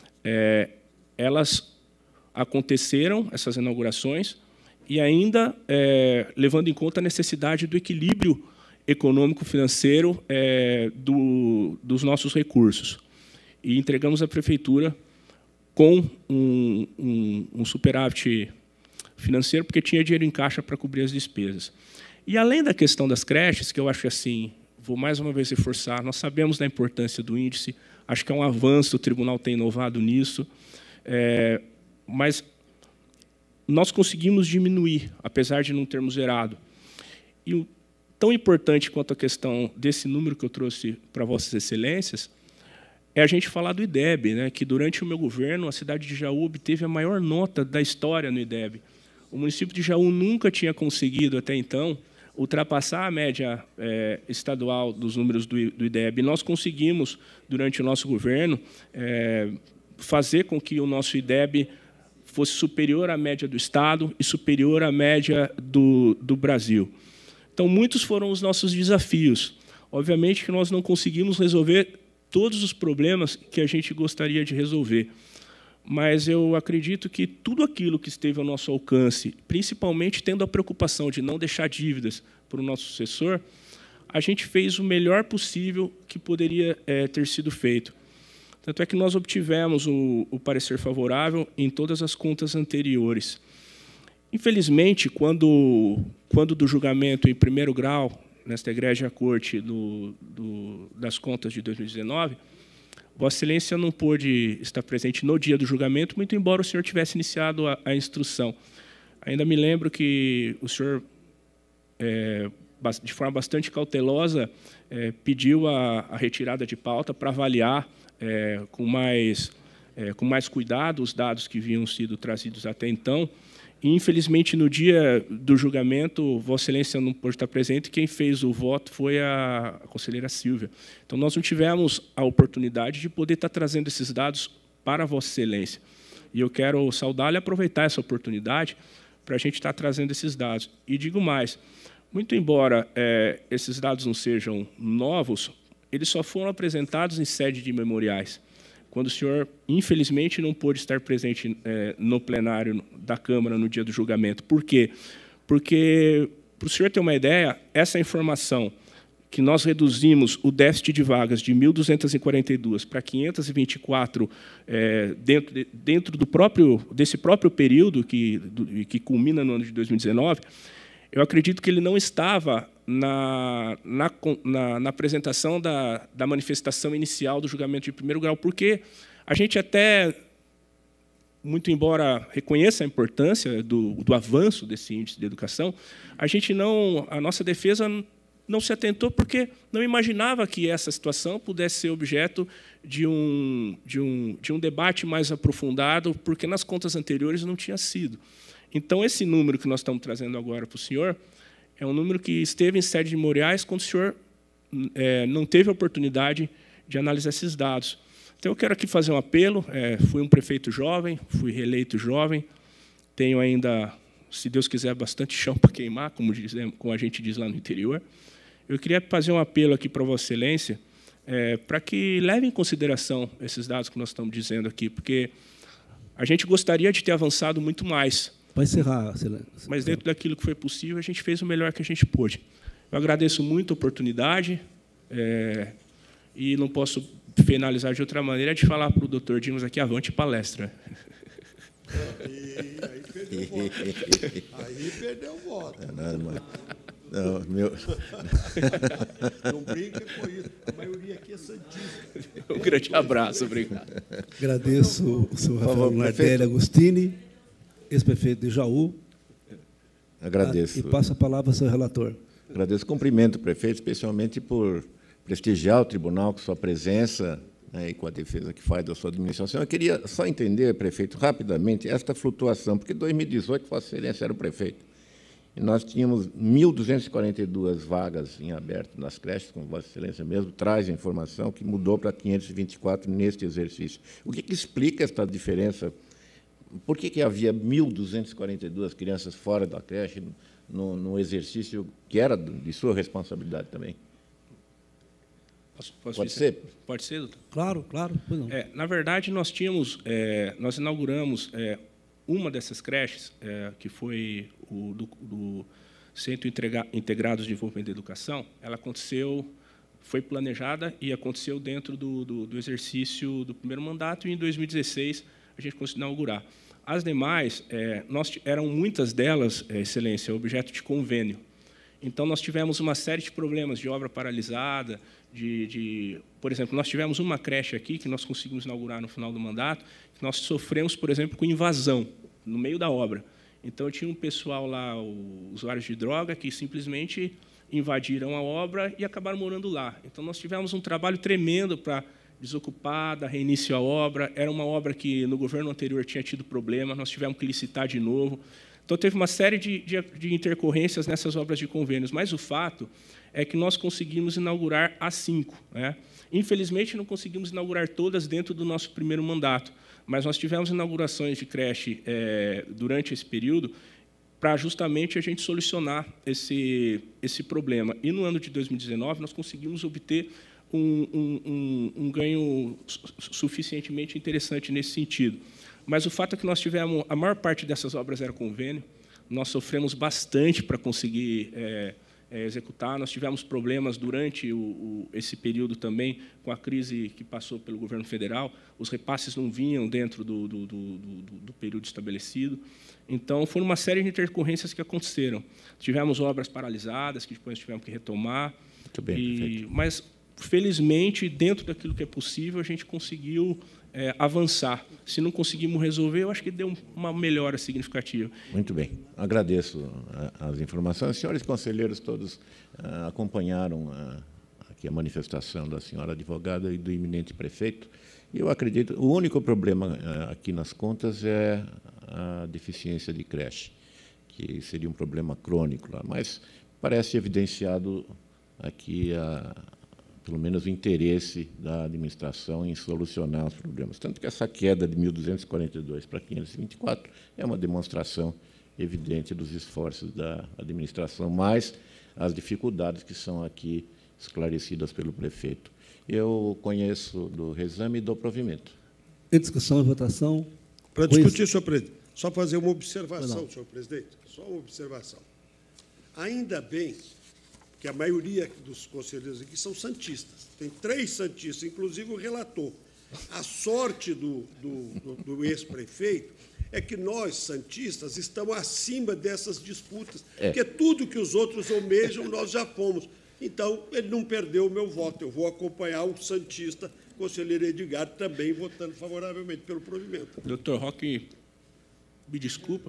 elas aconteceram, essas inaugurações, e ainda levando em conta a necessidade do equilíbrio econômico-financeiro dos nossos recursos. E entregamos à prefeitura com um superávit financeiro, porque tinha dinheiro em caixa para cobrir as despesas. E, além da questão das creches, que eu acho que, assim, vou mais uma vez reforçar, nós sabemos da importância do índice, acho que é um avanço, o tribunal tem inovado nisso, mas nós conseguimos diminuir, apesar de não termos zerado. E tão importante quanto a questão desse número que eu trouxe para Vossas Excelências é a gente falar do IDEB, né, que, durante o meu governo, a cidade de Jaú obteve a maior nota da história no IDEB. O município de Jaú nunca tinha conseguido, até então, ultrapassar a média estadual dos números do IDEB. Nós conseguimos, durante o nosso governo, fazer com que o nosso IDEB fosse superior à média do Estado e superior à média do Brasil. Então, muitos foram os nossos desafios. Obviamente que nós não conseguimos resolver todos os problemas que a gente gostaria de resolver, mas eu acredito que tudo aquilo que esteve ao nosso alcance, principalmente tendo a preocupação de não deixar dívidas para o nosso sucessor, a gente fez o melhor possível que poderia ter sido feito. Tanto é que nós obtivemos o parecer favorável em todas as contas anteriores. Infelizmente, quando do julgamento em primeiro grau, nesta egrégia corte das contas de 2019, Vossa Excelência não pôde estar presente no dia do julgamento, muito embora o senhor tivesse iniciado a instrução. Ainda me lembro que o senhor, de forma bastante cautelosa, pediu a retirada de pauta para avaliar com mais cuidado os dados que haviam sido trazidos até então. E, infelizmente, no dia do julgamento, Vossa Excelência não pôde estar presente, e quem fez o voto foi a conselheira Silvia. Então, nós não tivemos a oportunidade de poder estar trazendo esses dados para Vossa Excelência. E eu quero saudá-la e aproveitar essa oportunidade para a gente estar trazendo esses dados. E digo mais, muito embora esses dados não sejam novos, eles só foram apresentados em sede de memoriais, quando o senhor, infelizmente, não pôde estar presente no plenário da Câmara no dia do julgamento. Por quê? Porque, para o senhor ter uma ideia, essa informação que nós reduzimos o déficit de vagas de 1.242 para 524 dentro desse próprio período que culmina no ano de 2019, eu acredito que ele não estava na apresentação da manifestação inicial do julgamento de primeiro grau, porque a gente até, muito embora reconheça a importância do avanço desse índice de educação, a nossa defesa não se atentou porque não imaginava que essa situação pudesse ser objeto de um debate mais aprofundado, porque nas contas anteriores não tinha sido. Então, esse número que nós estamos trazendo agora para o senhor é um número que esteve em sede de memoriais quando o senhor não teve a oportunidade de analisar esses dados. Então, eu quero aqui fazer um apelo. Fui um prefeito jovem, fui reeleito jovem, tenho ainda, se Deus quiser, bastante chão para queimar, como a gente diz lá no interior. Eu queria fazer um apelo aqui para Vossa Excelência, para que leve em consideração esses dados que nós estamos dizendo aqui, porque a gente gostaria de ter avançado muito mais. Para encerrar, Excelência. Mas, dentro daquilo que foi possível, a gente fez o melhor que a gente pôde. Eu agradeço muito a oportunidade e não posso finalizar de outra maneira de falar para o doutor Dimas aqui, avante palestra. Aí perdeu o voto. Aí perdeu o voto. Não, meu... Não brinca com isso. A maioria aqui é santista. Um grande abraço, obrigado. Agradeço o senhor Rafael Nardelli Agostini, ex-prefeito de Jaú. Agradeço. E passo a palavra ao seu relator. Agradeço, cumprimento o prefeito, especialmente por prestigiar o tribunal com sua presença, né, e com a defesa que faz da sua administração. Eu queria só entender, prefeito, rapidamente, esta flutuação, porque em 2018, Vossa Excelência era o prefeito, e nós tínhamos 1.242 vagas em aberto nas creches, como Vossa Excelência mesmo traz a informação, que mudou para 524 neste exercício. O que explica esta diferença? Por que havia 1.242 crianças fora da creche no exercício que era de sua responsabilidade também? Pode ser? Pode ser, doutor? Claro, claro. Na verdade, nós inauguramos uma dessas creches, que foi do Centro Integrado de Desenvolvimento da Educação. Ela foi planejada e aconteceu dentro do exercício do primeiro mandato, e em 2016 a gente conseguiu inaugurar. As demais, eram muitas delas, Excelência, objeto de convênio. Então, nós tivemos uma série de problemas de obra paralisada, por exemplo, nós tivemos uma creche aqui que nós conseguimos inaugurar no final do mandato, que nós sofremos, por exemplo, com invasão no meio da obra. Então, tinha um pessoal lá, usuários de droga, que simplesmente invadiram a obra e acabaram morando lá. Então, nós tivemos um trabalho tremendo para desocupar, dar reinício à obra. Era uma obra que, no governo anterior, tinha tido problema, nós tivemos que licitar de novo. Então, teve uma série de intercorrências nessas obras de convênios, mas o fato é que nós conseguimos inaugurar as 5. Né? Infelizmente, não conseguimos inaugurar todas dentro do nosso primeiro mandato, mas nós tivemos inaugurações de creche durante esse período para justamente a gente solucionar esse problema. E, no ano de 2019, nós conseguimos obter um ganho suficientemente interessante nesse sentido. Mas o fato é que nós tivemos, a maior parte dessas obras era convênio, nós sofremos bastante para conseguir executar, nós tivemos problemas durante esse período também, com a crise que passou pelo governo federal, os repasses não vinham dentro do período estabelecido. Então, foram uma série de intercorrências que aconteceram. Tivemos obras paralisadas, que depois tivemos que retomar. Muito bem, mas, felizmente, dentro daquilo que é possível, a gente conseguiu avançar. Se não conseguimos resolver, eu acho que deu uma melhora significativa. Muito bem. Agradeço as informações. Os senhores conselheiros todos acompanharam aqui a manifestação da senhora advogada e do eminente prefeito. E eu acredito, o único problema aqui nas contas é a deficiência de creche, que seria um problema crônico lá, mas parece evidenciado aqui pelo menos o interesse da administração em solucionar os problemas. Tanto que essa queda de 1.242 para 524 é uma demonstração evidente dos esforços da administração, mais as dificuldades que são aqui esclarecidas pelo prefeito. Eu conheço do reexame e do provimento. Em discussão e votação. Para discutir, senhor presidente, só fazer uma observação, senhor presidente, só uma observação. Ainda bem que a maioria dos conselheiros aqui são santistas. Tem 3 santistas, inclusive o relator. A sorte do ex-prefeito é que nós, santistas, estamos acima dessas disputas, porque tudo que os outros almejam, nós já fomos. Então, ele não perdeu o meu voto. Eu vou acompanhar o santista, conselheiro Edgar, também votando favoravelmente pelo provimento. Doutor Roque, me desculpa.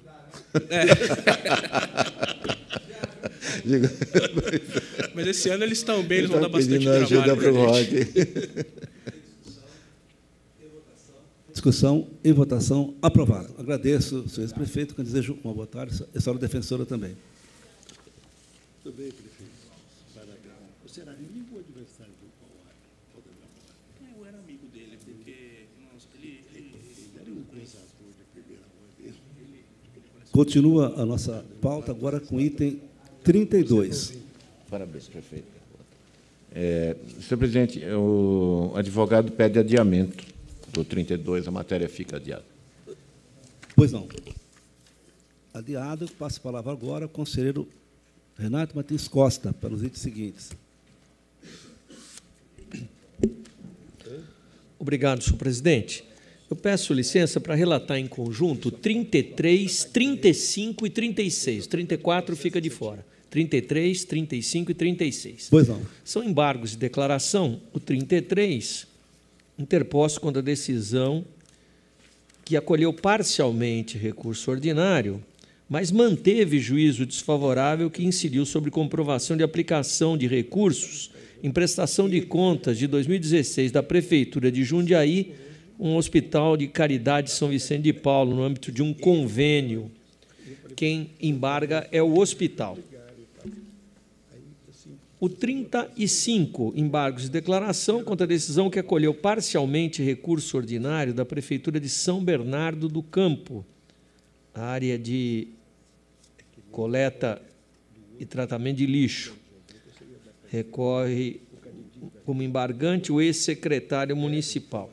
Mas esse ano eles estão bem, eles vão dar bastante trabalho para a gente. Discussão e votação aprovada. Agradeço, senhor ex-prefeito, que desejo uma boa tarde, a senhora defensora também. Tudo bem, prefeito? Parabéns. Você era amigo ou adversário do Paulo? Eu era amigo dele, porque ele era um coisador de primeira hora mesmo. Continua a nossa pauta agora com o item 32. Parabéns, prefeito. Senhor presidente, o advogado pede adiamento do 32, a matéria fica adiada. Pois não. Adiado, passo a palavra agora ao conselheiro Renato Martins Costa, para os itens seguintes. Obrigado, senhor presidente. Eu peço licença para relatar em conjunto 33, 35 e 36. 34 fica de fora. 33, 35 e 36. Pois não. São embargos de declaração. O 33, interposto contra a decisão que acolheu parcialmente recurso ordinário, mas manteve juízo desfavorável que incidiu sobre comprovação de aplicação de recursos em prestação de contas de 2016 da Prefeitura de Jundiaí, um hospital de caridade São Vicente de Paulo, no âmbito de um convênio. Quem embarga é o hospital. O 35, embargos de declaração contra a decisão que acolheu parcialmente recurso ordinário da Prefeitura de São Bernardo do Campo, a área de coleta e tratamento de lixo. Recorre como embargante o ex-secretário municipal.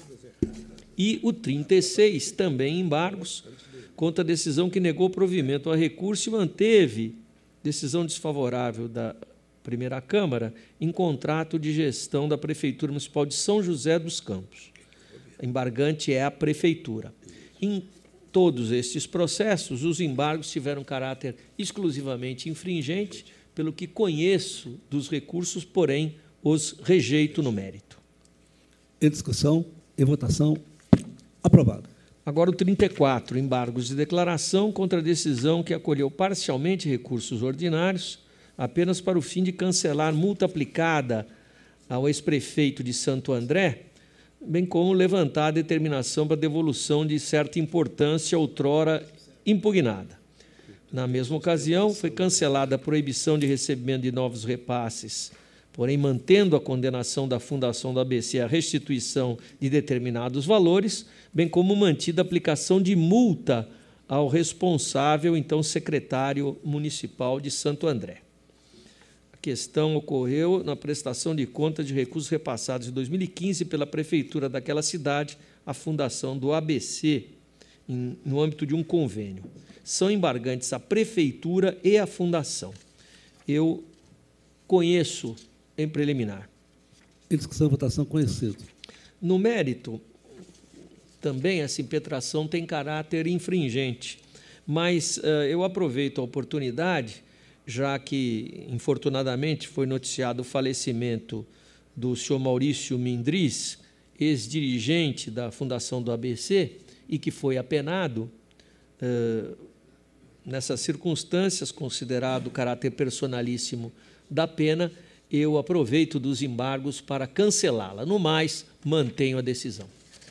E o 36, também embargos, contra a decisão que negou provimento a recurso e manteve decisão desfavorável da Primeira Câmara em contrato de gestão da Prefeitura Municipal de São José dos Campos. A embargante é a Prefeitura. Em todos estes processos, os embargos tiveram caráter exclusivamente infringente, pelo que conheço dos recursos, porém, os rejeito no mérito. Em discussão e votação, aprovado. Agora o 34, embargos de declaração contra a decisão que acolheu parcialmente recursos ordinários, apenas para o fim de cancelar multa aplicada ao ex-prefeito de Santo André, bem como levantar a determinação para devolução de certa importância outrora impugnada. Na mesma ocasião, foi cancelada a proibição de recebimento de novos repasses, porém mantendo a condenação da Fundação do ABC à restituição de determinados valores, bem como mantida a aplicação de multa ao responsável, então secretário municipal de Santo André. A questão ocorreu na prestação de contas de recursos repassados em 2015 pela prefeitura daquela cidade à Fundação do ABC, no âmbito de um convênio. São embargantes a prefeitura e a fundação. Eu conheço em preliminar. Em discussão e votação, conhecido. No mérito, também essa impetração tem caráter infringente, mas eu aproveito a oportunidade, já que, infortunadamente, foi noticiado o falecimento do senhor Maurício Mindris, ex-dirigente da Fundação do ABC, e que foi apenado, nessas circunstâncias, considerado o caráter personalíssimo da pena, eu aproveito dos embargos para cancelá-la. No mais, mantenho a decisão.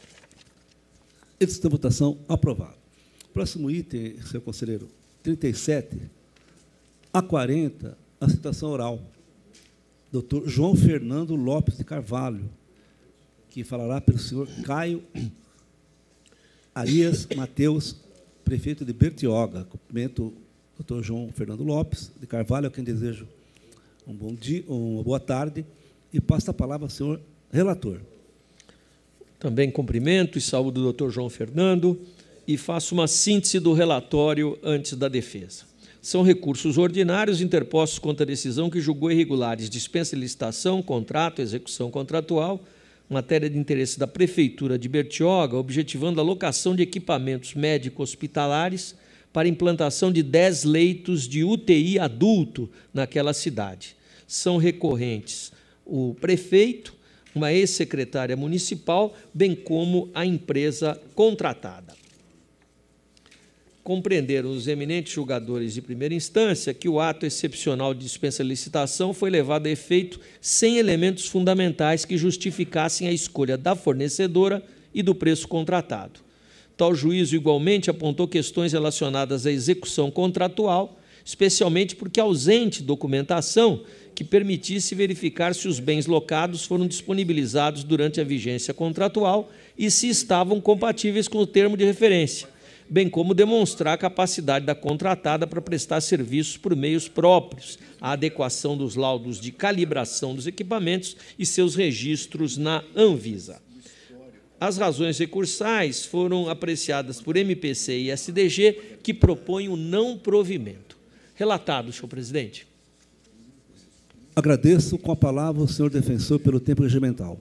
Esta votação aprovada. Próximo item, senhor conselheiro, 37 a 40, a citação oral. Doutor João Fernando Lopes de Carvalho, que falará pelo senhor Caio Arias Mateus, prefeito de Bertioga. Cumprimento o doutor João Fernando Lopes de Carvalho, a quem desejo um bom dia, uma boa tarde, e passo a palavra ao senhor relator. Também cumprimento e saúdo o doutor João Fernando e faço uma síntese do relatório antes da defesa. São recursos ordinários interpostos contra a decisão que julgou irregulares dispensa de licitação, contrato, execução contratual, matéria de interesse da Prefeitura de Bertioga, objetivando a locação de equipamentos médico-hospitalares para implantação de 10 leitos de UTI adulto naquela cidade. São recorrentes o prefeito, uma ex-secretária municipal, bem como a empresa contratada. Compreenderam os eminentes julgadores de primeira instância que o ato excepcional de dispensa de licitação foi levado a efeito sem elementos fundamentais que justificassem a escolha da fornecedora e do preço contratado. Tal juízo, igualmente, apontou questões relacionadas à execução contratual, especialmente porque ausente documentação que permitisse verificar se os bens locados foram disponibilizados durante a vigência contratual e se estavam compatíveis com o termo de referência, bem como demonstrar a capacidade da contratada para prestar serviços por meios próprios, a adequação dos laudos de calibração dos equipamentos e seus registros na Anvisa. As razões recursais foram apreciadas por MPC e SDG, que propõem o não provimento. Relatado, senhor presidente. Agradeço. Com a palavra o senhor defensor pelo tempo regimental.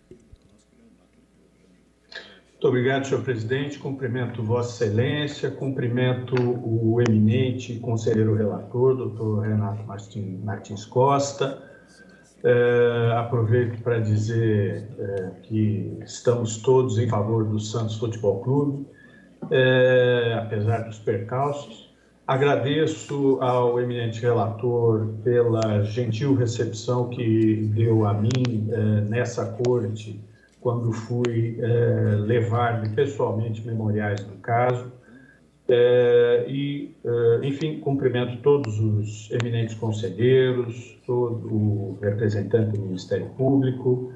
Muito obrigado, senhor presidente. Cumprimento Vossa Excelência, cumprimento o eminente conselheiro relator, doutor Renato Martins Costa. Aproveito para dizer que estamos todos em favor do Santos Futebol Clube, apesar dos percalços. Agradeço ao eminente relator pela gentil recepção que deu a mim nessa corte, quando fui levar pessoalmente memoriais do caso. Enfim, cumprimento todos os eminentes conselheiros, todo o representante do Ministério Público,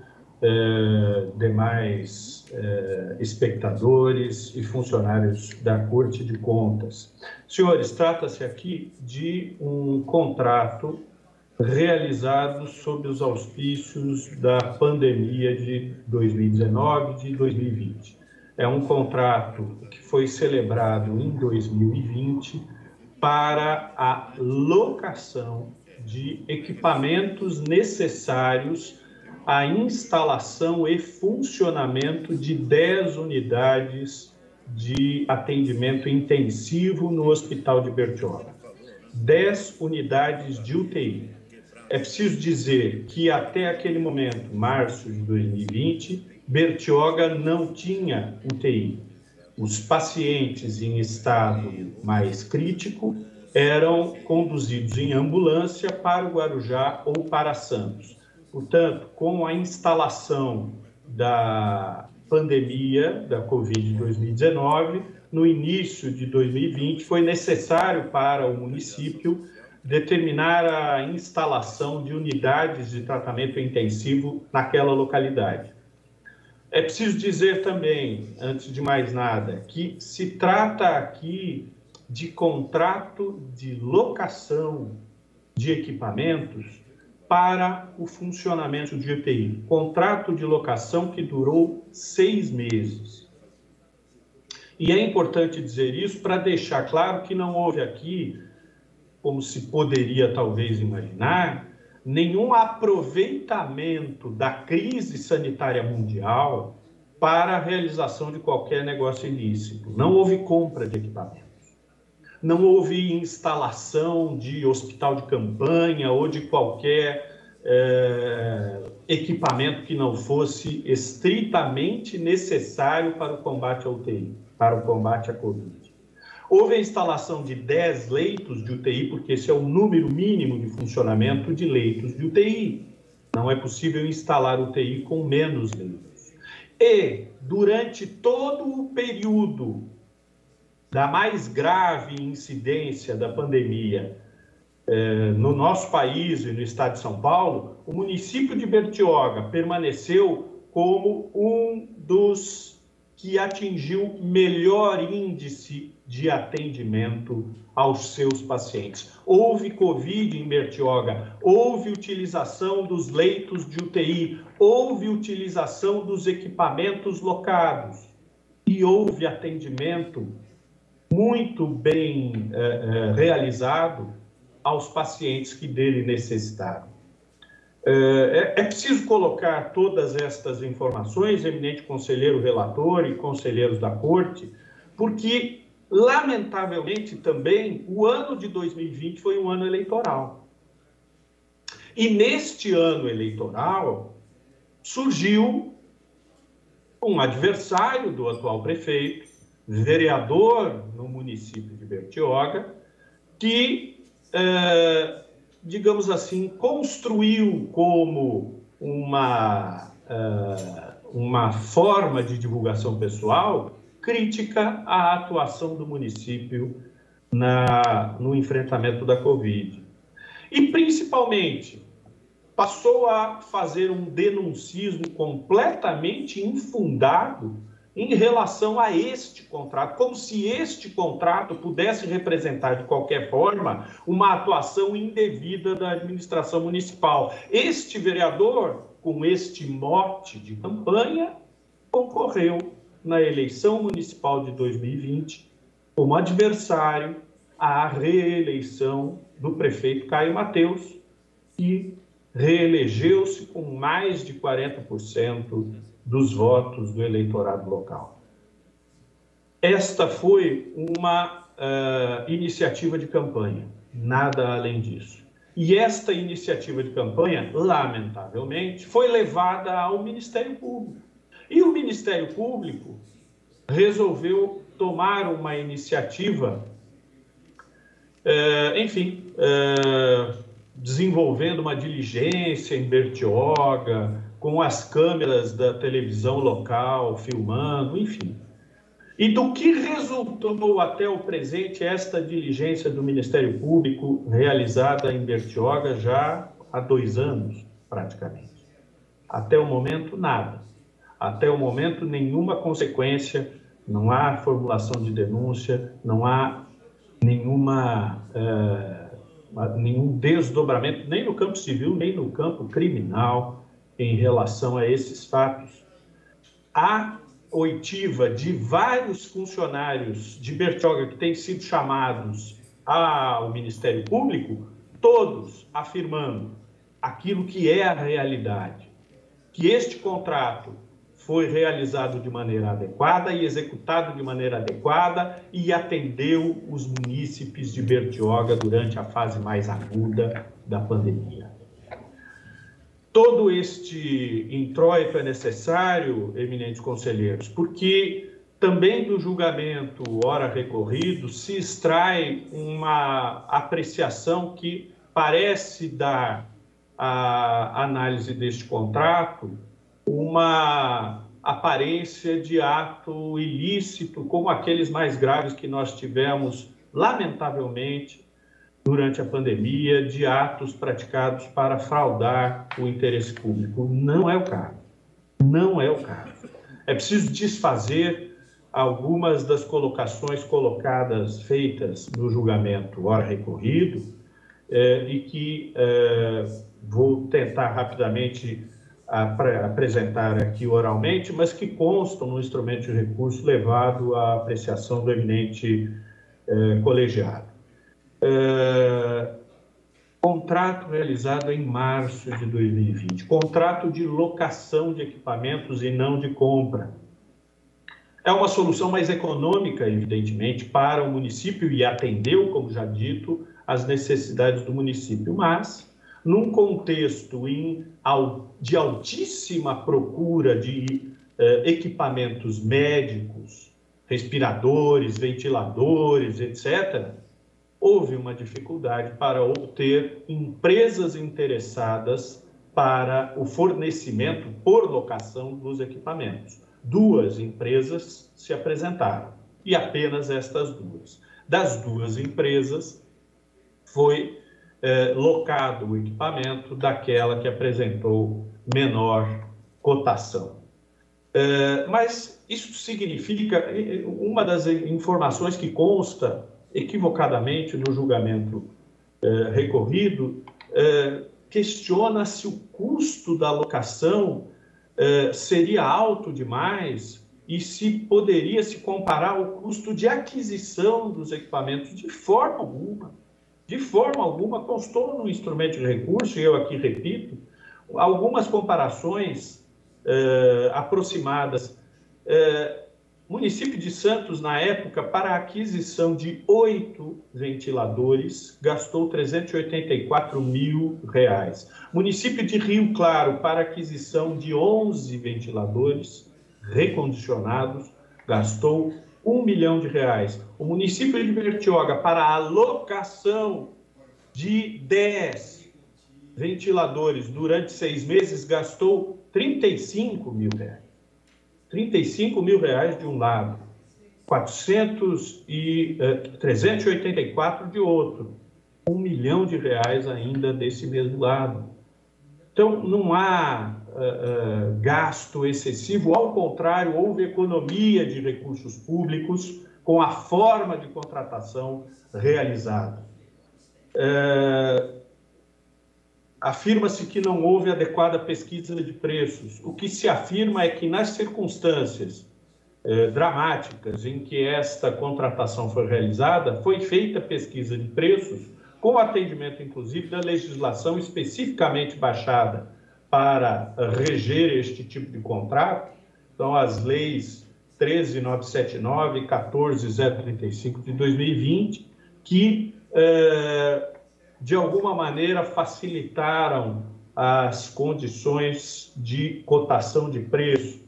demais espectadores e funcionários da Corte de Contas. Senhores, trata-se aqui de um contrato realizado sob os auspícios da pandemia de 2019 e de 2020. É um contrato que foi celebrado em 2020 para a locação de equipamentos necessários à instalação e funcionamento de 10 unidades de atendimento intensivo no Hospital de Bertioga. 10 unidades de UTI. É preciso dizer que até aquele momento, março de 2020, Bertioga não tinha UTI. Os pacientes em estado mais crítico eram conduzidos em ambulância para o Guarujá ou para Santos. Portanto, com a instalação da pandemia da Covid-19, no início de 2020, foi necessário para o município determinar a instalação de unidades de tratamento intensivo naquela localidade. É preciso dizer também, antes de mais nada, que se trata aqui de contrato de locação de equipamentos para o funcionamento de UTI. Contrato de locação que durou 6 meses. E é importante dizer isso para deixar claro que não houve aqui, como se poderia talvez imaginar, nenhum aproveitamento da crise sanitária mundial para a realização de qualquer negócio ilícito. Não houve compra de equipamentos. Não houve instalação de hospital de campanha ou de qualquer equipamento que não fosse estritamente necessário para o combate à UTI, para o combate à Covid. Houve a instalação de 10 leitos de UTI, porque esse é o número mínimo de funcionamento de leitos de UTI. Não é possível instalar UTI com menos leitos. E, durante todo o período da mais grave incidência da pandemia no nosso país e no estado de São Paulo, o município de Bertioga permaneceu como um dos que atingiu melhor índice de atendimento aos seus pacientes. Houve Covid em Bertioga, houve utilização dos leitos de UTI, houve utilização dos equipamentos locados e houve atendimento muito bem realizado aos pacientes que dele necessitaram. É preciso colocar todas estas informações, eminente conselheiro relator e conselheiros da Corte, porque, lamentavelmente, também, o ano de 2020 foi um ano eleitoral. E, neste ano eleitoral, surgiu um adversário do atual prefeito, vereador no município de Bertioga, que, digamos assim, construiu como uma forma de divulgação pessoal crítica à atuação do município no enfrentamento da Covid. E, principalmente, passou a fazer um denuncismo completamente infundado em relação a este contrato, como se este contrato pudesse representar, de qualquer forma, uma atuação indevida da administração municipal. Este vereador, com este mote de campanha, concorreu na eleição municipal de 2020 como adversário à reeleição do prefeito Caio Mateus, que reelegeu-se com mais de 40% dos votos do eleitorado local. Esta foi uma iniciativa de campanha, nada além disso. E esta iniciativa de campanha, lamentavelmente, foi levada ao Ministério Público. E o Ministério Público resolveu tomar uma iniciativa, desenvolvendo uma diligência em Bertioga, com as câmeras da televisão local filmando, enfim. E do que resultou até o presente esta diligência do Ministério Público realizada em Bertioga já há 2 anos, praticamente. Até o momento, nada. Até o momento, nenhuma consequência, não há formulação de denúncia, não há nenhum desdobramento, nem no campo civil, nem no campo criminal, em relação a esses fatos. A oitiva de vários funcionários de Bertioga que têm sido chamados ao Ministério Público, todos afirmando aquilo que é a realidade, que este contrato foi realizado de maneira adequada e executado de maneira adequada e atendeu os munícipes de Bertioga durante a fase mais aguda da pandemia. Todo este introito é necessário, eminentes conselheiros, porque também do julgamento ora recorrido se extrai uma apreciação que parece dar à análise deste contrato uma aparência de ato ilícito, como aqueles mais graves que nós tivemos, lamentavelmente, durante a pandemia, de atos praticados para fraudar o interesse público. Não é o caso. Não é o caso. É preciso desfazer algumas das colocações feitas no julgamento ora recorrido e que vou tentar rapidamente apresentar aqui oralmente, mas que constam no instrumento de recurso levado à apreciação do eminente colegiado. Contrato realizado em março de 2020, contrato de locação de equipamentos e não de compra. É uma solução mais econômica, evidentemente, para o município e atendeu, como já dito, as necessidades do município, mas num contexto de altíssima procura de equipamentos médicos, respiradores, ventiladores, etc., houve uma dificuldade para obter empresas interessadas para o fornecimento por locação dos equipamentos. 2 empresas se apresentaram, e apenas estas 2. Das 2 empresas, foi locado o equipamento daquela que apresentou menor cotação. Mas isso significa, uma das informações que consta equivocadamente no julgamento recorrido, questiona se o custo da locação seria alto demais e se poderia se comparar o custo de aquisição dos equipamentos. De forma alguma, constou no instrumento de recurso, e eu aqui repito, algumas comparações aproximadas. Município de Santos, na época, para a aquisição de 8 ventiladores, gastou R$ 384 mil. Município de Rio Claro, para a aquisição de 11 ventiladores recondicionados, gastou R$ 1 milhão. O município de Bertioga, para a alocação de 10 ventiladores durante 6 meses, gastou R$ 35 mil. R$ 35 mil de um lado, 384 de outro, R$ 1 milhão ainda desse mesmo lado. Então, não há gasto excessivo, ao contrário, houve economia de recursos públicos com a forma de contratação realizada. Afirma-se que não houve adequada pesquisa de preços. O que se afirma é que, nas circunstâncias dramáticas em que esta contratação foi realizada, foi feita pesquisa de preços, com atendimento, inclusive, da legislação especificamente baixada para reger este tipo de contrato. Então, as leis 13.979 e 14.035 de 2020, que de alguma maneira facilitaram as condições de cotação de preço.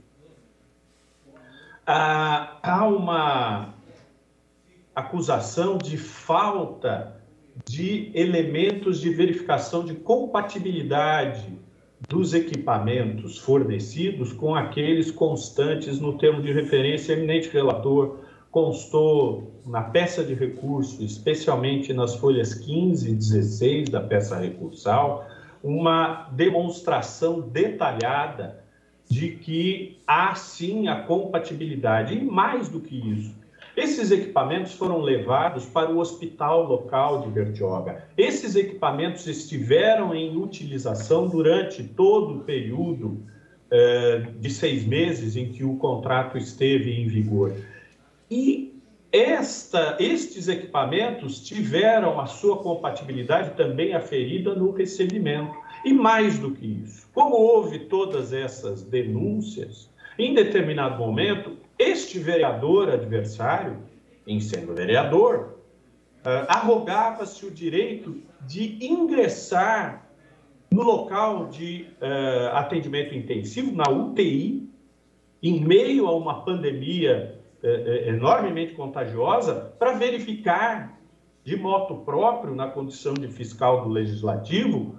Há uma acusação de falta de elementos de verificação de compatibilidade dos equipamentos fornecidos com aqueles constantes no termo de referência. Eminente relator, constou na peça de recurso, especialmente nas folhas 15 e 16 da peça recursal, uma demonstração detalhada de que há sim a compatibilidade. E mais do que isso, esses equipamentos foram levados para o hospital local de Bertioga. Esses equipamentos estiveram em utilização durante todo o período de 6 meses em que o contrato esteve em vigor. E estes equipamentos tiveram a sua compatibilidade também aferida no recebimento. E mais do que isso, como houve todas essas denúncias, em determinado momento, este vereador adversário, em sendo vereador, arrogava-se o direito de ingressar no local de atendimento intensivo, na UTI, em meio a uma pandemia enormemente contagiosa, para verificar de motu próprio, na condição de fiscal do Legislativo,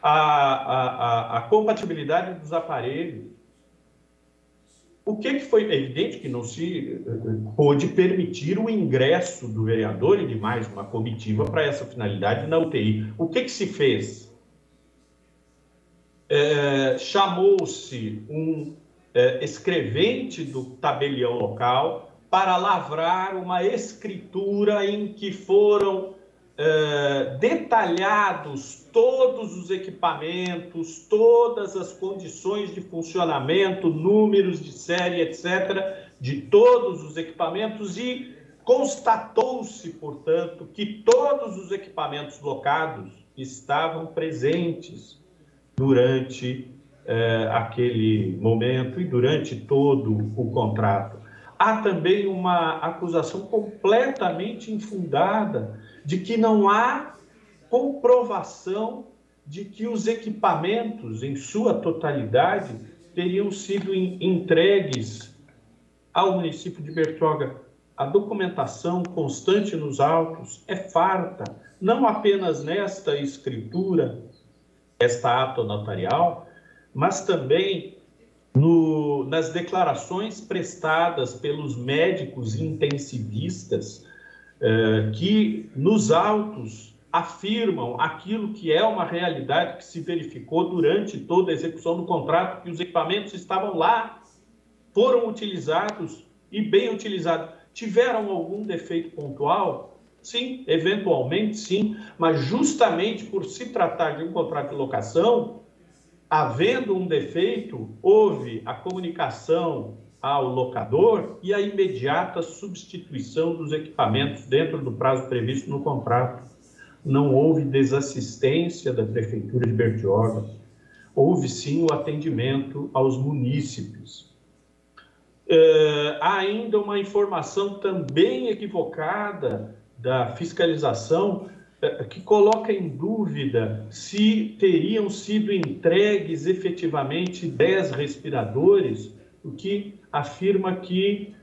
a compatibilidade dos aparelhos. O que foi evidente que não se pôde permitir o ingresso do vereador e de mais uma comitiva para essa finalidade na UTI. O que se fez? Chamou-se um escrevente do tabelião local para lavrar uma escritura em que foram detalhados todos os equipamentos, todas as condições de funcionamento, números de série, etc., de todos os equipamentos, e constatou-se, portanto, que todos os equipamentos locados estavam presentes durante aquele momento e durante todo o contrato. Há também uma acusação completamente infundada de que não há comprovação de que os equipamentos, em sua totalidade, teriam sido entregues ao município de Bertioga. A documentação constante nos autos é farta, não apenas nesta escritura, esta ata notarial, mas também nas declarações prestadas pelos médicos intensivistas, que nos autos afirmam aquilo que é uma realidade que se verificou durante toda a execução do contrato, que os equipamentos estavam lá, foram utilizados e bem utilizados. Tiveram algum defeito pontual? Sim, eventualmente sim, mas justamente por se tratar de um contrato de locação, havendo um defeito, houve a comunicação ao locador e a imediata substituição dos equipamentos dentro do prazo previsto no contrato. Não houve desassistência da Prefeitura de Bertioga, houve sim o atendimento aos munícipes. Há ainda uma informação também equivocada da fiscalização que coloca em dúvida se teriam sido entregues efetivamente 10 respiradores, o que afirma que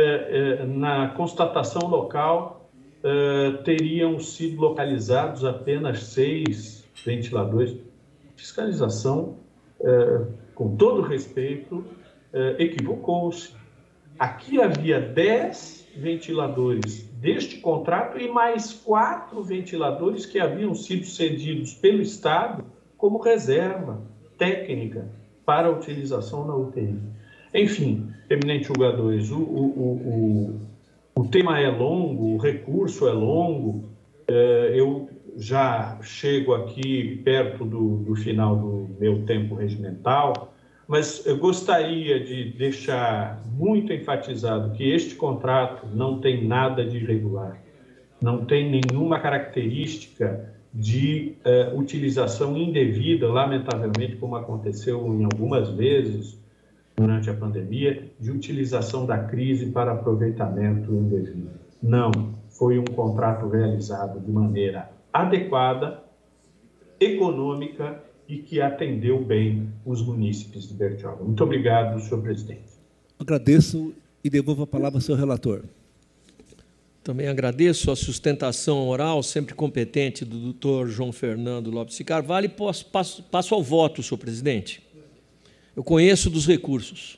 na constatação local teriam sido localizados apenas 6 ventiladores. Fiscalização, com todo respeito, equivocou-se. Aqui havia 10 ventiladores deste contrato e mais 4 ventiladores que haviam sido cedidos pelo Estado como reserva técnica para a utilização na UTI. Enfim, eminentes julgadores, o tema é longo, o recurso é longo, eu já chego aqui perto do final do meu tempo regimental, mas eu gostaria de deixar muito enfatizado que este contrato não tem nada de irregular, não tem nenhuma característica de utilização indevida, lamentavelmente, como aconteceu em algumas vezes durante a pandemia, de utilização da crise para aproveitamento indevido. Não, foi um contrato realizado de maneira adequada, econômica e que atendeu bem os munícipes de Bertioga. Muito obrigado, senhor presidente. Agradeço e devolvo a palavra ao senhor relator. Também agradeço a sustentação oral, sempre competente, do doutor João Fernando Lopes de Carvalho e passo ao voto, senhor presidente. Eu conheço dos recursos.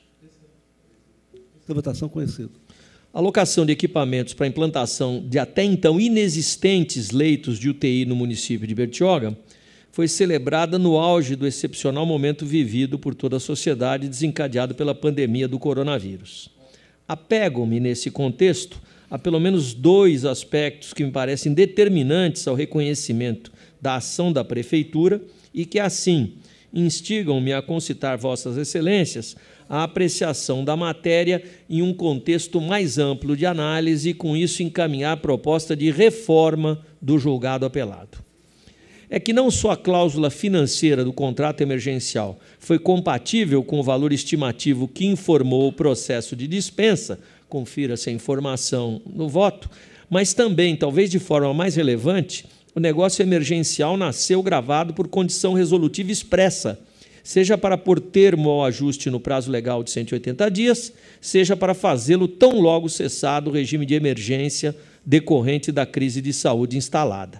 Da votação conhecido. A alocação de equipamentos para a implantação de até então inexistentes leitos de UTI no município de Bertioga foi celebrada no auge do excepcional momento vivido por toda a sociedade desencadeado pela pandemia do coronavírus. Apego-me, nesse contexto, a pelo menos 2 aspectos que me parecem determinantes ao reconhecimento da ação da Prefeitura e que, assim, instigam-me a concitar Vossas Excelências a apreciação da matéria em um contexto mais amplo de análise e, com isso, encaminhar a proposta de reforma do julgado apelado. É que não só a cláusula financeira do contrato emergencial foi compatível com o valor estimativo que informou o processo de dispensa, confira-se a informação no voto, mas também, talvez de forma mais relevante, o negócio emergencial nasceu gravado por condição resolutiva expressa, seja para pôr termo ao ajuste no prazo legal de 180 dias, seja para fazê-lo tão logo cessado o regime de emergência decorrente da crise de saúde instalada.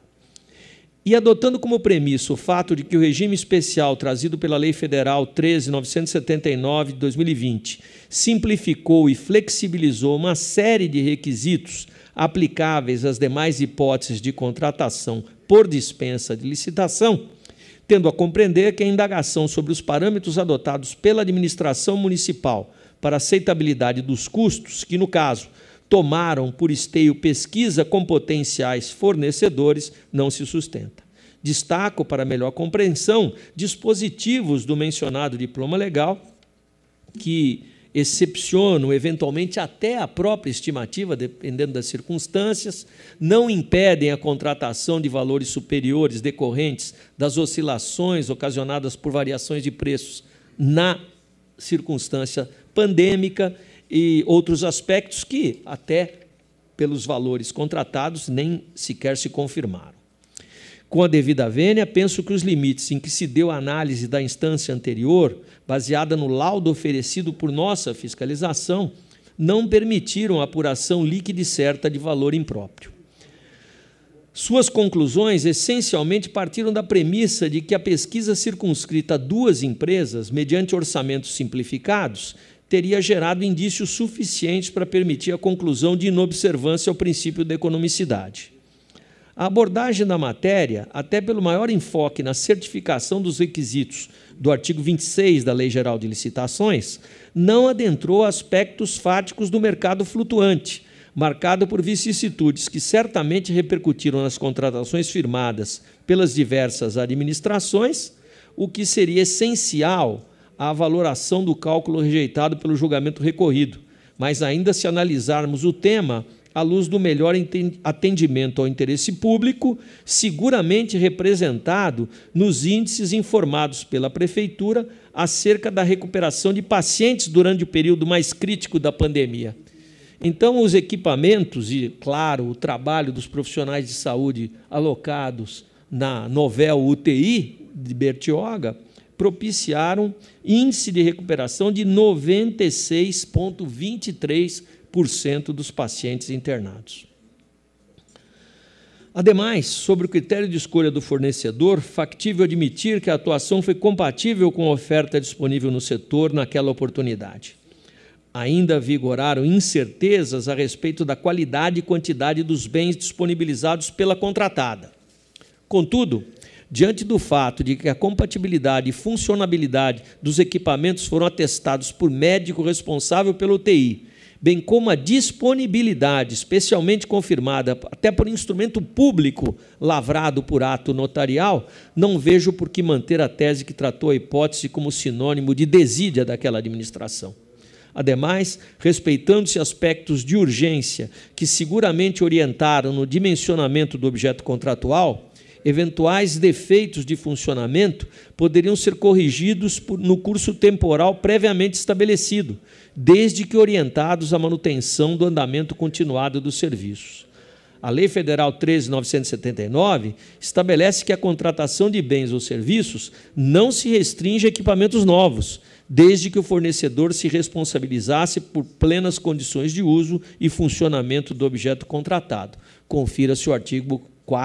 E adotando como premissa o fato de que o regime especial trazido pela Lei Federal 13.979 de 2020 simplificou e flexibilizou uma série de requisitos aplicáveis às demais hipóteses de contratação por dispensa de licitação, tendo a compreender que a indagação sobre os parâmetros adotados pela administração municipal para aceitabilidade dos custos, que, no caso, tomaram por esteio pesquisa com potenciais fornecedores, não se sustenta. Destaco, para melhor compreensão, dispositivos do mencionado diploma legal que excepcionam, eventualmente, até a própria estimativa, dependendo das circunstâncias, não impedem a contratação de valores superiores decorrentes das oscilações ocasionadas por variações de preços na circunstância pandêmica e outros aspectos que, até pelos valores contratados, nem sequer se confirmaram. Com a devida vênia, penso que os limites em que se deu a análise da instância anterior, baseada no laudo oferecido por nossa fiscalização, não permitiram a apuração líquida e certa de valor impróprio. Suas conclusões, essencialmente, partiram da premissa de que a pesquisa circunscrita a 2 empresas, mediante orçamentos simplificados, teria gerado indícios suficientes para permitir a conclusão de inobservância ao princípio da economicidade. A abordagem da matéria, até pelo maior enfoque na certificação dos requisitos do artigo 26 da Lei Geral de Licitações, não adentrou aspectos fáticos do mercado flutuante, marcado por vicissitudes que certamente repercutiram nas contratações firmadas pelas diversas administrações, o que seria essencial à valoração do cálculo rejeitado pelo julgamento recorrido, mas ainda se analisarmos o tema à luz do melhor atendimento ao interesse público, seguramente representado nos índices informados pela Prefeitura acerca da recuperação de pacientes durante o período mais crítico da pandemia. Então, os equipamentos e, claro, o trabalho dos profissionais de saúde alocados na Novel UTI de Bertioga propiciaram índice de recuperação de 96,23% dos pacientes internados. Ademais, sobre o critério de escolha do fornecedor, factível admitir que a atuação foi compatível com a oferta disponível no setor naquela oportunidade. Ainda vigoraram incertezas a respeito da qualidade e quantidade dos bens disponibilizados pela contratada. Contudo, diante do fato de que a compatibilidade e funcionabilidade dos equipamentos foram atestados por médico responsável pela UTI, bem como a disponibilidade, especialmente confirmada até por instrumento público lavrado por ato notarial, não vejo por que manter a tese que tratou a hipótese como sinônimo de desídia daquela administração. Ademais, respeitando-se aspectos de urgência que seguramente orientaram no dimensionamento do objeto contratual, eventuais defeitos de funcionamento poderiam ser corrigidos no curso temporal previamente estabelecido, desde que orientados à manutenção do andamento continuado dos serviços. A Lei Federal 13.979 estabelece que a contratação de bens ou serviços não se restringe a equipamentos novos, desde que o fornecedor se responsabilizasse por plenas condições de uso e funcionamento do objeto contratado. Confira-se o artigo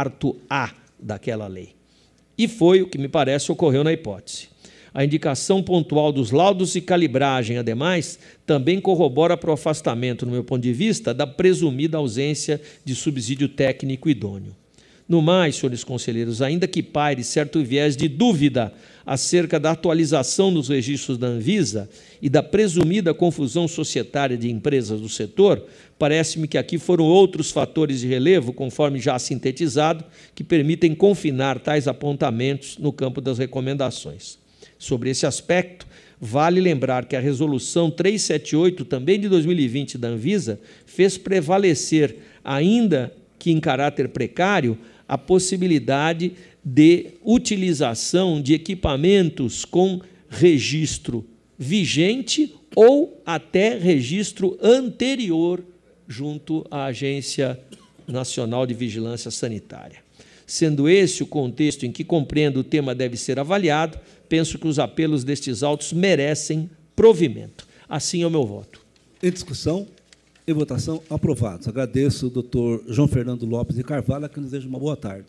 4A daquela lei. E foi o que, me parece, ocorreu na hipótese. A indicação pontual dos laudos e calibragem, ademais, também corrobora para o afastamento, no meu ponto de vista, da presumida ausência de subsídio técnico idôneo. No mais, senhores conselheiros, ainda que paire certo viés de dúvida acerca da atualização dos registros da Anvisa e da presumida confusão societária de empresas do setor, parece-me que aqui foram outros fatores de relevo, conforme já sintetizado, que permitem confinar tais apontamentos no campo das recomendações. Sobre esse aspecto, vale lembrar que a Resolução 378, também de 2020, da Anvisa, fez prevalecer, ainda que em caráter precário, a possibilidade de utilização de equipamentos com registro vigente ou até registro anterior junto à Agência Nacional de Vigilância Sanitária. Sendo esse o contexto em que compreendo o tema deve ser avaliado, penso que os apelos destes autos merecem provimento. Assim é o meu voto. Em discussão e votação, aprovados. Agradeço ao doutor João Fernando Lopes de Carvalho, que nos deseja uma boa tarde.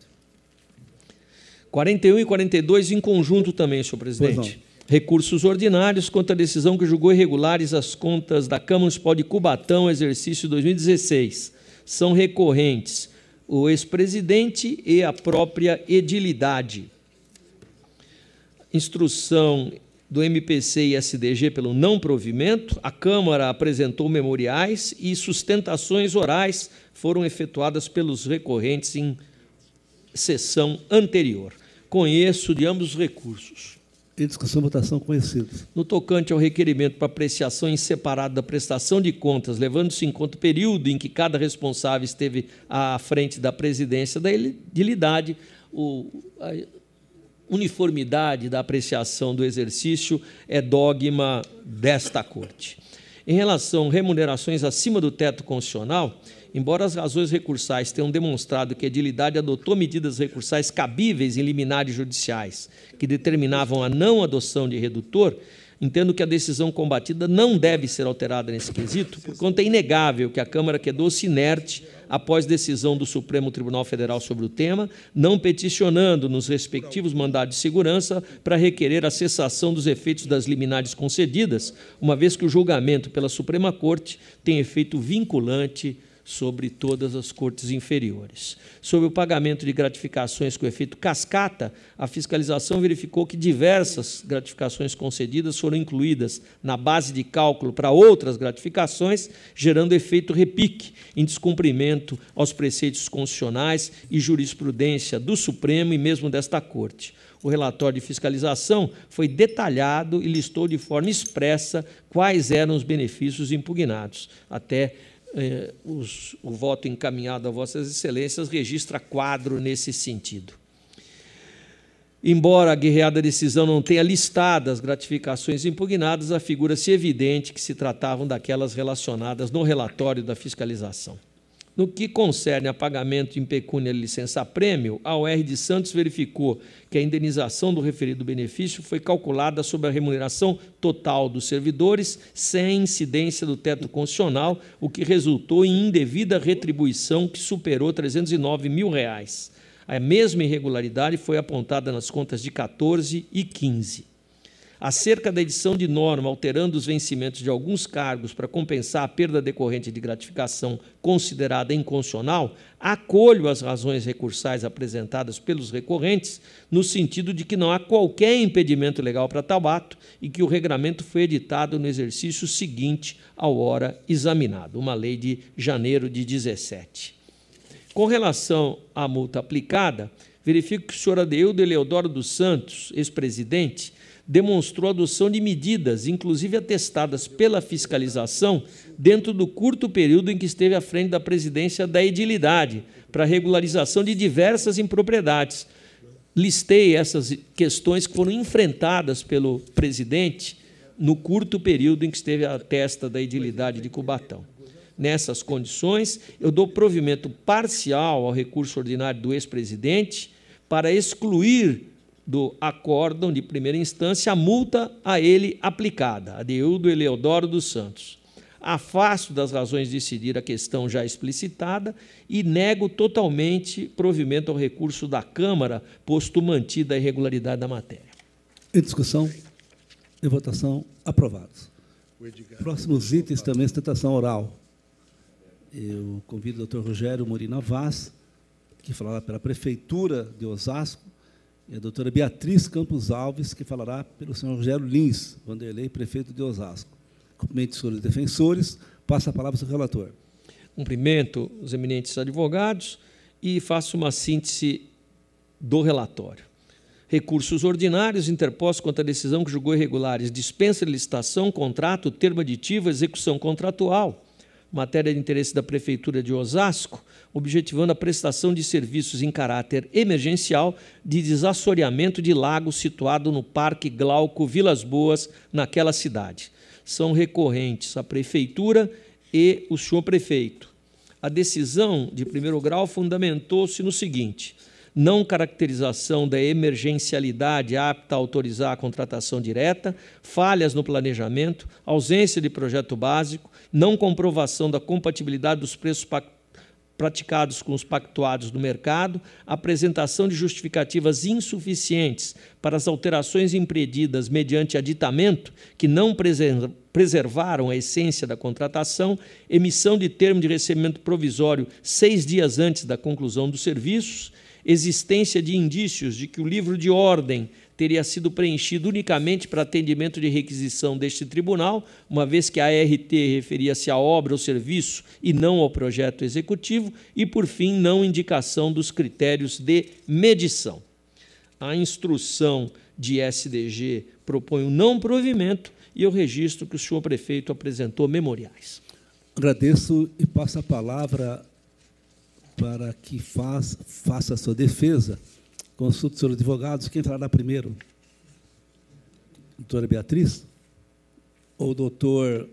41 e 42 em conjunto também, senhor presidente. Recursos ordinários contra a decisão que julgou irregulares as contas da Câmara Municipal de Cubatão, exercício 2016. São recorrentes o ex-presidente e a própria edilidade. Instrução do MPC e SDG pelo não provimento, a Câmara apresentou memoriais e sustentações orais foram efetuadas pelos recorrentes em sessão anterior. Conheço de ambos os recursos. Em discussão e votação conhecidos. No tocante ao requerimento para apreciação em separado da prestação de contas, levando-se em conta o período em que cada responsável esteve à frente da presidência da edilidade, a uniformidade da apreciação do exercício é dogma desta Corte. Em relação a remunerações acima do teto constitucional, embora as razões recursais tenham demonstrado que a edilidade adotou medidas recursais cabíveis em liminares judiciais que determinavam a não adoção de redutor, entendo que a decisão combatida não deve ser alterada nesse quesito, porquanto é inegável que a Câmara quedou-se inerte após decisão do Supremo Tribunal Federal sobre o tema, não peticionando nos respectivos mandados de segurança para requerer a cessação dos efeitos das liminares concedidas, uma vez que o julgamento pela Suprema Corte tem efeito vinculante sobre todas as cortes inferiores. Sobre o pagamento de gratificações com efeito cascata, a fiscalização verificou que diversas gratificações concedidas foram incluídas na base de cálculo para outras gratificações, gerando efeito repique, em descumprimento aos preceitos constitucionais e jurisprudência do Supremo e mesmo desta Corte. O relatório de fiscalização foi detalhado e listou de forma expressa quais eram os benefícios impugnados. Até o voto encaminhado a Vossas Excelências registra quadro nesse sentido. Embora a guerreada decisão não tenha listado as gratificações impugnadas, afigura-se evidente que se tratavam daquelas relacionadas no relatório da fiscalização. No que concerne a pagamento de impecúnia de licença-prêmio, a OR de Santos verificou que a indenização do referido benefício foi calculada sobre a remuneração total dos servidores, sem incidência do teto constitucional, o que resultou em indevida retribuição que superou R$ 309 mil. A mesma irregularidade foi apontada nas contas de 14 e 15. Acerca da edição de norma alterando os vencimentos de alguns cargos para compensar a perda decorrente de gratificação considerada inconstitucional, acolho as razões recursais apresentadas pelos recorrentes, no sentido de que não há qualquer impedimento legal para tal ato e que o regramento foi editado no exercício seguinte ao hora examinado, uma lei de janeiro de 17. Com relação à multa aplicada, verifico que o senhor Adeildo Eleodoro dos Santos, ex-presidente, demonstrou a adoção de medidas, inclusive atestadas pela fiscalização, dentro do curto período em que esteve à frente da presidência da edilidade, para a regularização de diversas impropriedades. Listei essas questões que foram enfrentadas pelo presidente no curto período em que esteve à testa da edilidade de Cubatão. Nessas condições, eu dou provimento parcial ao recurso ordinário do ex-presidente para excluir do acórdão de primeira instância a multa a ele aplicada, Adeildo Eleodoro dos Santos. Afasto das razões de decidir a questão já explicitada e nego totalmente provimento ao recurso da Câmara, posto mantida a irregularidade da matéria. Em discussão, em votação, aprovados. Próximos itens também, sustentação oral. Eu convido o doutor Rogério Murina Vaz, que falará pela Prefeitura de Osasco, e a doutora Beatriz Campos Alves, que falará pelo senhor Rogério Lins, Vanderlei, prefeito de Osasco. Cumprimento os senhores defensores. Passa a palavra ao seu relator. Cumprimento os eminentes advogados e faço uma síntese do relatório. Recursos ordinários interpostos contra a decisão que julgou irregulares, dispensa de licitação, contrato, termo aditivo, execução contratual, matéria de interesse da Prefeitura de Osasco, objetivando a prestação de serviços em caráter emergencial de desassoreamento de lago situado no Parque Glauco Vilas Boas, naquela cidade. São recorrentes a Prefeitura e o senhor prefeito. A decisão de primeiro grau fundamentou-se no seguinte: não caracterização da emergencialidade apta a autorizar a contratação direta, falhas no planejamento, ausência de projeto básico, não comprovação da compatibilidade dos preços praticados com os pactuados no mercado, apresentação de justificativas insuficientes para as alterações empreendidas mediante aditamento que não preservaram a essência da contratação, emissão de termo de recebimento provisório 6 dias antes da conclusão dos serviços, existência de indícios de que o livro de ordem teria sido preenchido unicamente para atendimento de requisição deste tribunal, uma vez que a ART referia-se à obra ou serviço e não ao projeto executivo, e, por fim, não indicação dos critérios de medição. A instrução de SDG propõe o não provimento e eu registro que o senhor prefeito apresentou memoriais. Agradeço e passo a palavra para que faça a sua defesa. Consulto os senhores advogados. Quem falará primeiro? Doutora Beatriz? Ou doutor...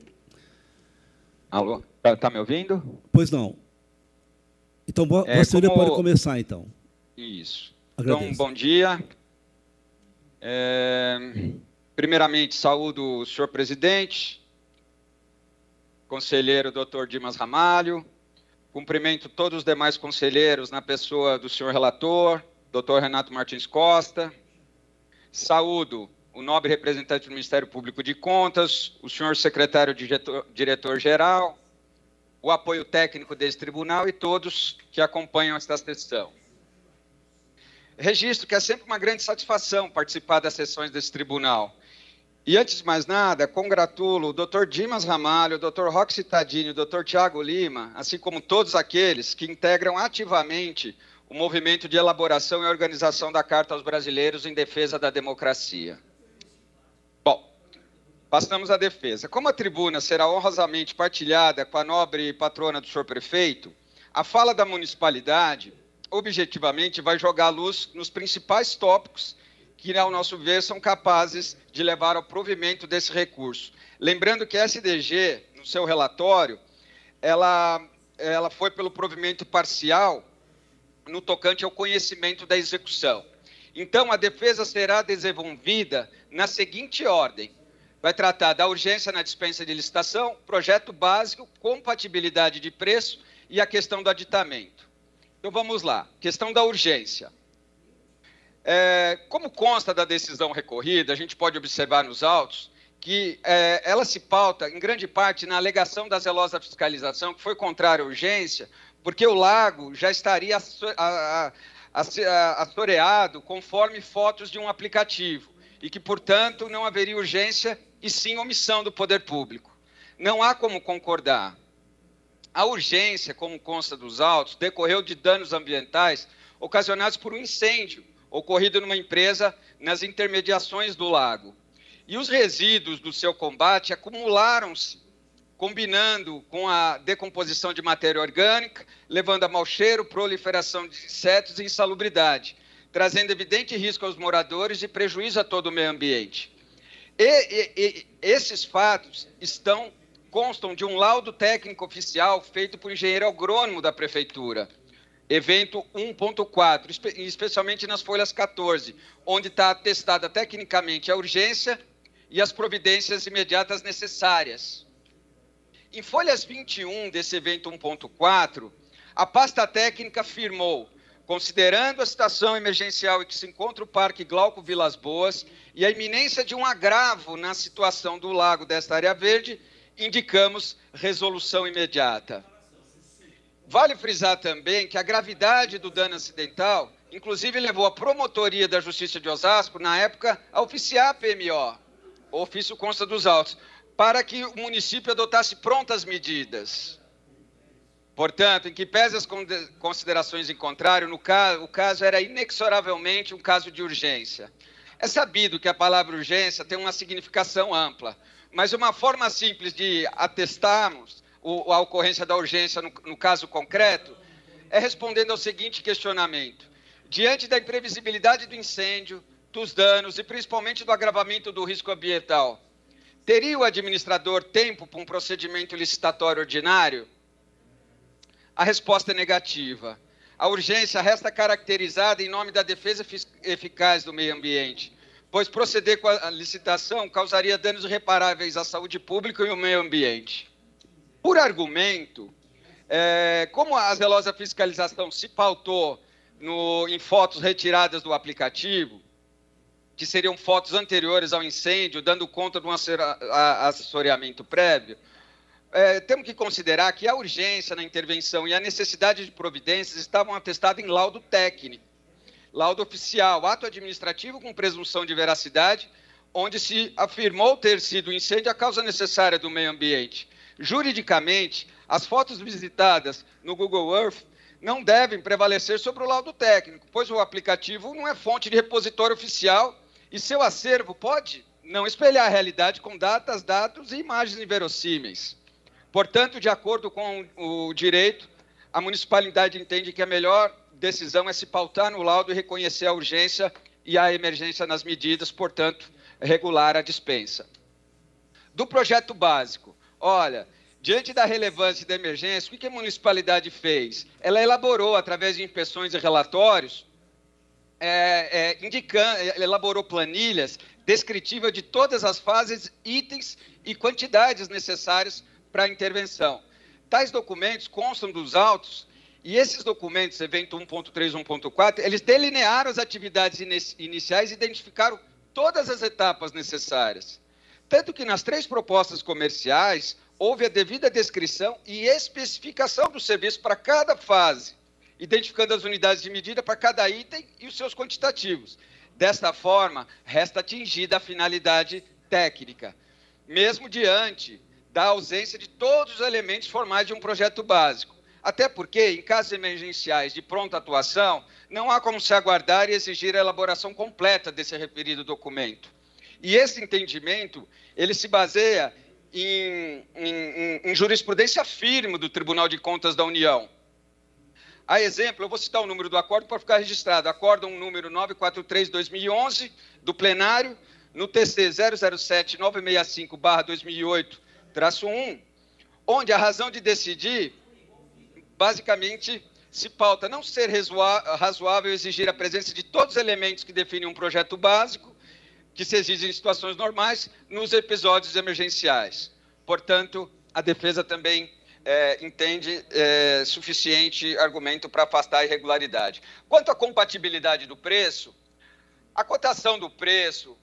Alô? Está me ouvindo? Pois não. Então, você pode começar, então. Isso. Agradeço. Então, bom dia. Primeiramente, saúdo o senhor presidente, conselheiro doutor Dimas Ramalho, cumprimento todos os demais conselheiros na pessoa do senhor relator, doutor Renato Martins Costa. Saúdo o nobre representante do Ministério Público de Contas, o senhor secretário diretor-geral, o apoio técnico desse tribunal e todos que acompanham esta sessão. Registro que é sempre uma grande satisfação participar das sessões desse tribunal. E, antes de mais nada, congratulo o Dr. Dimas Ramalho, o Dr. Roque Cittadini, o Dr. Tiago Lima, assim como todos aqueles que integram ativamente o movimento de elaboração e organização da Carta aos Brasileiros em defesa da democracia. Bom, passamos à defesa. Como a tribuna será honrosamente partilhada com a nobre patrona do senhor prefeito, a fala da municipalidade, objetivamente, vai jogar luz nos principais tópicos que, ao nosso ver, são capazes de levar ao provimento desse recurso. Lembrando que a SDG, no seu relatório, ela foi pelo provimento parcial no tocante ao conhecimento da execução. Então, a defesa será desenvolvida na seguinte ordem. Vai tratar da urgência na dispensa de licitação, projeto básico, compatibilidade de preço e a questão do aditamento. Então, vamos lá. Questão da urgência. Como consta da decisão recorrida, a gente pode observar nos autos que ela se pauta, em grande parte, na alegação da zelosa fiscalização, que foi contrária à urgência, porque o lago já estaria assoreado conforme fotos de um aplicativo e que, portanto, não haveria urgência e sim omissão do poder público. Não há como concordar. A urgência, como consta dos autos, decorreu de danos ambientais ocasionados por um incêndio ocorrido numa empresa nas intermediações do lago. E os resíduos do seu combate acumularam-se, combinando com a decomposição de matéria orgânica, levando a mau cheiro, proliferação de insetos e insalubridade, trazendo evidente risco aos moradores e prejuízo a todo o meio ambiente. Esses fatos constam de um laudo técnico oficial feito por engenheiro agrônomo da Prefeitura, evento 1.4, especialmente nas folhas 14, onde está atestada tecnicamente a urgência e as providências imediatas necessárias. Em folhas 21 desse evento 1.4, a pasta técnica afirmou, considerando a situação emergencial em que se encontra o Parque Glauco Vilas Boas e a iminência de um agravo na situação do lago desta área verde, indicamos resolução imediata. Vale frisar também que a gravidade do dano acidental, inclusive, levou a promotoria da Justiça de Osasco, na época, a oficiar a PMO, o ofício consta dos autos, para que o município adotasse prontas medidas. Portanto, em que pese as considerações em contrário, o caso era inexoravelmente um caso de urgência. É sabido que a palavra urgência tem uma significação ampla, mas uma forma simples de atestarmos a ocorrência da urgência no caso concreto é respondendo ao seguinte questionamento. Diante da imprevisibilidade do incêndio, dos danos e principalmente do agravamento do risco ambiental, teria o administrador tempo para um procedimento licitatório ordinário? A resposta é negativa. A urgência resta caracterizada em nome da defesa eficaz do meio ambiente, pois proceder com a licitação causaria danos irreparáveis à saúde pública e ao meio ambiente. Por argumento, como a zelosa fiscalização se pautou em fotos retiradas do aplicativo, que seriam fotos anteriores ao incêndio, dando conta de um assessoramento prévio, temos que considerar que a urgência na intervenção e a necessidade de providências estavam atestadas em laudo técnico, laudo oficial, ato administrativo com presunção de veracidade, onde se afirmou ter sido o incêndio a causa necessária do meio ambiente. Juridicamente, as fotos visitadas no Google Earth não devem prevalecer sobre o laudo técnico, pois o aplicativo não é fonte de repositório oficial e seu acervo pode não espelhar a realidade com datas, dados e imagens inverossímeis. Portanto, de acordo com o direito, a municipalidade entende que a melhor decisão é se pautar no laudo e reconhecer a urgência e a emergência nas medidas, portanto, regular a dispensa. Do projeto básico, olha, diante da relevância da emergência, o que a municipalidade fez? Ela elaborou, através de inspeções e relatórios, elaborou planilhas descritivas de todas as fases, itens e quantidades necessárias para a intervenção. Tais documentos constam dos autos e esses documentos, evento 1.3 e 1.4, eles delinearam as atividades iniciais e identificaram todas as etapas necessárias. Tanto que nas 3 propostas comerciais houve a devida descrição e especificação do serviço para cada fase, identificando as unidades de medida para cada item e os seus quantitativos. Desta forma, resta atingida a finalidade técnica, mesmo diante da ausência de todos os elementos formais de um projeto básico. Até porque, em casos emergenciais de pronta atuação, não há como se aguardar e exigir a elaboração completa desse referido documento. E esse entendimento, ele se baseia em jurisprudência firme do Tribunal de Contas da União. A exemplo, eu vou citar o número do acordo para ficar registrado. Acórdão número 943/2011, do plenário, no TC 007-965/2008-1, onde a razão de decidir, basicamente, se pauta não ser razoável exigir a presença de todos os elementos que definem um projeto básico, que se exigem em situações normais, nos episódios emergenciais. Portanto, a defesa também entende suficiente argumento para afastar a irregularidade. Quanto à compatibilidade do preço, a cotação do preço,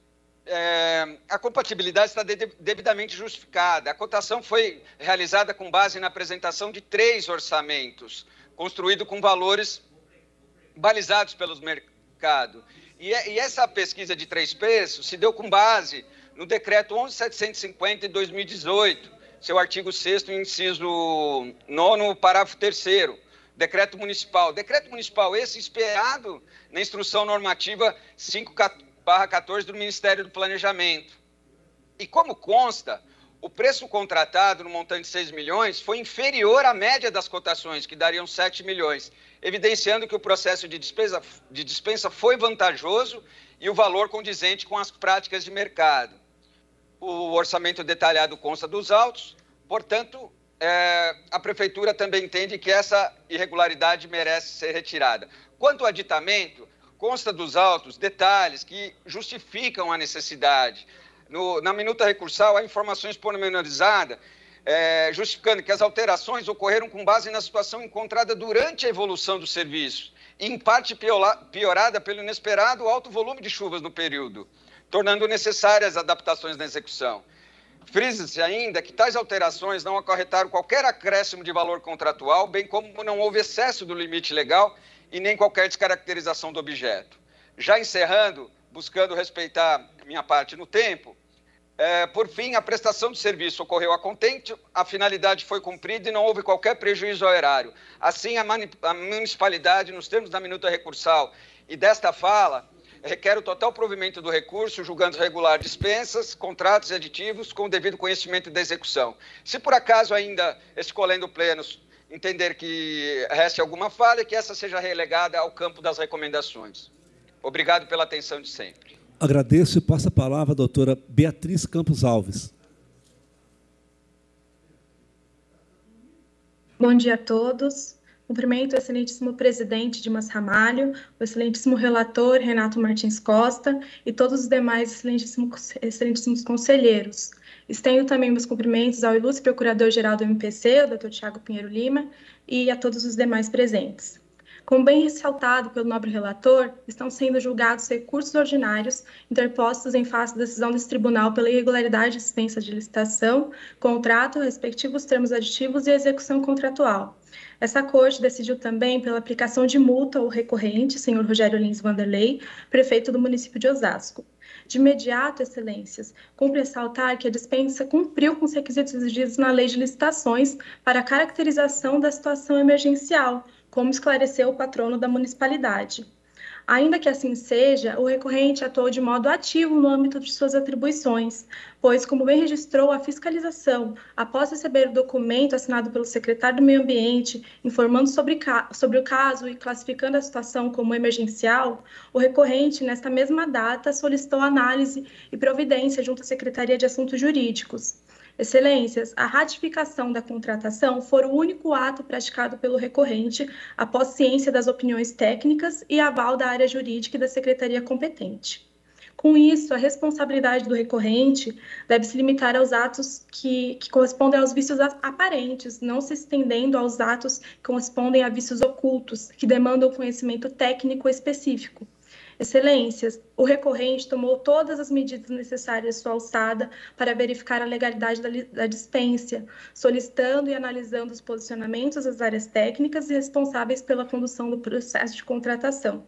a compatibilidade está devidamente justificada. A cotação foi realizada com base na apresentação de 3 orçamentos, construído com valores balizados pelos mercados. E essa pesquisa de 3 preços se deu com base no Decreto 11.750 de 2018, seu artigo 6º, inciso 9º, parágrafo 3º, decreto municipal. Decreto municipal esse inspirado na Instrução Normativa 5/14 do Ministério do Planejamento. E como consta, o preço contratado no montante de 6 milhões foi inferior à média das cotações, que dariam 7 milhões, evidenciando que o processo de dispensa foi vantajoso e o valor condizente com as práticas de mercado. O orçamento detalhado consta dos autos, portanto, a Prefeitura também entende que essa irregularidade merece ser retirada. Quanto ao aditamento, consta dos autos detalhes que justificam a necessidade. Na minuta recursal, há informações pormenorizadas, justificando que as alterações ocorreram com base na situação encontrada durante a evolução do serviço, e em parte piorada pelo inesperado alto volume de chuvas no período, tornando necessárias adaptações na execução. Frisa-se ainda que tais alterações não acarretaram qualquer acréscimo de valor contratual, bem como não houve excesso do limite legal e nem qualquer descaracterização do objeto. Já encerrando, buscando respeitar minha parte no tempo, por fim, a prestação de serviço ocorreu a contento, a finalidade foi cumprida e não houve qualquer prejuízo ao erário. Assim, a municipalidade, nos termos da minuta recursal e desta fala, requer o total provimento do recurso, julgando regular dispensas, contratos e aditivos com o devido conhecimento da execução. Se por acaso ainda escolhendo plenos entender que reste alguma falha, que essa seja relegada ao campo das recomendações. Obrigado pela atenção de sempre. Agradeço e passo a palavra à doutora Beatriz Campos Alves. Bom dia a todos. Cumprimento o excelentíssimo presidente Dimas Ramalho, o excelentíssimo relator Renato Martins Costa e todos os demais excelentíssimos conselheiros. Estendo também meus cumprimentos ao ilustre procurador-geral do MPC, o Dr. Tiago Pinheiro Lima, e a todos os demais presentes. Como bem ressaltado pelo nobre relator, estão sendo julgados recursos ordinários interpostos em face da decisão desse tribunal pela irregularidade de dispensa de licitação, contrato, respectivos termos aditivos e execução contratual. Essa corte decidiu também pela aplicação de multa ao recorrente, senhor Rogério Lins Vanderlei, prefeito do município de Osasco. De imediato, excelências, cumpre ressaltar que a dispensa cumpriu com os requisitos exigidos na lei de licitações para a caracterização da situação emergencial, como esclareceu o patrono da municipalidade. Ainda que assim seja, o recorrente atuou de modo ativo no âmbito de suas atribuições, pois, como bem registrou a fiscalização, após receber o documento assinado pelo secretário do Meio Ambiente, informando sobre o caso e classificando a situação como emergencial, o recorrente, nesta mesma data, solicitou análise e providência junto à Secretaria de Assuntos Jurídicos. Excelências, a ratificação da contratação foi o único ato praticado pelo recorrente após ciência das opiniões técnicas e aval da área jurídica e da secretaria competente. Com isso, a responsabilidade do recorrente deve se limitar aos atos que correspondem aos vícios aparentes, não se estendendo aos atos que correspondem a vícios ocultos, que demandam conhecimento técnico específico. Excelências, o recorrente tomou todas as medidas necessárias à sua alçada para verificar a legalidade da dispensa, solicitando e analisando os posicionamentos das áreas técnicas e responsáveis pela condução do processo de contratação.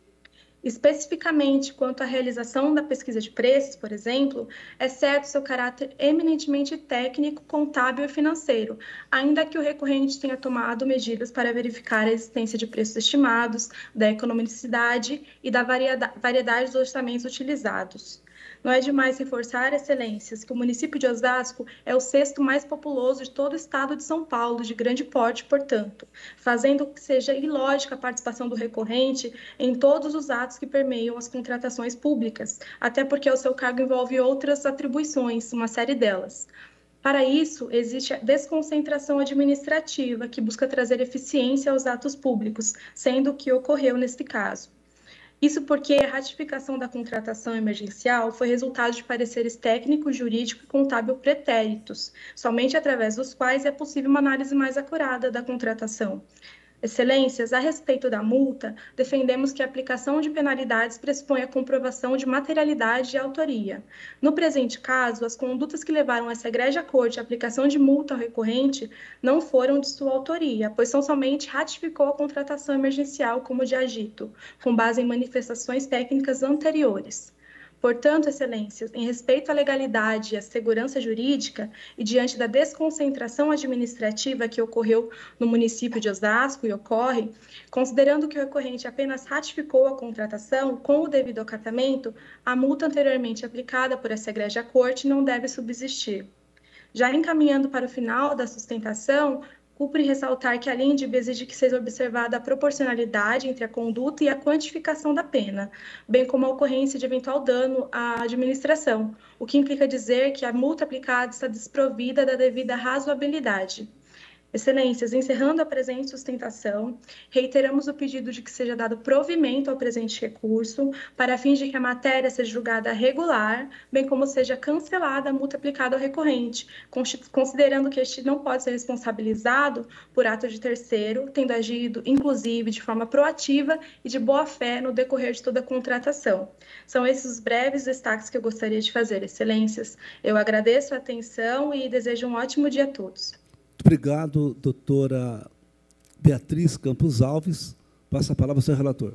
Especificamente quanto à realização da pesquisa de preços, por exemplo, é certo seu caráter eminentemente técnico, contábil e financeiro, ainda que o recorrente tenha tomado medidas para verificar a existência de preços estimados, da economicidade e da variedade dos orçamentos utilizados. Não é demais reforçar, excelências, que o município de Osasco é o 6º mais populoso de todo o estado de São Paulo, de grande porte, portanto, fazendo que seja ilógica a participação do recorrente em todos os atos que permeiam as contratações públicas, até porque o seu cargo envolve outras atribuições, uma série delas. Para isso, existe a desconcentração administrativa, que busca trazer eficiência aos atos públicos, sendo o que ocorreu neste caso. Isso porque a ratificação da contratação emergencial foi resultado de pareceres técnico, jurídico e contábil pretéritos, somente através dos quais é possível uma análise mais acurada da contratação. Excelências, a respeito da multa, defendemos que a aplicação de penalidades pressupõe a comprovação de materialidade e autoria. No presente caso, as condutas que levaram essa egrégea corte à aplicação de multa ao recorrente não foram de sua autoria, pois somente ratificou a contratação emergencial como de agito, com base em manifestações técnicas anteriores. Portanto, excelências, em respeito à legalidade e à segurança jurídica e diante da desconcentração administrativa que ocorreu no município de Osasco e ocorre, considerando que o recorrente apenas ratificou a contratação com o devido acatamento, a multa anteriormente aplicada por essa egrégea corte não deve subsistir. Já encaminhando para o final da sustentação, cumpre ressaltar que a lei exige que seja observada a proporcionalidade entre a conduta e a quantificação da pena, bem como a ocorrência de eventual dano à administração, o que implica dizer que a multa aplicada está desprovida da devida razoabilidade. Excelências, encerrando a presente sustentação, reiteramos o pedido de que seja dado provimento ao presente recurso, para fins de que a matéria seja julgada regular, bem como seja cancelada a multa aplicada ao recorrente, considerando que este não pode ser responsabilizado por ato de terceiro, tendo agido, inclusive, de forma proativa e de boa-fé no decorrer de toda a contratação. São esses os breves destaques que eu gostaria de fazer, excelências. Eu agradeço a atenção e desejo um ótimo dia a todos. Muito obrigado, doutora Beatriz Campos Alves. Passa a palavra ao senhor relator.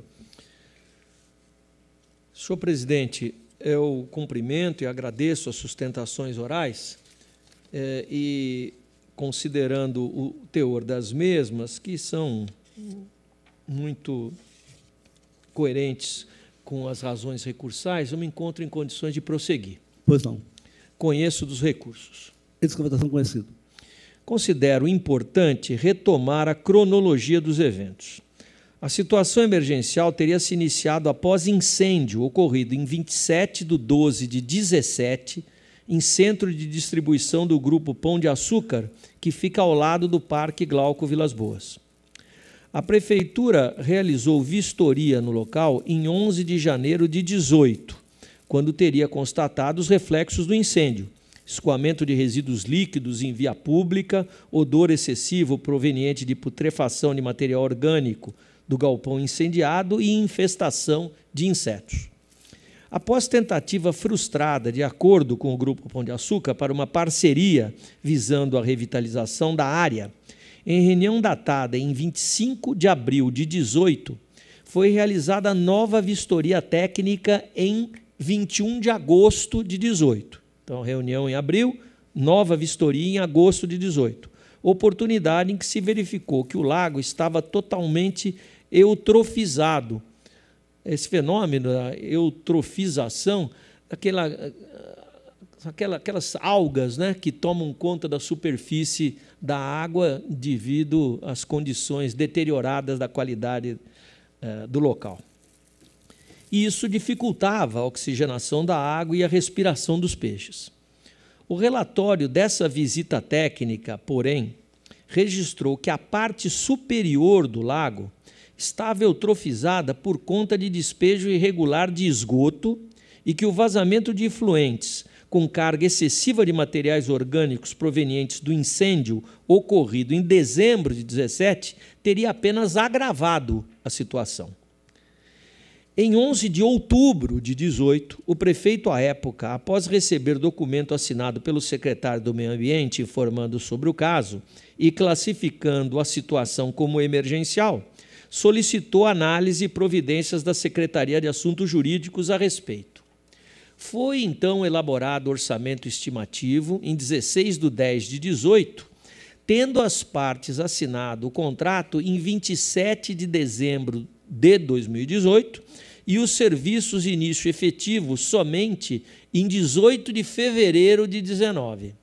Senhor presidente, eu cumprimento e agradeço as sustentações orais e, considerando o teor das mesmas, que são muito coerentes com as razões recursais, eu me encontro em condições de prosseguir. Pois não. Conheço dos recursos. Desconvotação conhecido. Considero importante retomar a cronologia dos eventos. A situação emergencial teria se iniciado após incêndio ocorrido em 27/12/17, em centro de distribuição do Grupo Pão de Açúcar, que fica ao lado do Parque Glauco Vilas Boas. A Prefeitura realizou vistoria no local em 11 de janeiro de 18, quando teria constatado os reflexos do incêndio, escoamento de resíduos líquidos em via pública, odor excessivo proveniente de putrefação de material orgânico do galpão incendiado e infestação de insetos. Após tentativa frustrada, de acordo com o Grupo Pão de Açúcar, para uma parceria visando a revitalização da área, em reunião datada em 25 de abril de 18, foi realizada nova vistoria técnica em 21 de agosto de 18. Então, reunião em abril, nova vistoria em agosto de 18. Oportunidade em que se verificou que o lago estava totalmente eutrofizado. Esse fenômeno da eutrofização, aquelas algas, né, que tomam conta da superfície da água devido às condições deterioradas da qualidade do local. E isso dificultava a oxigenação da água e a respiração dos peixes. O relatório dessa visita técnica, porém, registrou que a parte superior do lago estava eutrofizada por conta de despejo irregular de esgoto e que o vazamento de efluentes com carga excessiva de materiais orgânicos provenientes do incêndio ocorrido em dezembro de 17 teria apenas agravado a situação. Em 11 de outubro de 18, o prefeito, à época, após receber documento assinado pelo secretário do Meio Ambiente informando sobre o caso e classificando a situação como emergencial, solicitou análise e providências da Secretaria de Assuntos Jurídicos a respeito. Foi, então, elaborado orçamento estimativo em 16 de 10 de 18, tendo as partes assinado o contrato em 27 de dezembro de 2018 e os serviços de início efetivo somente em 18 de fevereiro de 19.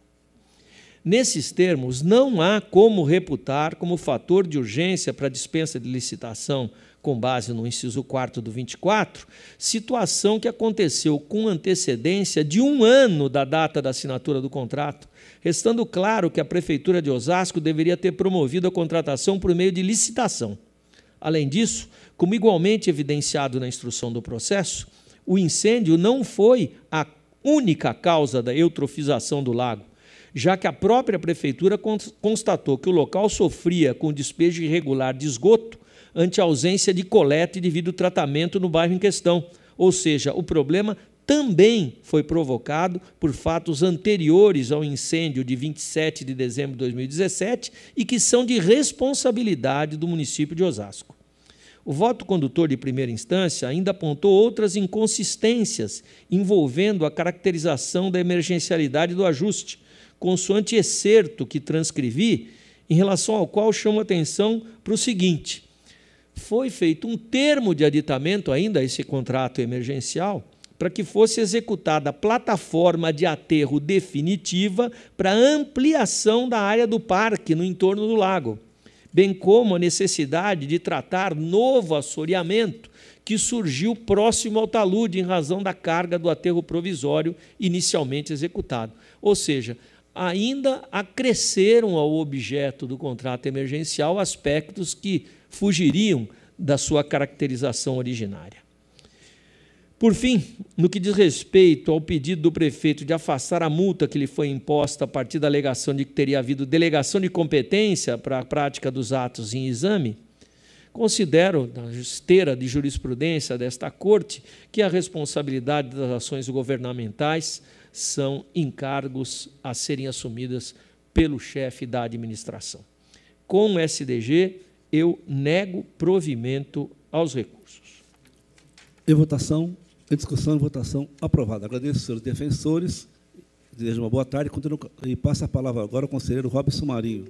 Nesses termos, não há como reputar como fator de urgência para a dispensa de licitação, com base no inciso 4º do 24, situação que aconteceu com antecedência de 1 ano da data da assinatura do contrato, restando claro que a Prefeitura de Osasco deveria ter promovido a contratação por meio de licitação. Além disso, como igualmente evidenciado na instrução do processo, o incêndio não foi a única causa da eutrofização do lago, já que a própria Prefeitura constatou que o local sofria com despejo irregular de esgoto ante a ausência de coleta e devido tratamento no bairro em questão, ou seja, o problema também foi provocado por fatos anteriores ao incêndio de 27 de dezembro de 2017 e que são de responsabilidade do município de Osasco. O voto condutor de primeira instância ainda apontou outras inconsistências envolvendo a caracterização da emergencialidade do ajuste, consoante excerto que transcrevi, em relação ao qual chamo atenção para o seguinte: foi feito um termo de aditamento ainda a esse contrato emergencial para que fosse executada a plataforma de aterro definitiva para ampliação da área do parque no entorno do lago, bem como a necessidade de tratar novo assoreamento que surgiu próximo ao talude em razão da carga do aterro provisório inicialmente executado. Ou seja, ainda acresceram ao objeto do contrato emergencial aspectos que fugiriam da sua caracterização originária. Por fim, no que diz respeito ao pedido do prefeito de afastar a multa que lhe foi imposta a partir da alegação de que teria havido delegação de competência para a prática dos atos em exame, considero, na esteira de jurisprudência desta Corte, que a responsabilidade das ações governamentais são encargos a serem assumidas pelo chefe da administração. Com o SDG, eu nego provimento aos recursos. Em votação, em discussão e votação, aprovado. Agradeço aos senhores defensores, desejo uma boa tarde e passo a palavra agora ao conselheiro Robson Marinho.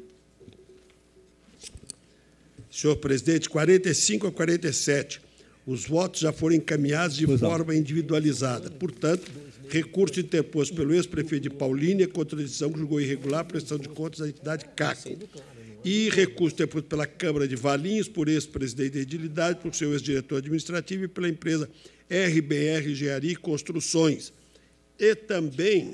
Senhor presidente, 45 a 47. Os votos já foram encaminhados de forma individualizada. Portanto, recurso interposto pelo ex-prefeito de Paulínia contra a decisão que julgou irregular a prestação de contas da entidade CAC. E recurso interposto pela Câmara de Valinhos, por ex-presidente da edilidade, por seu ex-diretor administrativo e pela empresa RBR Engenharia e Construções. E também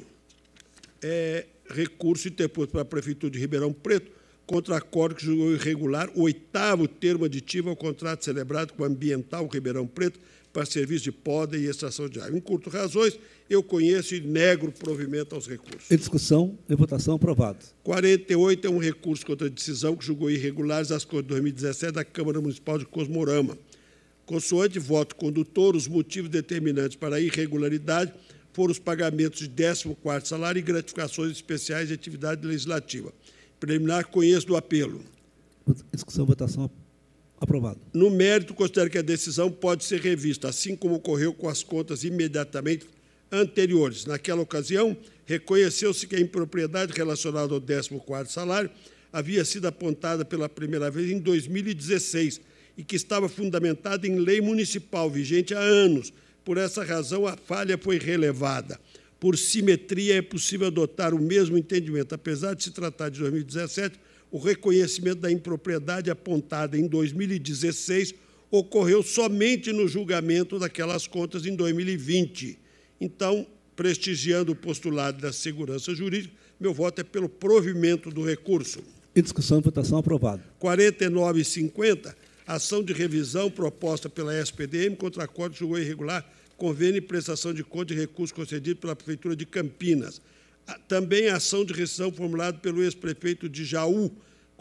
recurso interposto pela Prefeitura de Ribeirão Preto contra acordo que julgou irregular o 8º termo aditivo ao contrato celebrado com a Ambiental Ribeirão Preto para serviço de poda e extração de água. Em curto razões, eu conheço e nego o provimento aos recursos. Em discussão e votação, aprovado. 48 é um recurso contra a decisão que julgou irregulares as contas de 2017 da Câmara Municipal de Cosmorama. Consoante voto condutor, os motivos determinantes para a irregularidade foram os pagamentos de 14º salário e gratificações especiais de atividade legislativa. Preliminar, conheço do apelo. Discussão e votação, aprovado. No mérito, considero que a decisão pode ser revista, assim como ocorreu com as contas imediatamente anteriores. Naquela ocasião, reconheceu-se que a impropriedade relacionada ao 14º salário havia sido apontada pela primeira vez em 2016 e que estava fundamentada em lei municipal vigente há anos. Por essa razão, a falha foi relevada. Por simetria, é possível adotar o mesmo entendimento. Apesar de se tratar de 2017, o reconhecimento da impropriedade apontada em 2016 ocorreu somente no julgamento daquelas contas em 2020. Então, prestigiando o postulado da segurança jurídica, meu voto é pelo provimento do recurso. Em discussão e votação, aprovado. 49 e 50, ação de revisão proposta pela SPDM contra acordo que julgou irregular convênio e prestação de conta de recurso concedido pela Prefeitura de Campinas. Também a ação de rescisão formulada pelo ex-prefeito de Jaú,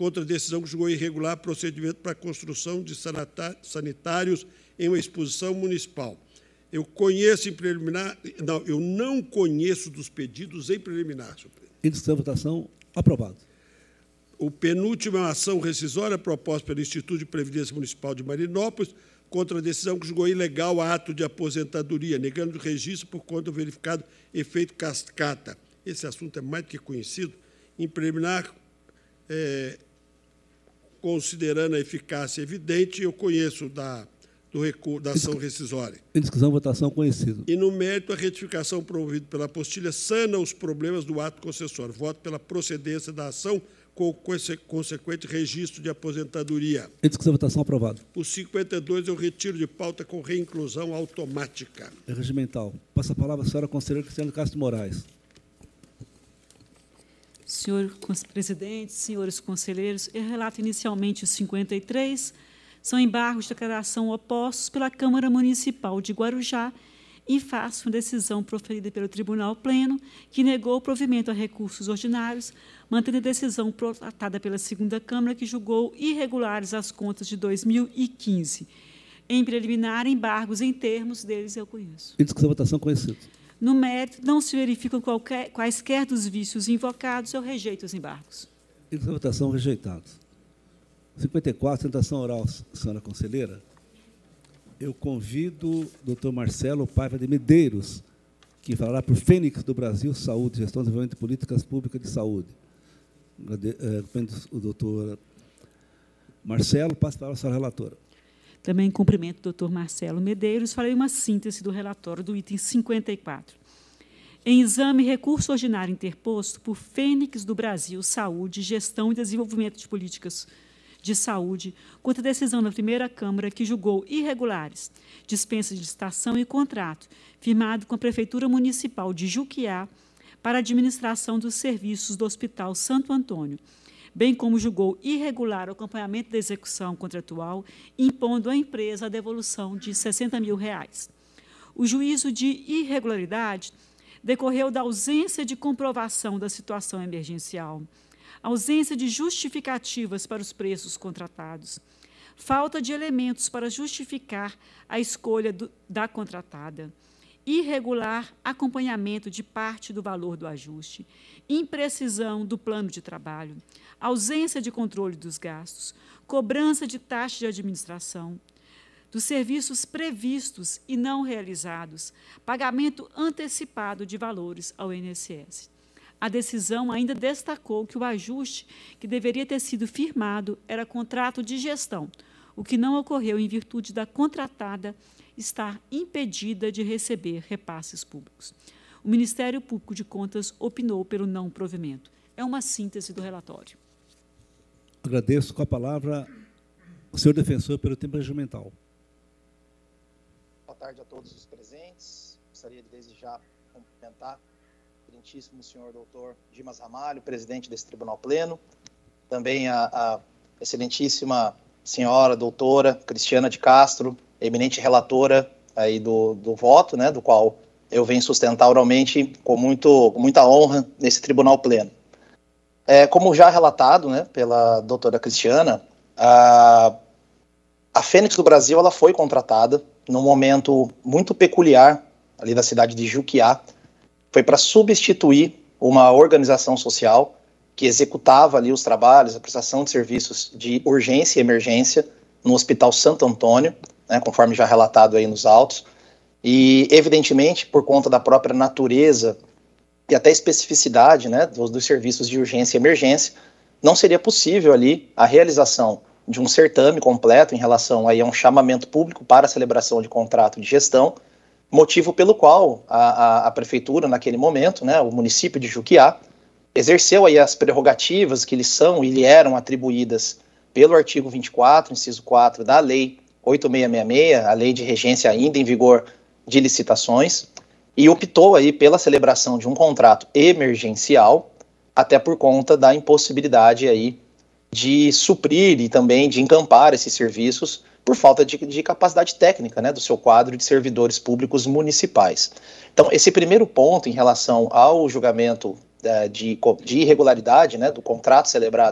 contra a decisão que julgou irregular procedimento para a construção de sanitários em uma exposição municipal. Eu conheço em preliminar... Não, eu não conheço dos pedidos em preliminar, senhor presidente. Índice da votação, aprovado. O penúltimo é uma ação rescisória proposta pelo Instituto de Previdência Municipal de Marinópolis contra a decisão que julgou ilegal ato de aposentadoria, negando o registro por conta do verificado efeito cascata. Esse assunto é mais do que conhecido. Em preliminar, considerando a eficácia evidente, eu conheço da ação rescisória. Em discussão, votação, conhecido. E, no mérito, a retificação promovida pela apostilha sana os problemas do ato concessório. Voto pela procedência da ação com o consequente registro de aposentadoria. Em discussão, votação, aprovado. O 52 eu retiro de pauta com reinclusão automática. É regimental. Passa a palavra à senhora conselheira Cristiano Castro Moraes. Senhor presidente, senhores conselheiros, eu relato inicialmente os 53, são embargos de declaração opostos pela Câmara Municipal de Guarujá e faço uma decisão proferida pelo Tribunal Pleno, que negou o provimento a recursos ordinários, mantendo a decisão protratada pela segunda Câmara, que julgou irregulares as contas de 2015. Em preliminar, embargos em termos deles eu conheço. Em discussão, votação, conhecido. No mérito, não se verificam quaisquer dos vícios invocados, eu rejeito os embargos. Em discussão, votação, rejeitados. 54, sustentação oral, senhora conselheira. Eu convido o doutor Marcelo Paiva de Medeiros, que falará por Fênix do Brasil, Saúde, Gestão, Desenvolvimento e Políticas Públicas de Saúde. O doutor Marcelo, passo para a senhora relatora. Também cumprimento o doutor Marcelo Medeiros, farei uma síntese do relatório do item 54. Em exame, recurso ordinário interposto por Fênix do Brasil, Saúde, Gestão e Desenvolvimento de Políticas de Saúde, contra a decisão da primeira Câmara que julgou irregulares dispensa de licitação e contrato firmado com a Prefeitura Municipal de Juquiá para a administração dos serviços do Hospital Santo Antônio, bem como julgou irregular o acompanhamento da execução contratual, impondo à empresa a devolução de R$ 60 mil. O juízo de irregularidade decorreu da ausência de comprovação da situação emergencial, ausência de justificativas para os preços contratados, falta de elementos para justificar a escolha da contratada, irregular acompanhamento de parte do valor do ajuste, imprecisão do plano de trabalho, ausência de controle dos gastos, cobrança de taxa de administração, dos serviços previstos e não realizados, pagamento antecipado de valores ao INSS. A decisão ainda destacou que o ajuste que deveria ter sido firmado era contrato de gestão, o que não ocorreu em virtude da contratada estar impedida de receber repasses públicos. O Ministério Público de Contas opinou pelo não provimento. É uma síntese do relatório. Agradeço. Com a palavra o senhor defensor pelo tempo regimental. Boa tarde a todos os presentes. Gostaria de, desde já, cumprimentar o excelentíssimo senhor doutor Dimas Ramalho, presidente desse Tribunal Pleno, também a excelentíssima senhora doutora Cristiana de Castro, eminente relatora aí do voto, né, do qual eu venho sustentar oralmente com muita honra nesse Tribunal Pleno. Como já relatado, né, pela doutora Cristiana, a Fênix do Brasil ela foi contratada num momento muito peculiar ali da cidade de Juquiá. Foi para substituir uma organização social que executava ali os trabalhos, a prestação de serviços de urgência e emergência no Hospital Santo Antônio, né, conforme já relatado aí nos autos, e evidentemente por conta da própria natureza e até especificidade, né, dos serviços de urgência e emergência, não seria possível ali a realização de um certame completo em relação aí a um chamamento público para a celebração de contrato de gestão, motivo pelo qual a prefeitura, naquele momento, né, o município de Juquiá, exerceu aí as prerrogativas que lhe são e lhe eram atribuídas pelo artigo 24, inciso 4 da Lei 8666, a lei de regência ainda em vigor de licitações, e optou aí pela celebração de um contrato emergencial, até por conta da impossibilidade aí de suprir e também de encampar esses serviços por falta de capacidade técnica, né, do seu quadro de servidores públicos municipais. Então, esse primeiro ponto em relação ao julgamento de irregularidade, né, do contrato celebrado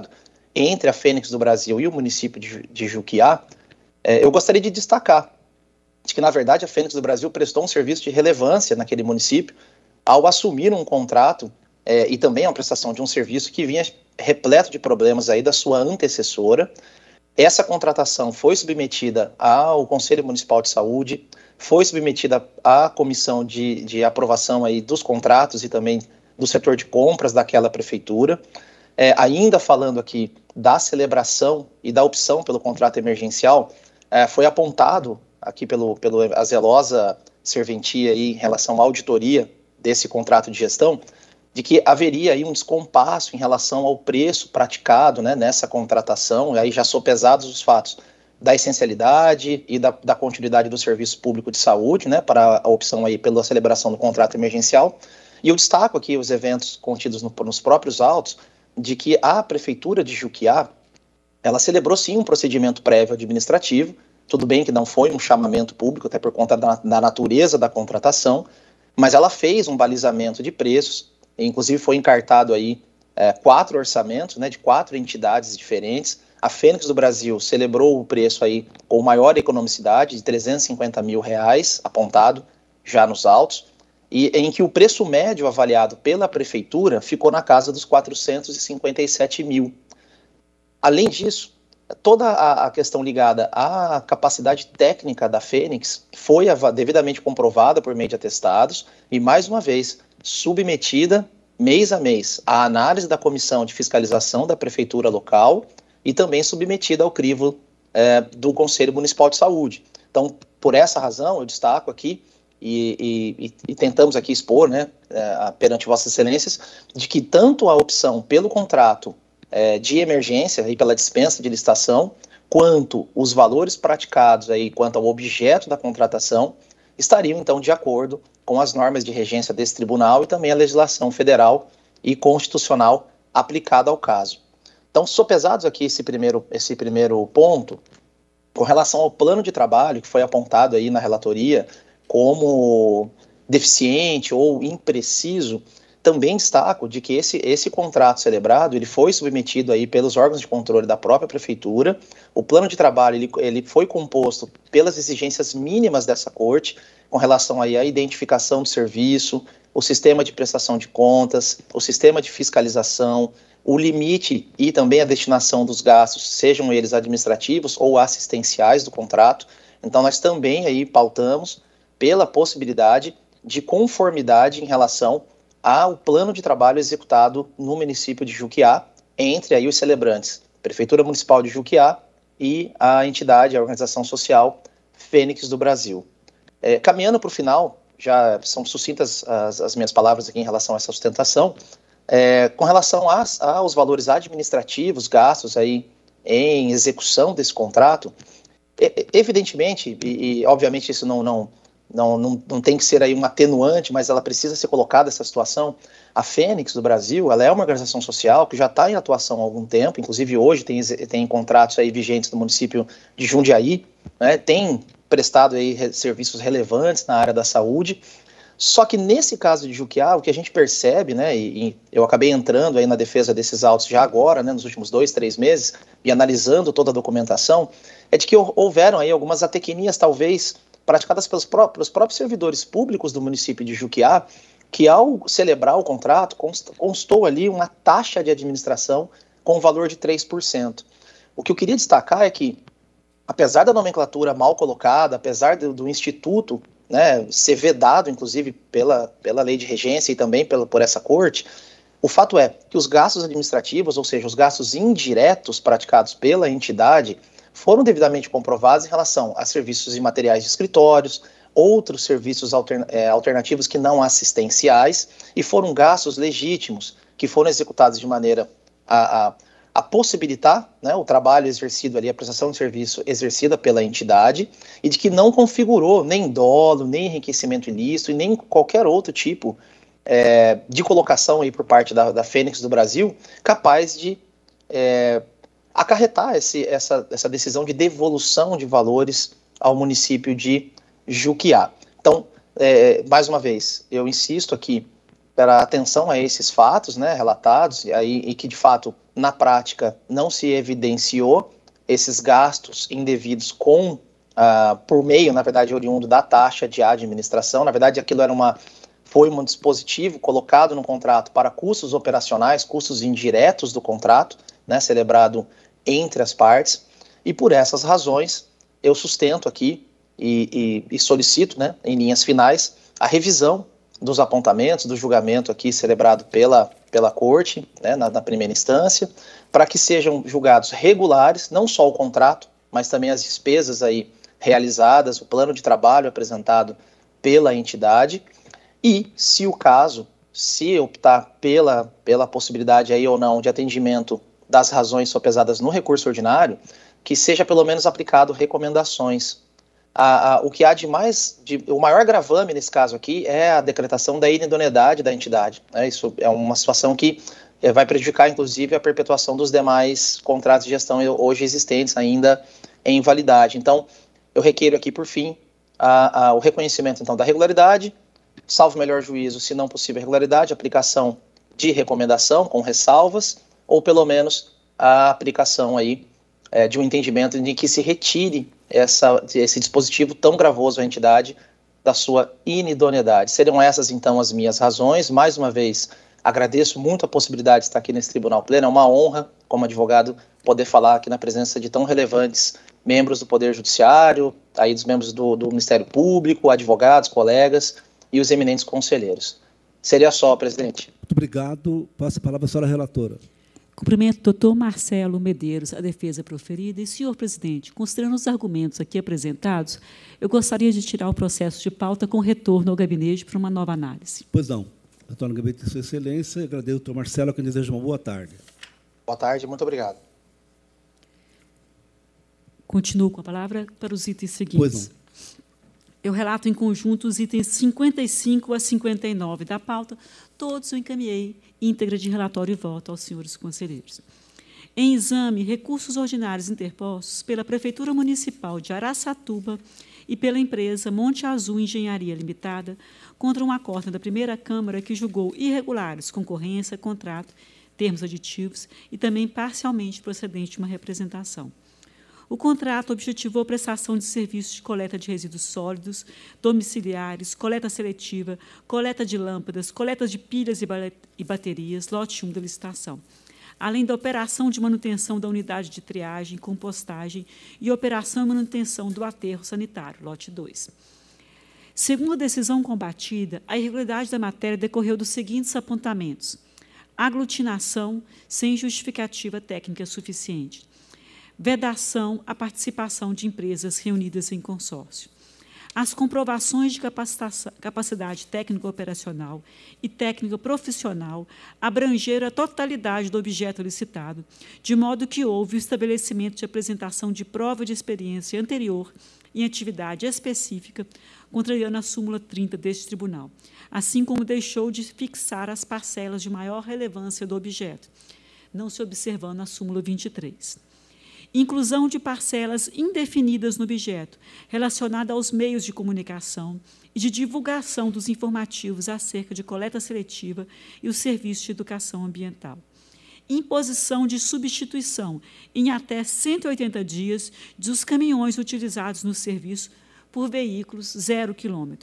entre a Fênix do Brasil e o município de Juquiá, eu gostaria de destacar de que, na verdade, a Fênix do Brasil prestou um serviço de relevância naquele município ao assumir um contrato e também a prestação de um serviço que vinha repleto de problemas aí da sua antecessora. Essa contratação foi submetida ao Conselho Municipal de Saúde, foi submetida à comissão de aprovação aí dos contratos e também do setor de compras daquela prefeitura. Ainda falando aqui da celebração e da opção pelo contrato emergencial, foi apontado aqui pela zelosa serventia aí, em relação à auditoria desse contrato de gestão, de que haveria aí um descompasso em relação ao preço praticado, né, nessa contratação, e aí já sopesados os fatos da essencialidade e da continuidade do serviço público de saúde, né, para a opção aí pela celebração do contrato emergencial. E eu destaco aqui os eventos contidos nos próprios autos, de que a Prefeitura de Juquiá, ela celebrou sim um procedimento prévio administrativo, tudo bem que não foi um chamamento público, até por conta da natureza da contratação, mas ela fez um balizamento de preços, inclusive foi encartado aí 4 orçamentos, né, de 4 entidades diferentes. A Fênix do Brasil celebrou o preço aí com maior economicidade, de R$350 mil apontado já nos autos, e em que o preço médio avaliado pela Prefeitura ficou na casa dos R$457 mil. Além disso, toda a questão ligada à capacidade técnica da Fênix foi devidamente comprovada por meio de atestados e, mais uma vez, submetida mês a mês à análise da Comissão de Fiscalização da Prefeitura local e também submetida ao crivo do Conselho Municipal de Saúde. Então, por essa razão, eu destaco aqui e tentamos aqui expor, né, perante Vossas Excelências, de que tanto a opção pelo contrato de emergência e pela dispensa de licitação, quanto os valores praticados aí, quanto ao objeto da contratação, estariam então de acordo com as normas de regência desse tribunal e também a legislação federal e constitucional aplicada ao caso. Então, sopesados aqui esse primeiro ponto, com relação ao plano de trabalho que foi apontado aí na relatoria como deficiente ou impreciso, também destaco de que esse contrato celebrado ele foi submetido aí pelos órgãos de controle da própria prefeitura. O plano de trabalho ele foi composto pelas exigências mínimas dessa corte com relação aí à identificação do serviço, o sistema de prestação de contas, o sistema de fiscalização, o limite e também a destinação dos gastos, sejam eles administrativos ou assistenciais do contrato. Então nós também aí pautamos pela possibilidade de conformidade em relação ao plano de trabalho executado no município de Juquiá, entre aí os celebrantes, Prefeitura Municipal de Juquiá e a entidade, a organização social Fênix do Brasil. Caminhando para o final, já são sucintas as minhas palavras aqui em relação a essa sustentação, com relação aos valores administrativos gastos aí em execução desse contrato, evidentemente, e obviamente isso não tem que ser aí um atenuante, mas ela precisa ser colocada essa situação. A Fênix do Brasil, ela é uma organização social que já está em atuação há algum tempo, inclusive hoje tem contratos aí vigentes no município de Jundiaí, né, tem prestado aí serviços relevantes na área da saúde. Só que nesse caso de Juquiá, o que a gente percebe, né, e eu acabei entrando aí na defesa desses autos já agora, né, nos últimos 2-3 meses, e analisando toda a documentação, é de que houveram aí algumas atecnias, talvez, praticadas pelos próprios servidores públicos do município de Juquiá, que ao celebrar o contrato, constou ali uma taxa de administração com valor de 3%. O que eu queria destacar é que, apesar da nomenclatura mal colocada, apesar do instituto, né, ser vedado, inclusive, pela lei de regência e também por essa corte, o fato é que os gastos administrativos, ou seja, os gastos indiretos praticados pela entidade, foram devidamente comprovados em relação a serviços e materiais de escritórios, outros serviços alternativos que não assistenciais, e foram gastos legítimos que foram executados de maneira a possibilitar, né, o trabalho exercido ali, a prestação de serviço exercida pela entidade, e de que não configurou nem dolo, nem enriquecimento ilícito e nem qualquer outro tipo de colocação aí por parte da Fênix do Brasil capaz de acarretar essa decisão de devolução de valores ao município de Juquiá. Então, mais uma vez, eu insisto aqui atenção a esses fatos, né, relatados, e que, de fato, na prática, não se evidenciou esses gastos indevidos por meio, na verdade, oriundo da taxa de administração. Na verdade, aquilo foi um dispositivo colocado no contrato para custos operacionais, custos indiretos do contrato, né, celebrado entre as partes, e por essas razões eu sustento aqui e solicito, né, em linhas finais, a revisão dos apontamentos, do julgamento aqui celebrado pela Corte, né, na primeira instância, para que sejam julgados regulares, não só o contrato, mas também as despesas aí realizadas, o plano de trabalho apresentado pela entidade, e, se o caso, se optar pela possibilidade aí ou não de atendimento das razões sopesadas no recurso ordinário, que seja pelo menos aplicado recomendações. O que há o maior gravame nesse caso aqui é a decretação da inidoneidade da entidade. Né? Isso é uma situação que vai prejudicar, inclusive, a perpetuação dos demais contratos de gestão hoje existentes ainda em validade. Então, eu requeiro aqui, por fim, o reconhecimento, então, da regularidade, salvo melhor juízo, se não possível irregularidade, aplicação de recomendação com ressalvas, ou pelo menos a aplicação aí de um entendimento de que se retire esse dispositivo tão gravoso à entidade da sua inidoneidade. Seriam essas, então, as minhas razões. Mais uma vez, agradeço muito a possibilidade de estar aqui nesse Tribunal Pleno. É uma honra, como advogado, poder falar aqui na presença de tão relevantes membros do Poder Judiciário, aí dos membros do Ministério Público, advogados, colegas e os eminentes conselheiros. Seria só, presidente. Muito obrigado. Passo a palavra à senhora relatora. Cumprimento o doutor Marcelo Medeiros, a defesa proferida. E, senhor presidente, considerando os argumentos aqui apresentados, eu gostaria de tirar o processo de pauta com retorno ao gabinete para uma nova análise. Pois não. Retorno ao gabinete de Sua Excelência. Agradeço ao doutor Marcelo, a quem desejo uma boa tarde. Boa tarde, muito obrigado. Continuo com a palavra para os itens seguintes. Pois não. Eu relato em conjunto os itens 55 a 59 da pauta, todos eu encaminhei íntegra de relatório e voto aos senhores conselheiros. Em exame, recursos ordinários interpostos pela Prefeitura Municipal de Araçatuba e pela empresa Monte Azul Engenharia Limitada contra um acordo da primeira Câmara que julgou irregulares concorrência, contrato, termos aditivos e também parcialmente procedente de uma representação. O contrato objetivou a prestação de serviços de coleta de resíduos sólidos, domiciliares, coleta seletiva, coleta de lâmpadas, coleta de pilhas e baterias, lote 1 da licitação, além da operação de manutenção da unidade de triagem, compostagem e operação e manutenção do aterro sanitário, lote 2. Segundo a decisão combatida, a irregularidade da matéria decorreu dos seguintes apontamentos: aglutinação sem justificativa técnica suficiente, vedação à participação de empresas reunidas em consórcio. As comprovações de capacidade técnico-operacional e técnico-profissional abrangeram a totalidade do objeto licitado, de modo que houve o estabelecimento de apresentação de prova de experiência anterior em atividade específica, contrariando a súmula 30 deste tribunal, assim como deixou de fixar as parcelas de maior relevância do objeto, não se observando a súmula 23. Inclusão de parcelas indefinidas no objeto, relacionada aos meios de comunicação e de divulgação dos informativos acerca de coleta seletiva e os serviços de educação ambiental. Imposição de substituição em até 180 dias dos caminhões utilizados no serviço por veículos 0 km.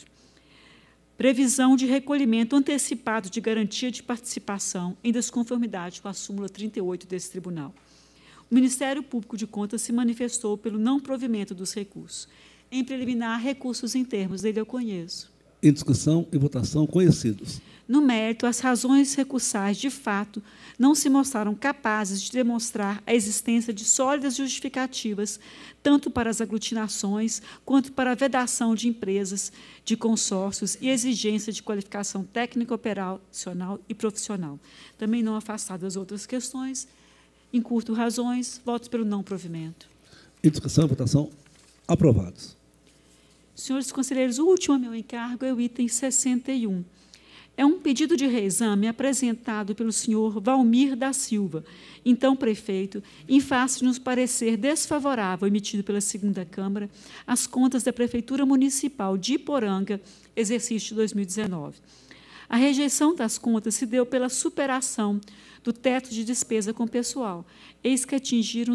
Previsão de recolhimento antecipado de garantia de participação em desconformidade com a súmula 38 desse tribunal. O Ministério Público de Contas se manifestou pelo não provimento dos recursos. Em preliminar, recursos em termos dele eu conheço. Em discussão e votação, conhecidos. No mérito, as razões recursais, de fato, não se mostraram capazes de demonstrar a existência de sólidas justificativas, tanto para as aglutinações, quanto para a vedação de empresas, de consórcios e exigência de qualificação técnica, operacional e profissional. Também não afastadas outras questões, encurto razões, votos pelo não provimento. Em discussão e votação, aprovados. Senhores conselheiros, o último a meu encargo é o item 61. É um pedido de reexame apresentado pelo senhor Valmir da Silva, então prefeito, em face de nos parecer desfavorável emitido pela segunda Câmara às contas da Prefeitura Municipal de Iporanga, exercício de 2019. A rejeição das contas se deu pela superação do teto de despesa com pessoal, eis que atingiram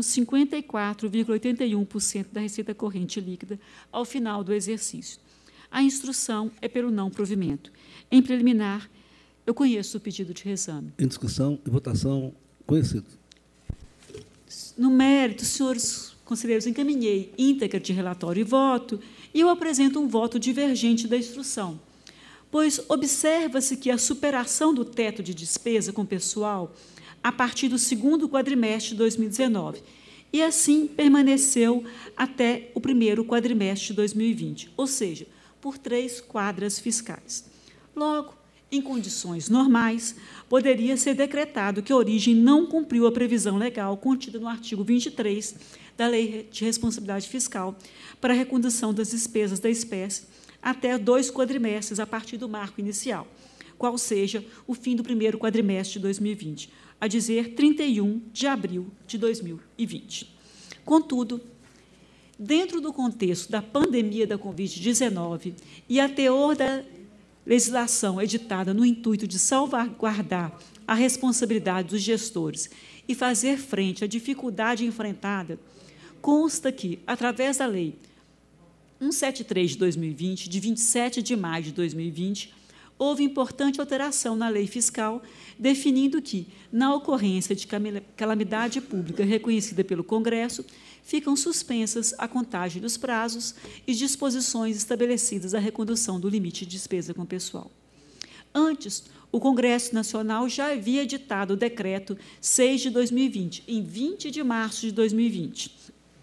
54,81% da receita corrente líquida ao final do exercício. A instrução é pelo não provimento. Em preliminar, eu conheço o pedido de reexame. Em discussão e votação, conhecido. No mérito, senhores conselheiros, encaminhei íntegra de relatório e voto, e eu apresento um voto divergente da instrução, pois observa-se que a superação do teto de despesa com pessoal a partir do segundo quadrimestre de 2019, e assim permaneceu até o primeiro quadrimestre de 2020, ou seja, por 3 quadras fiscais. Logo, em condições normais, poderia ser decretado que a origem não cumpriu a previsão legal contida no artigo 23 da Lei de Responsabilidade Fiscal para a recondução das despesas da espécie até 2 quadrimestres a partir do marco inicial, qual seja o fim do primeiro quadrimestre de 2020, a dizer, 31 de abril de 2020. Contudo, dentro do contexto da pandemia da Covid-19 e a teor da legislação editada no intuito de salvaguardar a responsabilidade dos gestores e fazer frente à dificuldade enfrentada, consta que, através da Lei 173 de 2020, de 27 de maio de 2020, houve importante alteração na lei fiscal, definindo que, na ocorrência de calamidade pública reconhecida pelo Congresso, ficam suspensas a contagem dos prazos e disposições estabelecidas à recondução do limite de despesa com pessoal. Antes, o Congresso Nacional já havia editado o Decreto 6 de 2020, em 20 de março de 2020,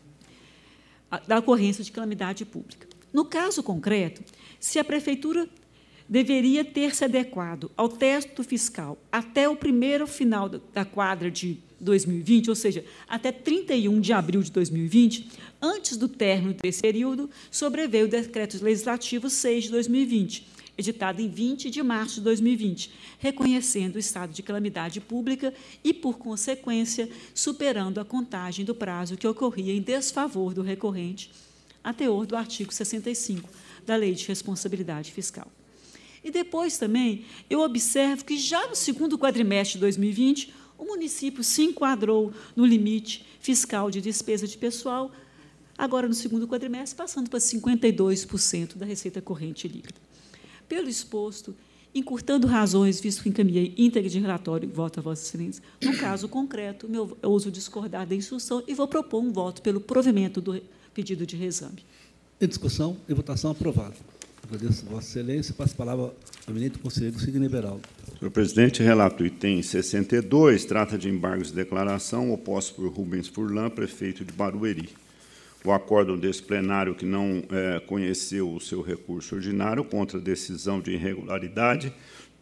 da ocorrência de calamidade pública. No caso concreto, se a Prefeitura deveria ter se adequado ao teto fiscal até o primeiro final da quadra de 2020, ou seja, até 31 de abril de 2020, antes do término desse período, sobreveio o Decreto Legislativo 6 de 2020, editado em 20 de março de 2020, reconhecendo o estado de calamidade pública e, por consequência, superando a contagem do prazo que ocorria em desfavor do recorrente, a teor do artigo 65 da Lei de Responsabilidade Fiscal. E depois também eu observo que já no segundo quadrimestre de 2020, o município se enquadrou no limite fiscal de despesa de pessoal, agora no segundo quadrimestre, passando para 52% da receita corrente líquida. Pelo exposto, encurtando razões, visto que encaminhei íntegra de relatório e voto a Vossa Excelência, no caso concreto, eu ouso discordar da instrução e vou propor um voto pelo provimento do pedido de reexame. Em discussão e votação, aprovado. Agradeço a Vossa Excelência. Passo a palavra ao eminente conselheiro Sidney Beraldo. Senhor presidente, relato item 62, trata de embargos de declaração oposto por Rubens Furlan, prefeito de Barueri. O acórdão desse plenário que não conheceu o seu recurso ordinário contra a decisão de irregularidade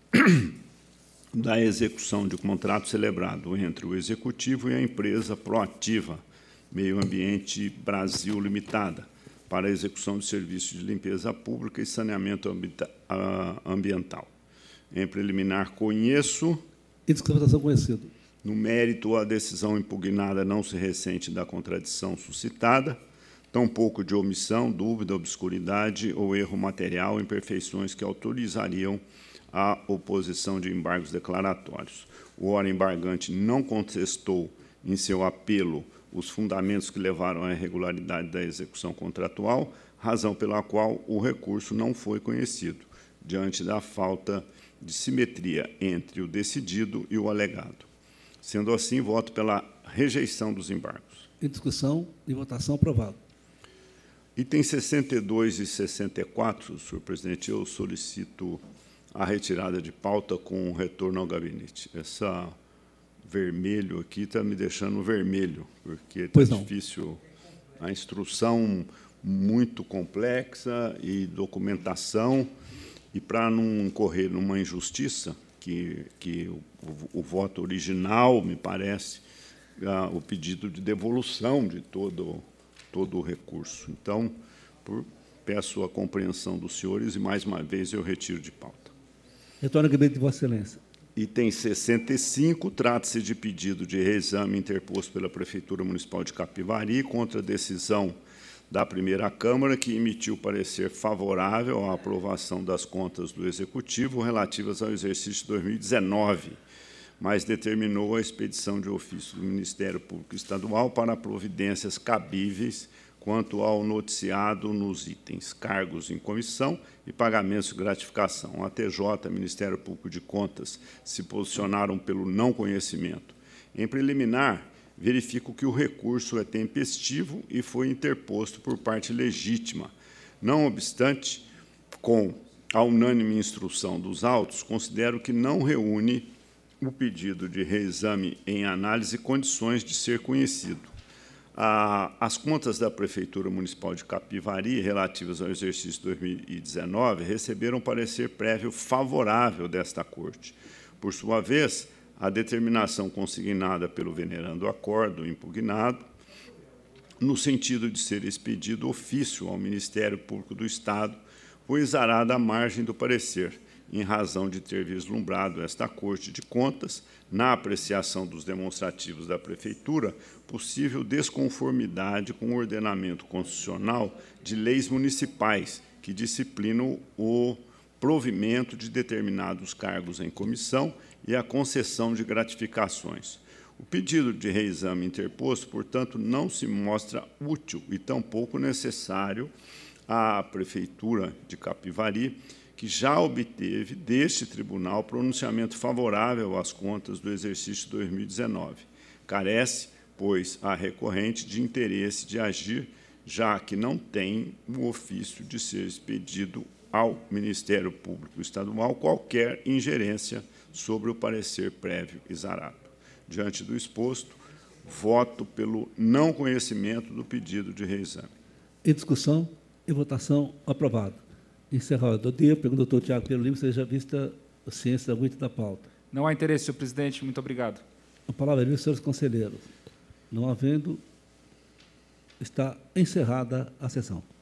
da execução de contrato celebrado entre o Executivo e a empresa Proativa Meio Ambiente Brasil Limitada, para a execução de serviços de limpeza pública e saneamento ambiental. Em preliminar, conheço. Em discussão, conhecido. No mérito, a decisão impugnada não se ressente da contradição suscitada, tampouco de omissão, dúvida, obscuridade ou erro material, imperfeições que autorizariam a oposição de embargos declaratórios. O ora embargante não contestou em seu apelo os fundamentos que levaram à irregularidade da execução contratual, razão pela qual o recurso não foi conhecido, diante da falta de simetria entre o decidido e o alegado. Sendo assim, voto pela rejeição dos embargos. Em discussão e votação, aprovado. Item 62 e 64, senhor presidente, eu solicito a retirada de pauta com retorno ao gabinete. Essa vermelho aqui está me deixando vermelho, porque está difícil. A instrução muito complexa e documentação, e para não incorrer numa injustiça, que o voto original, me parece, o pedido de devolução de todo o recurso. Então, peço a compreensão dos senhores e, mais uma vez, eu retiro de pauta. Retorno ao gabinete de Vossa Excelência. Item 65, trata-se de pedido de reexame interposto pela Prefeitura Municipal de Capivari contra a decisão da primeira Câmara, que emitiu parecer favorável à aprovação das contas do Executivo relativas ao exercício 2019, mas determinou a expedição de ofício do Ministério Público Estadual para providências cabíveis quanto ao noticiado nos itens cargos em comissão e pagamentos de gratificação. A TJ, Ministério Público de Contas, se posicionaram pelo não conhecimento. Em preliminar, verifico que o recurso é tempestivo e foi interposto por parte legítima. Não obstante, com a unânime instrução dos autos, considero que não reúne o pedido de reexame em análise condições de ser conhecido. As contas da Prefeitura Municipal de Capivari, relativas ao exercício 2019, receberam parecer prévio favorável desta Corte. Por sua vez, a determinação consignada pelo venerando acordo impugnado, no sentido de ser expedido ofício ao Ministério Público do Estado, foi exarada à margem do parecer, em razão de ter vislumbrado esta Corte de Contas, na apreciação dos demonstrativos da Prefeitura, possível desconformidade com o ordenamento constitucional de leis municipais que disciplinam o provimento de determinados cargos em comissão e a concessão de gratificações. O pedido de reexame interposto, portanto, não se mostra útil e tampouco necessário à Prefeitura de Capivari, que já obteve deste tribunal pronunciamento favorável às contas do exercício 2019. Carece, pois, a recorrente de interesse de agir, já que não tem o ofício de ser expedido ao Ministério Público Estadual qualquer ingerência sobre o parecer prévio exarado. Diante do exposto, voto pelo não conhecimento do pedido de reexame. Em discussão e votação, aprovado. Encerrado o dia, pergunta ao doutor Tiago Pinheiro Lima, seja vista a ciência da da pauta. Não há interesse, senhor presidente. Muito obrigado. A palavra é dos senhores conselheiros. Não havendo, está encerrada a sessão.